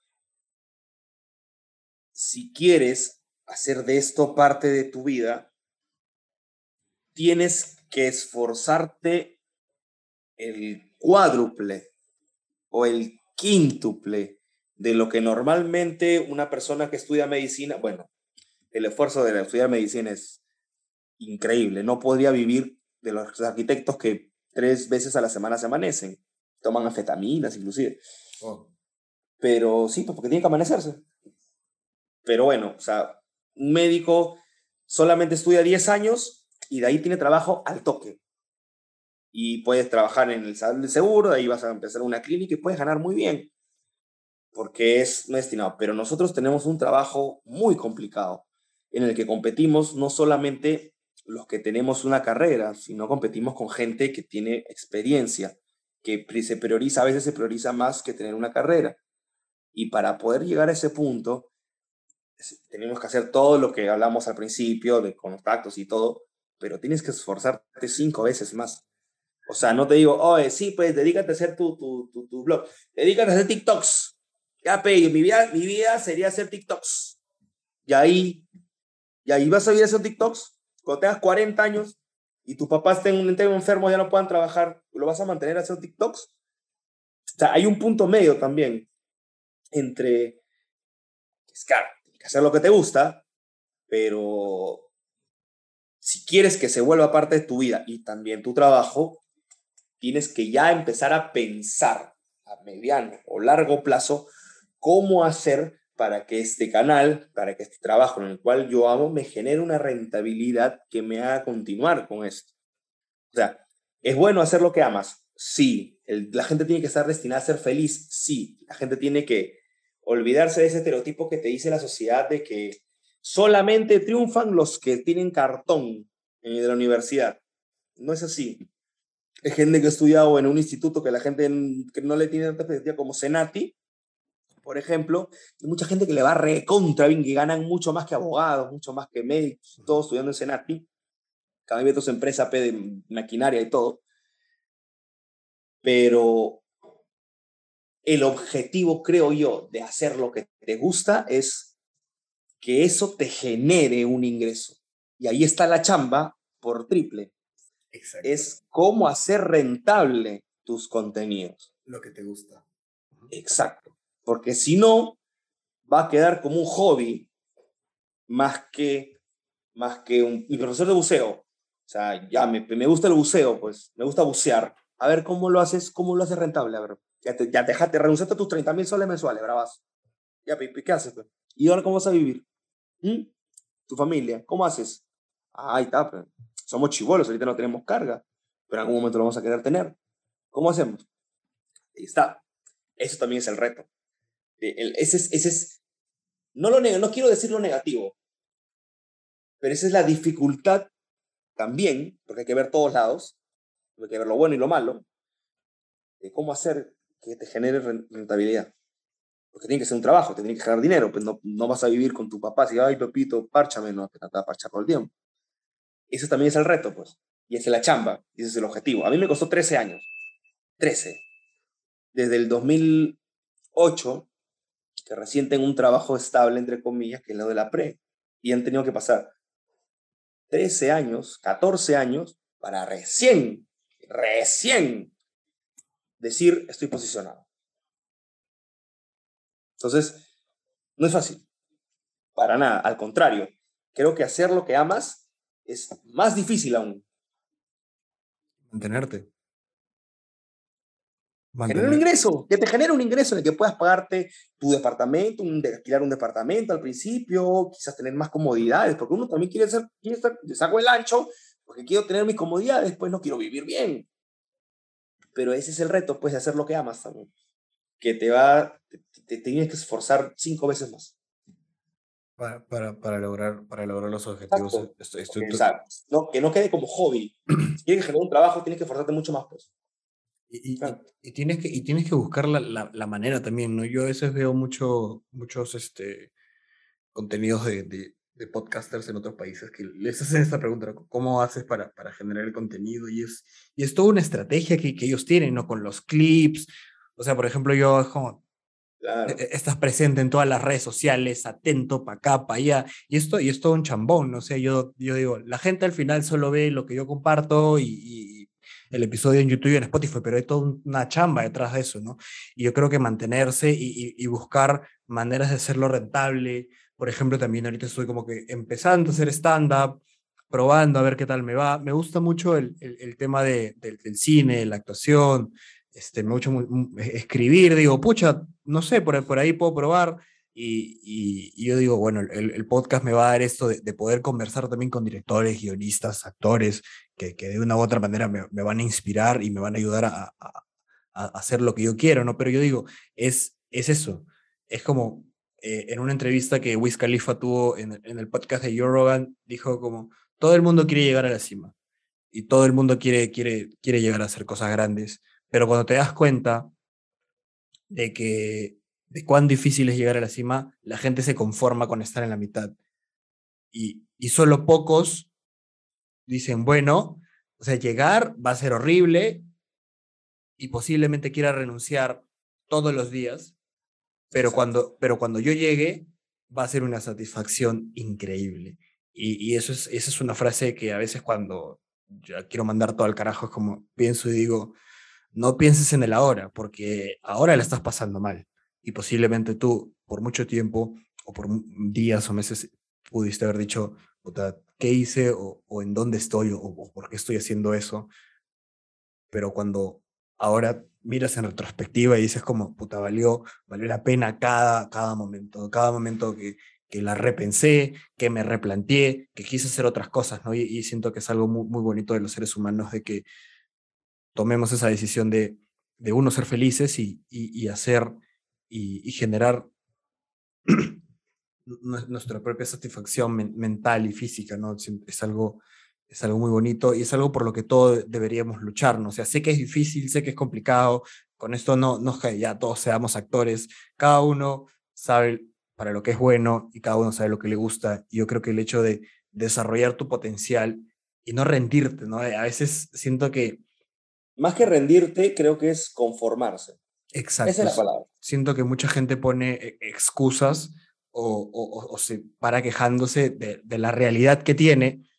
si quieres hacer de esto parte de tu vida, tienes que esforzarte el cuádruple o el quíntuple de lo que normalmente una persona que estudia medicina, bueno, el esfuerzo de estudiar medicina es increíble. No podría vivir de los arquitectos que 3 veces a la semana se amanecen. Toman anfetaminas inclusive. Oh. Pero sí, pues porque tienen que amanecerse. Pero bueno, o sea, un médico solamente estudia 10 años y de ahí tiene trabajo al toque. Y puedes trabajar en el salón de seguro, de ahí vas a empezar una clínica y puedes ganar muy bien, porque es no destinado. Pero nosotros tenemos un trabajo muy complicado, en el que competimos no solamente los que tenemos una carrera, sino competimos con gente que tiene experiencia, que se prioriza, a veces se prioriza más que tener una carrera. Y para poder llegar a ese punto, tenemos que hacer todo lo que hablamos al principio, de contactos y todo, pero tienes que esforzarte 5 veces más. O sea, no te digo, oye, sí, pues dedícate a hacer tu blog, dedícate a hacer TikToks. Ya, pe, mi vida sería hacer TikToks. Y ahí, y ahí vas a vivir haciendo TikToks cuando tengas 40 años y tus papás estén enfermos, ya no puedan trabajar, ¿lo vas a mantener haciendo TikToks? O sea, hay un punto medio también entre, es claro, tienes que hacer lo que te gusta, pero si quieres que se vuelva parte de tu vida y también tu trabajo, tienes que ya empezar a pensar a mediano o largo plazo cómo hacer para que este canal, para que este trabajo en el cual yo amo, me genere una rentabilidad que me haga continuar con esto. O sea, ¿es bueno hacer lo que amas? Sí. La gente tiene que estar destinada a ser feliz. Sí. La gente tiene que olvidarse de ese estereotipo que te dice la sociedad de que solamente triunfan los que tienen cartón de la universidad. No es así. Hay gente que ha estudiado en un instituto que la gente que no le tiene tanta perspectiva como Senati, por ejemplo. Hay mucha gente que le va recontra bien, que ganan mucho más que abogados, mucho más que médicos, todos estudiando en Senati. Cada vez su empresa de maquinaria y todo. Pero el objetivo, creo yo, de hacer lo que te gusta es que eso te genere un ingreso. Y ahí está la chamba por triple. Exacto. Es cómo hacer rentable tus contenidos. Lo que te gusta. Exacto. Porque si no, va a quedar como un hobby más que mi profesor de buceo. O sea, ya me gusta el buceo, pues, me gusta bucear. A ver, cómo lo haces rentable? A ver, te renunciaste a tus 30.000 soles mensuales, bravas. Ya, ¿qué haces, pues? ¿Y ahora cómo vas a vivir? ¿Mm? ¿Tu familia? ¿Cómo haces? Ah, ahí está, pues. Somos chibolos, ahorita no tenemos carga, pero en algún momento lo vamos a querer tener. ¿Cómo hacemos? Ahí está. Eso también es el reto. Ese es no quiero decir lo negativo, pero esa es la dificultad también, porque hay que ver todos lados, hay que ver lo bueno y lo malo, de cómo hacer que te genere rentabilidad. Porque tiene que ser un trabajo, te tiene que generar dinero, pues no vas a vivir con tu papá y ay, papito, párchame, no, te va a parchar todo el tiempo. Eso también es el reto, pues. Y esa es la chamba, y ese es el objetivo. A mí me costó 13 años. 13. Desde el 2008, que recién tengo un trabajo estable, entre comillas, que es lo de la pre. Y han tenido que pasar 13 años, 14 años, para recién decir, estoy posicionado. Entonces, no es fácil, para nada. Al contrario, creo que hacer lo que amas es más difícil aún. Mantenerte. Genera un ingreso, que te genere un ingreso en el que puedas pagarte tu departamento, alquilar un departamento al principio, quizás tener más comodidades, porque uno también quiere estar, saco el ancho, porque quiero tener mis comodidades, pues no quiero vivir bien. Pero ese es el reto, pues, de hacer lo que amas también, que te tienes que esforzar 5 veces más. Para lograr los objetivos. Exacto. Que no quede como hobby. Si quieres generar un trabajo, tienes que esforzarte mucho más, pues. Claro. Tienes que buscar la manera también, ¿no? Yo a veces veo muchos contenidos de podcasters en otros países que les hacen esta pregunta, ¿no? ¿Cómo haces para generar el contenido? Y es toda una estrategia que ellos tienen, ¿no? Con los clips. O sea, por ejemplo, yo es como, Claro. estás presente en todas las redes sociales, atento para acá, para allá, y es todo un chambón, ¿no? O sea, yo digo, la gente al final solo ve lo que yo comparto y el episodio en YouTube y en Spotify, pero hay toda una chamba detrás de eso, ¿no? Y yo creo que mantenerse y buscar maneras de hacerlo rentable. Por ejemplo, también ahorita estoy como que empezando a hacer stand-up, probando a ver qué tal me va. Me gusta mucho el tema del cine, la actuación, me gusta escribir, digo, pucha, no sé, por ahí puedo probar. Y yo digo, bueno, el podcast me va a dar esto de poder conversar también con directores, guionistas, actores, que de una u otra manera me van a inspirar y me van a ayudar a hacer lo que yo quiero, ¿no? Pero yo digo, es eso. Es como en una entrevista que Wiz Khalifa tuvo en el podcast de Joe Rogan, dijo como, todo el mundo quiere llegar a la cima y todo el mundo quiere llegar a hacer cosas grandes, pero cuando te das cuenta de cuán difícil es llegar a la cima, la gente se conforma con estar en la mitad. Y solo pocos dicen, bueno, o sea, llegar va a ser horrible y posiblemente quiera renunciar todos los días, Exacto. pero cuando yo llegue va a ser una satisfacción increíble. Y esa es una frase que a veces cuando ya quiero mandar todo al carajo es como pienso y digo, no pienses en el ahora, porque ahora la estás pasando mal. Y posiblemente tú, por mucho tiempo, o por días o meses, pudiste haber dicho, puta, ¿qué hice? O en dónde estoy, o por qué estoy haciendo eso. Pero cuando ahora miras en retrospectiva y dices como, puta, valió la pena cada momento que la repensé, que me replanteé, que quise hacer otras cosas, ¿no? Y siento que es algo muy, muy bonito de los seres humanos, de que tomemos esa decisión de uno ser felices y hacer y generar nuestra propia satisfacción mental y física, ¿no? Es algo muy bonito y es algo por lo que todos deberíamos luchar, ¿no? O sea, sé que es difícil, sé que es complicado, con esto no es que ya todos seamos actores, cada uno sabe para lo que es bueno y cada uno sabe lo que le gusta, y yo creo que el hecho de desarrollar tu potencial y no rendirte, ¿no? A veces siento que Más que rendirte, creo que es conformarse. Esa exacto. es la palabra. Siento que mucha gente pone excusas o se para quejándose de la realidad que tiene,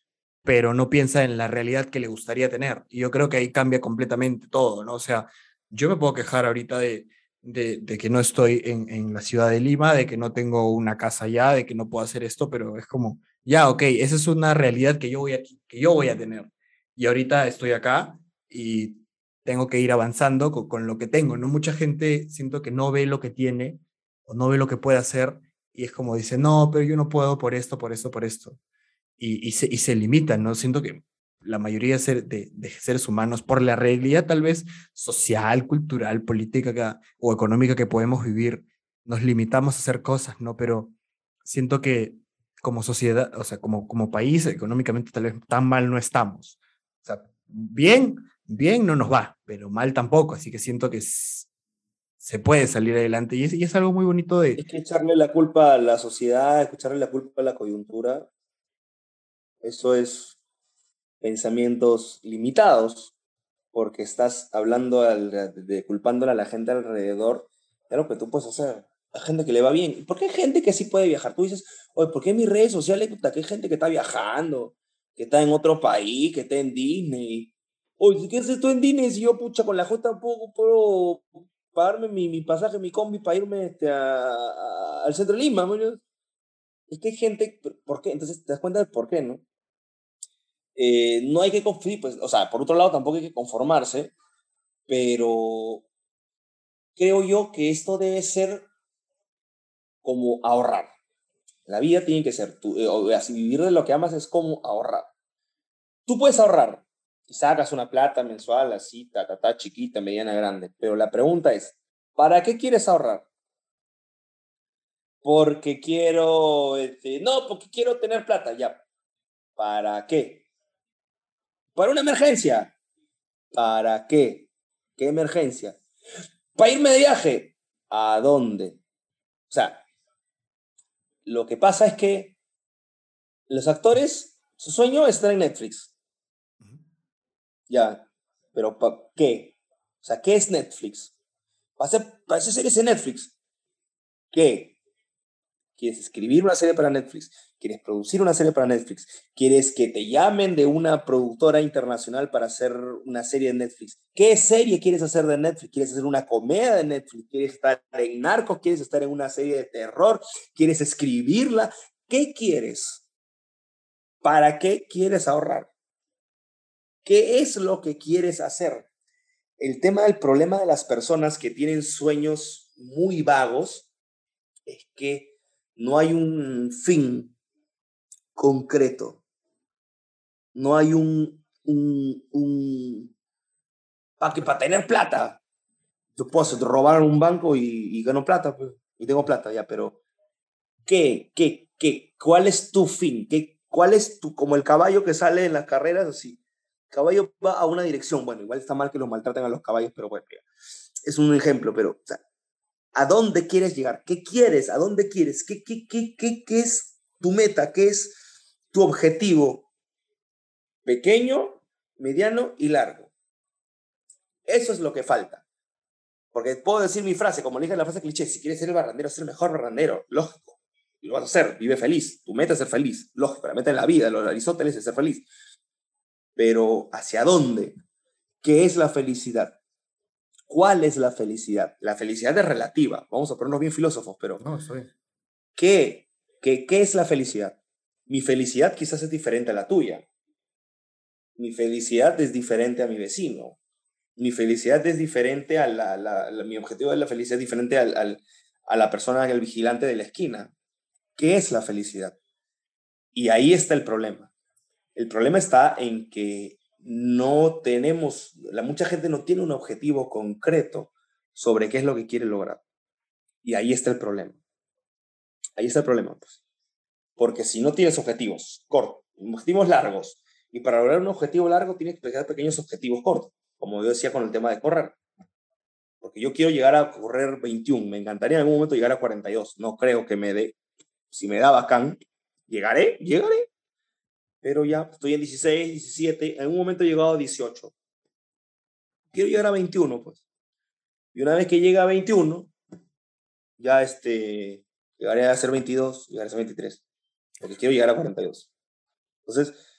pero no piensa en la realidad que le gustaría tener. Y yo creo que ahí cambia completamente todo, ¿no? O sea, yo me puedo quejar ahorita de que no estoy en la ciudad de Lima, de que no tengo una casa allá, de que no puedo hacer esto, pero es como, ya, ok, esa es una realidad que yo voy a tener. Y ahorita estoy acá y tengo que ir avanzando con lo que tengo, ¿no? Mucha gente siento que no ve lo que tiene o no ve lo que puede hacer y es como dice, no, pero yo no puedo por esto, por esto, por esto. Y se limitan, ¿no? Siento que la mayoría de seres humanos, por la realidad tal vez social, cultural, política o económica que podemos vivir, nos limitamos a hacer cosas, ¿no? Pero siento que como sociedad, o sea, como país, económicamente tal vez tan mal no estamos. O sea, bien no nos va, pero mal tampoco, así que siento que se puede salir adelante y es algo muy bonito de... Es que echarle la culpa a la sociedad, echarle la culpa a la coyuntura, eso es pensamientos limitados, porque estás hablando culpándole a la gente alrededor de lo que tú puedes hacer. Hay gente que le va bien. ¿Por qué hay gente que sí puede viajar? Tú dices, oye, ¿por qué en mis redes sociales, puta, que hay gente que está viajando, que está en otro país, que está en Disney? Oye, ¿qué haces tú en Disney si yo, pucha, con la J tampoco puedo pagarme mi pasaje, mi combi para irme al centro de Lima? ¿No? Es que hay gente, ¿por qué? Entonces te das cuenta del por qué, ¿no? No hay que confundir, pues, o sea, por otro lado tampoco hay que conformarse, pero creo yo que esto debe ser como ahorrar. La vida tiene que ser, así vivir de lo que amas es como ahorrar. Tú puedes ahorrar y sacas una plata mensual así, chiquita, mediana, grande, pero la pregunta es, ¿para qué quieres ahorrar? Porque quiero, no, porque quiero tener plata, ya. ¿Para qué? Para una emergencia. ¿Para qué? ¿Qué emergencia? Para irme de viaje. ¿A dónde? O sea, lo que pasa es que los actores, su sueño es estar en Netflix. Ya, pero ¿para qué? O sea, ¿qué es Netflix? Para hacer series en Netflix. ¿Qué? ¿Quieres escribir una serie para Netflix? ¿Quieres producir una serie para Netflix? ¿Quieres que te llamen de una productora internacional para hacer una serie en Netflix? ¿Qué serie quieres hacer de Netflix? ¿Quieres hacer una comedia de Netflix? ¿Quieres estar en Narcos? ¿Quieres estar en una serie de terror? ¿Quieres escribirla? ¿Qué quieres? ¿Para qué quieres ahorrar? ¿Qué es lo que quieres hacer? El tema del problema de las personas que tienen sueños muy vagos es que no hay un fin concreto. No hay para tener plata. Yo puedo robar un banco y gano plata, pues, y tengo plata ya, pero ¿cuál es tu fin? ¿Cuál es como el caballo que sale en las carreras? Así, el caballo va a una dirección. Bueno, igual está mal que los maltraten a los caballos, pero bueno, ya. Es un ejemplo, pero, o sea, ¿a dónde quieres llegar? ¿Qué quieres? ¿A dónde quieres? ¿Qué es tu meta? ¿Qué es tu objetivo? Pequeño, mediano y largo. Eso es lo que falta. Porque puedo decir mi frase, como le dije la frase cliché, si quieres ser el barrandero, ser el mejor barrandero, lógico. Y lo vas a hacer, vive feliz. Tu meta es ser feliz, lógico. La meta en la vida, los Aristóteles es ser feliz. Pero ¿hacia dónde? ¿Qué es la felicidad? ¿Cuál es la felicidad? La felicidad es relativa. Vamos a ponernos bien filósofos, pero No, estoy... ¿qué? ¿Qué es la felicidad? Mi felicidad quizás es diferente a la tuya. Mi felicidad es diferente a mi vecino. Mi felicidad es diferente mi objetivo de la felicidad es diferente a la persona, al vigilante de la esquina. ¿Qué es la felicidad? Y ahí está el problema. El problema está en que no tenemos, mucha gente no tiene un objetivo concreto sobre qué es lo que quiere lograr. Y ahí está el problema. Ahí está el problema, pues. Porque si no tienes objetivos cortos, objetivos largos, y para lograr un objetivo largo tienes que pegar pequeños objetivos cortos, como yo decía con el tema de correr. Porque yo quiero llegar a correr 21, me encantaría en algún momento llegar a 42, no creo que me dé, si me da bacán, llegaré, pero ya estoy en 16, 17, en algún momento he llegado a 18, quiero llegar a 21, pues, y una vez que llegue a 21, ya llegaré a ser 22, llegaré a ser 23, porque quiero llegar a 42. Entonces,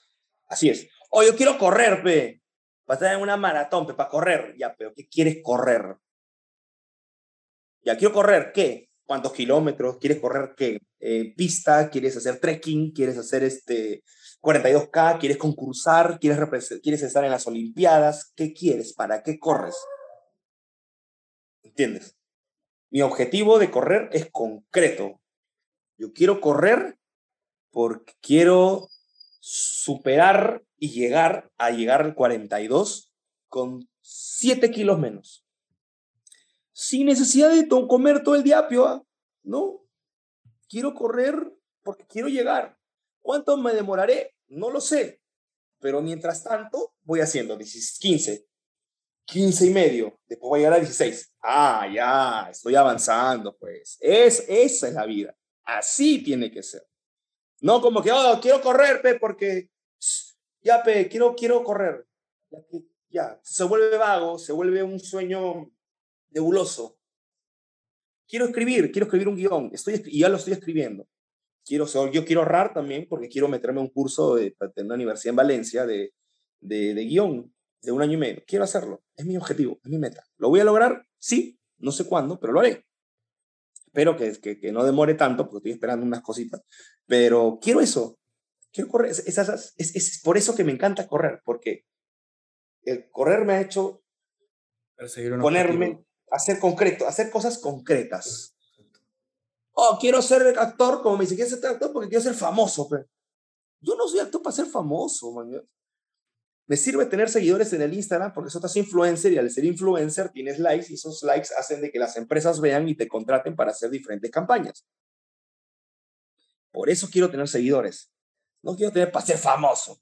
Así es. Oh, yo quiero correr, pe. Para estar en una maratón, pe, para correr. Ya, pero ¿qué quieres correr? Ya, quiero correr, ¿qué? ¿Cuántos kilómetros? ¿Quieres correr qué? ¿Pista? ¿Quieres hacer trekking? ¿Quieres hacer 42K? ¿Quieres concursar? ¿Quieres estar en las Olimpiadas? ¿Qué quieres? ¿Para qué corres? ¿Entiendes? Mi objetivo de correr es concreto. Yo quiero correr porque quiero superar y llegar al 42 con 7 kilos menos. Sin necesidad de comer todo el día, ¿ah? No. Quiero correr porque quiero llegar. ¿Cuánto me demoraré? No lo sé. Pero mientras tanto, voy haciendo 15, 15 y medio. Después voy a llegar a 16. Ah, ya, estoy avanzando, pues. Esa es la vida. Así tiene que ser. No como que, oh, quiero correr, pe, porque ya, pe, quiero correr. Ya, se vuelve vago, se vuelve un sueño nebuloso. Quiero escribir un guión, y ya lo estoy escribiendo. Yo quiero ahorrar también porque quiero meterme a un curso en una universidad en Valencia de guión de 1 año y medio. Quiero hacerlo, es mi objetivo, es mi meta. ¿Lo voy a lograr? Sí, no sé cuándo, pero lo haré. Espero que no demore tanto porque estoy esperando unas cositas, pero quiero eso, quiero correr. Es por eso que me encanta correr, porque el correr me ha hecho Perseguir un ponerme, objetivo. hacer cosas concretas. Oh, quiero ser actor, como me dice, quiero ser actor porque quiero ser famoso. Pero yo no soy actor para ser famoso, man. Me sirve tener seguidores en el Instagram porque sos influencer y al ser influencer tienes likes y esos likes hacen de que las empresas vean y te contraten para hacer diferentes campañas. Por eso quiero tener seguidores. No quiero tener para ser famoso.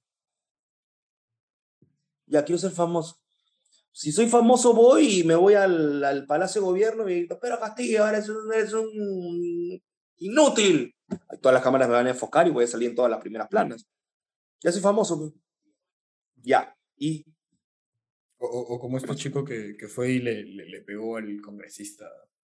Ya quiero ser famoso. Si soy famoso voy y me voy al Palacio de Gobierno y me digo, pero Castillo, eres un inútil. Todas las cámaras me van a enfocar y voy a salir en todas las primeras planas. Ya soy famoso. Pues. Ya. Y O como este chico que fue y le pegó al congresista.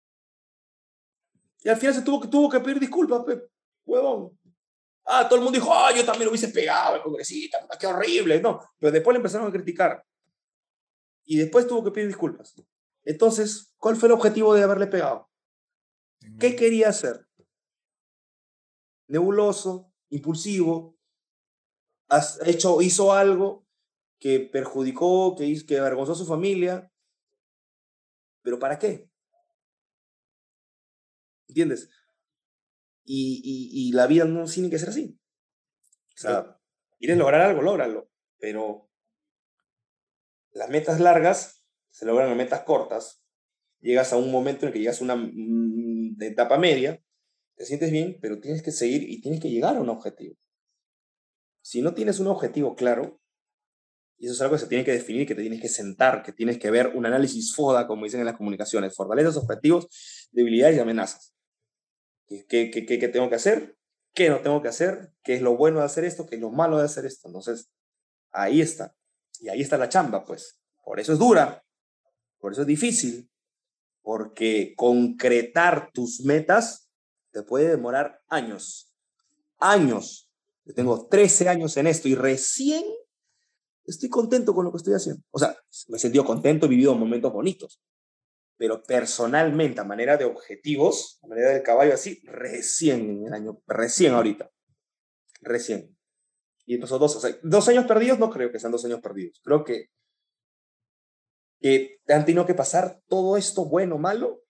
al final tuvo que pedir disculpas, pe, huevón. Ah, todo el mundo dijo, ah, yo también lo hubiese pegado al congresista, qué horrible. No, pero después le empezaron a criticar. Y después tuvo que pedir disculpas. Entonces, ¿cuál fue el objetivo de haberle pegado? ¿Qué quería hacer? Nebuloso, impulsivo, hizo algo que perjudicó, que avergonzó a su familia, pero ¿para qué? ¿Entiendes? Y la vida no tiene que ser así. O sea, quieres lograr algo, lógralo, pero las metas largas se logran en metas cortas. Llegas a un momento en el que llegas a una etapa media, te sientes bien, pero tienes que seguir y tienes que llegar a un objetivo. Si no tienes un objetivo claro, y eso es algo que se tiene que definir, que te tienes que sentar, que tienes que ver un análisis FODA, como dicen en las comunicaciones, fortalezas, objetivos, debilidades y amenazas. ¿Qué tengo que hacer? ¿Qué no tengo que hacer? ¿Qué es lo bueno de hacer esto? ¿Qué es lo malo de hacer esto? Entonces, ahí está. Y ahí está la chamba, pues. Por eso es dura, por eso es difícil, porque concretar tus metas te puede demorar años. Años. Yo tengo 13 años en esto y recién estoy contento con lo que estoy haciendo. O sea, me he sentido contento, he vivido momentos bonitos, pero personalmente, a manera de objetivos, a manera del caballo así, recién ahorita, recién. Y pasó 2 años perdidos, no creo que sean 2 años perdidos. Creo que han tenido que pasar todo esto bueno, malo,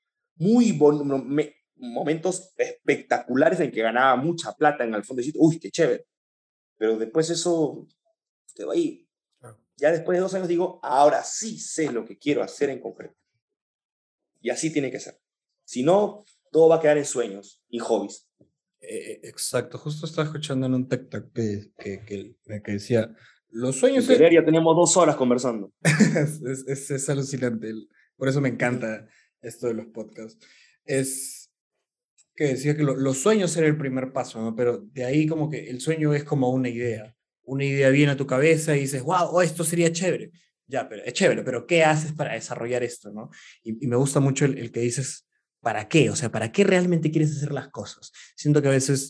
momentos espectaculares en que ganaba mucha plata en el fondo. Uy, qué chévere. Pero después eso quedó ahí. Ya después de 2 años digo, ahora sí sé lo que quiero hacer en concreto. Y así tiene que ser. Si no, todo va a quedar en sueños y hobbies. Exacto, justo estaba escuchando en un TikTok que decía, los sueños Sin querer ya teníamos 2 horas conversando. es alucinante, por eso me encanta esto de los podcasts. Es que decía que los sueños eran el primer paso, ¿no? Pero de ahí como que el sueño es como una idea viene a tu cabeza y dices, wow, oh, esto sería chévere. Ya, pero es chévere, pero ¿qué haces para desarrollar esto, no? Y me gusta mucho el que dices, ¿para qué? O sea, ¿para qué realmente quieres hacer las cosas? Siento que a veces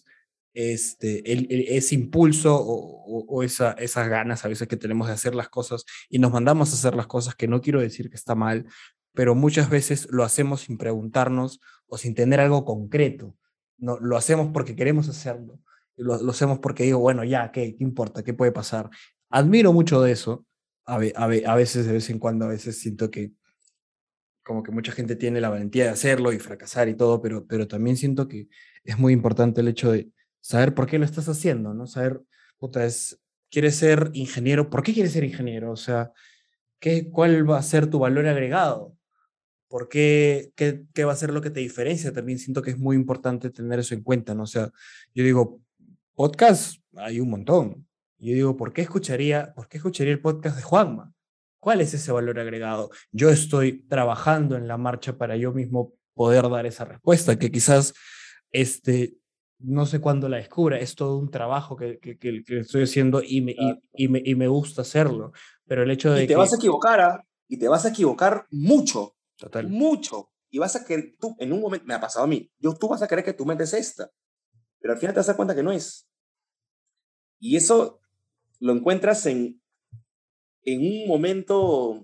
ese impulso o esas ganas a veces que tenemos de hacer las cosas y nos mandamos a hacer las cosas, que no quiero decir que está mal, pero muchas veces lo hacemos sin preguntarnos o sin tener algo concreto. No, lo hacemos porque queremos hacerlo. Lo hacemos porque digo, bueno, ya, ¿qué importa? ¿Qué puede pasar? Admiro mucho de eso. A veces, de vez en cuando, a veces siento que como que mucha gente tiene la valentía de hacerlo y fracasar y todo, pero también siento que es muy importante el hecho de saber por qué lo estás haciendo, ¿no? Saber, puta, ¿quieres ser ingeniero? ¿Por qué quieres ser ingeniero? O sea, ¿cuál va a ser tu valor agregado? ¿Por qué va a ser lo que te diferencia? También siento que es muy importante tener eso en cuenta, ¿no? O sea, yo digo, podcast hay un montón. Yo digo, ¿por qué escucharía el podcast de Juanma? ¿Cuál es ese valor agregado? Yo estoy trabajando en la marcha para yo mismo poder dar esa respuesta, que quizás este, no sé cuándo la descubra, es todo un trabajo que estoy haciendo y me gusta hacerlo, pero el hecho Y de te vas a que, equivocar, ¿ah? Y te vas a equivocar mucho, total, mucho. Y vas a que tú, en un momento, me ha pasado a mí, tú vas a creer que tu mente es esta, pero al final te vas a dar cuenta que no es. Y eso lo encuentras en un momento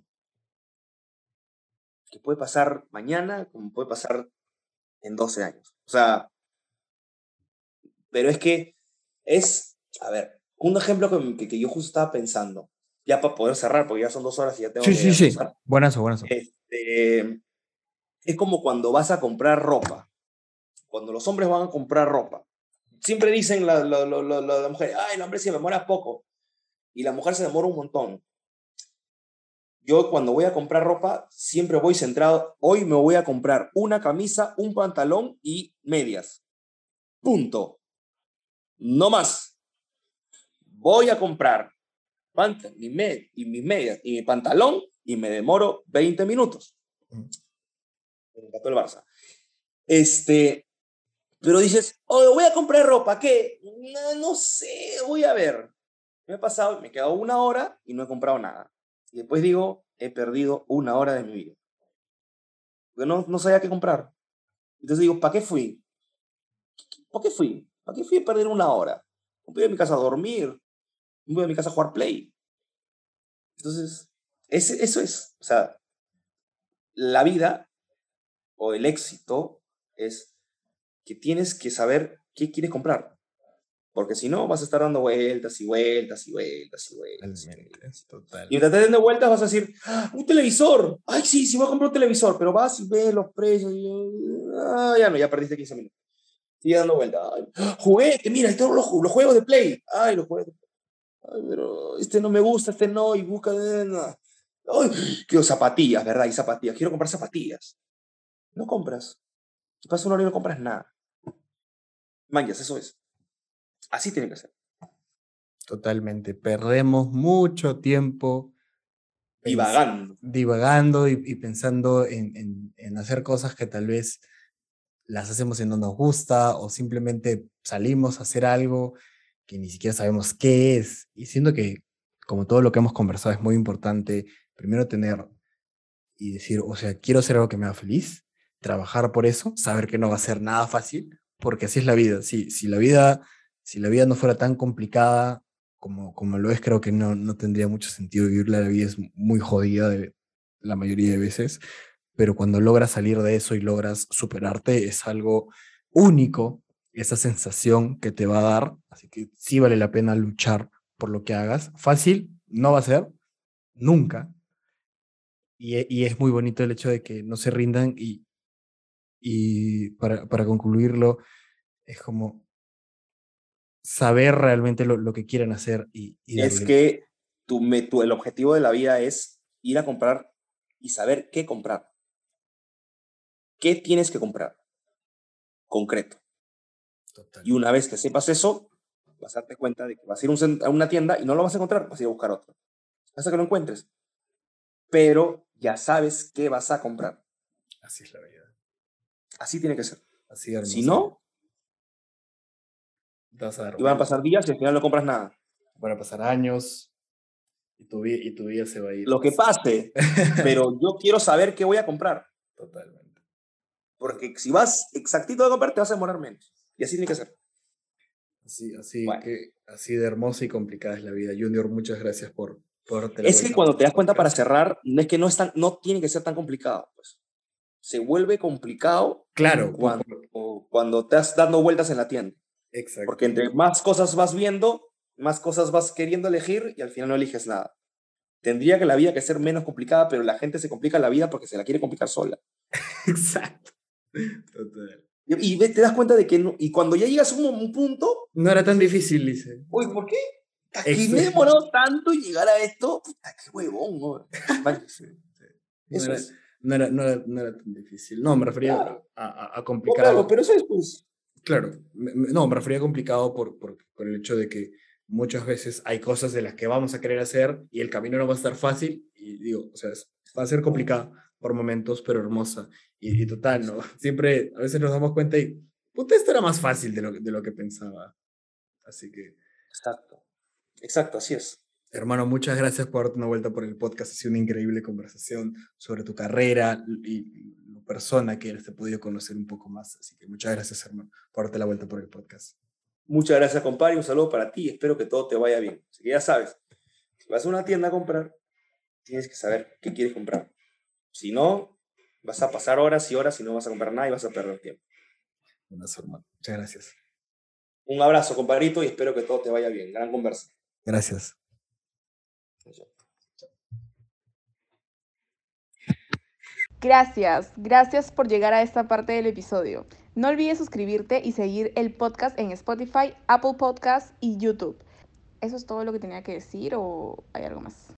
que puede pasar mañana, como puede pasar en 12 años. O sea, pero es que a ver, un ejemplo que yo justo estaba pensando, ya para poder cerrar, porque ya son 2 horas y ya tengo sí, que sí, sí, almorzar. buenazo, buenazo. Es como cuando vas a comprar ropa. Cuando los hombres van a comprar ropa, siempre dicen la mujer, ay, el hombre se demora poco y la mujer se demora un montón. Yo cuando voy a comprar ropa, siempre voy centrado, hoy me voy a comprar una camisa, un pantalón y medias. Punto. No más. Voy a comprar mis medias y mi pantalón y me demoro 20 minutos. Me empató el Barça. Pero dices, oh, voy a comprar ropa, ¿qué? No, no sé, voy a ver. Me he pasado, me he quedado 1 hora y no he comprado nada. Y después digo, he perdido 1 hora de mi vida. Porque no sabía qué comprar. Entonces digo, ¿para qué fui? ¿Para qué fui? ¿Para qué fui a perder 1 hora? Me voy a mi casa a dormir, me voy a mi casa a jugar Play. Entonces, eso es. O sea, la vida o el éxito es que tienes que saber qué quieres comprar. Porque si no, vas a estar dando vueltas y vueltas y vueltas y vueltas. Totalmente, Y total. mientras estés dando vueltas vas a decir, ¡ah, un televisor! ¡Ay, sí, sí voy a comprar un televisor! Pero vas y ves los precios y ya no, ya perdiste 15 minutos. Sigue dando vueltas. Ay, juguete, mira, ahí todos los juegos de Play. Ay, los juegos de Play. Ay, pero este no me gusta, este no, y busca de nada. Ay, quiero zapatillas, ¿verdad? Y zapatillas. Quiero comprar zapatillas. No compras. Pasa 1 hora y no compras nada. Manjas, eso es. Así tiene que ser. Totalmente. Perdemos mucho tiempo Divagando. divagando y pensando en hacer cosas que tal vez las hacemos y no nos gusta o simplemente salimos a hacer algo que ni siquiera sabemos qué es. Y siento que, como todo lo que hemos conversado, es muy importante primero tener y decir, o sea, quiero hacer algo que me haga feliz, trabajar por eso, saber que no va a ser nada fácil, porque así es la vida. Si la vida no fuera tan complicada como lo es, creo que no tendría mucho sentido vivirla. La vida es muy jodida la mayoría de veces, pero cuando logras salir de eso y logras superarte, es algo único, esa sensación que te va a dar, así que sí vale la pena luchar por lo que hagas. Fácil no va a ser, nunca, y es muy bonito el hecho de que no se rindan y para concluirlo, es como saber realmente lo que quieren hacer y Es darle. que el objetivo de la vida es ir a comprar y saber qué comprar. ¿Qué tienes que comprar? Concreto. Total. Y una vez que sepas eso, vas a darte cuenta de que vas a ir a una tienda y no lo vas a encontrar, vas a ir a buscar otro. Hasta que lo encuentres. Pero ya sabes qué vas a comprar. Así es la vida. Así tiene que ser. Así Si hermosa. no, Te vas a dar iban a pasar vuelta, días y al final no compras nada. van a pasar años y tu vida se va a ir. Lo que pase, pero yo quiero saber qué voy a comprar. Totalmente. Porque si vas exactito a comprar, te vas a demorar menos. Y así tiene que ser. Bueno, Así de hermosa y complicada es la vida. Junior, muchas gracias por darte la es que vuelta cuando por te el das cuenta para podcast. cerrar, no es que no tiene que ser tan complicado, pues. Se vuelve complicado Claro, cuando te estás dando vueltas en la tienda. exacto. Porque entre más cosas vas viendo, más cosas vas queriendo elegir y al final no eliges nada. Tendría que la vida que ser menos complicada, pero la gente se complica la vida porque se la quiere complicar sola. Exacto. Total. Te das cuenta de que y cuando ya llegas a un punto, No era tan dices, difícil, dice. uy, ¿por qué? ¿Aquí me he Ex- demorado tanto en llegar a esto? Puta, qué huevón, ¿no? Man, No eso era, es. no era tan difícil. No, me refería Claro. a No, claro, complicado. pero eso es, pues. Claro, no, me refería a complicado por el hecho de que muchas veces hay cosas de las que vamos a querer hacer y el camino no va a estar fácil y digo, o sea, va a ser complicado por momentos, pero hermosa. Y total, ¿no? Siempre, a veces nos damos cuenta y, puta, esto era más fácil de lo que pensaba. Así que, Exacto. Exacto, así es. hermano, muchas gracias por darte una vuelta por el podcast. Ha sido una increíble conversación sobre tu carrera y la persona que eres. Te he podido conocer un poco más. Así que muchas gracias, hermano, por darte la vuelta por el podcast. Muchas gracias, compadre. Un saludo para ti. Espero que todo te vaya bien. Así que ya sabes, si vas a una tienda a comprar, tienes que saber qué quieres comprar. Si no, vas a pasar horas y horas y no vas a comprar nada y vas a perder tiempo. Buenas, hermano. Muchas gracias. Un abrazo, compadrito, y espero que todo te vaya bien. Gran conversa. Gracias. Gracias por llegar a esta parte del episodio. No olvides suscribirte y seguir el podcast en Spotify, Apple Podcasts y YouTube. ¿Eso es todo lo que tenía que decir o hay algo más?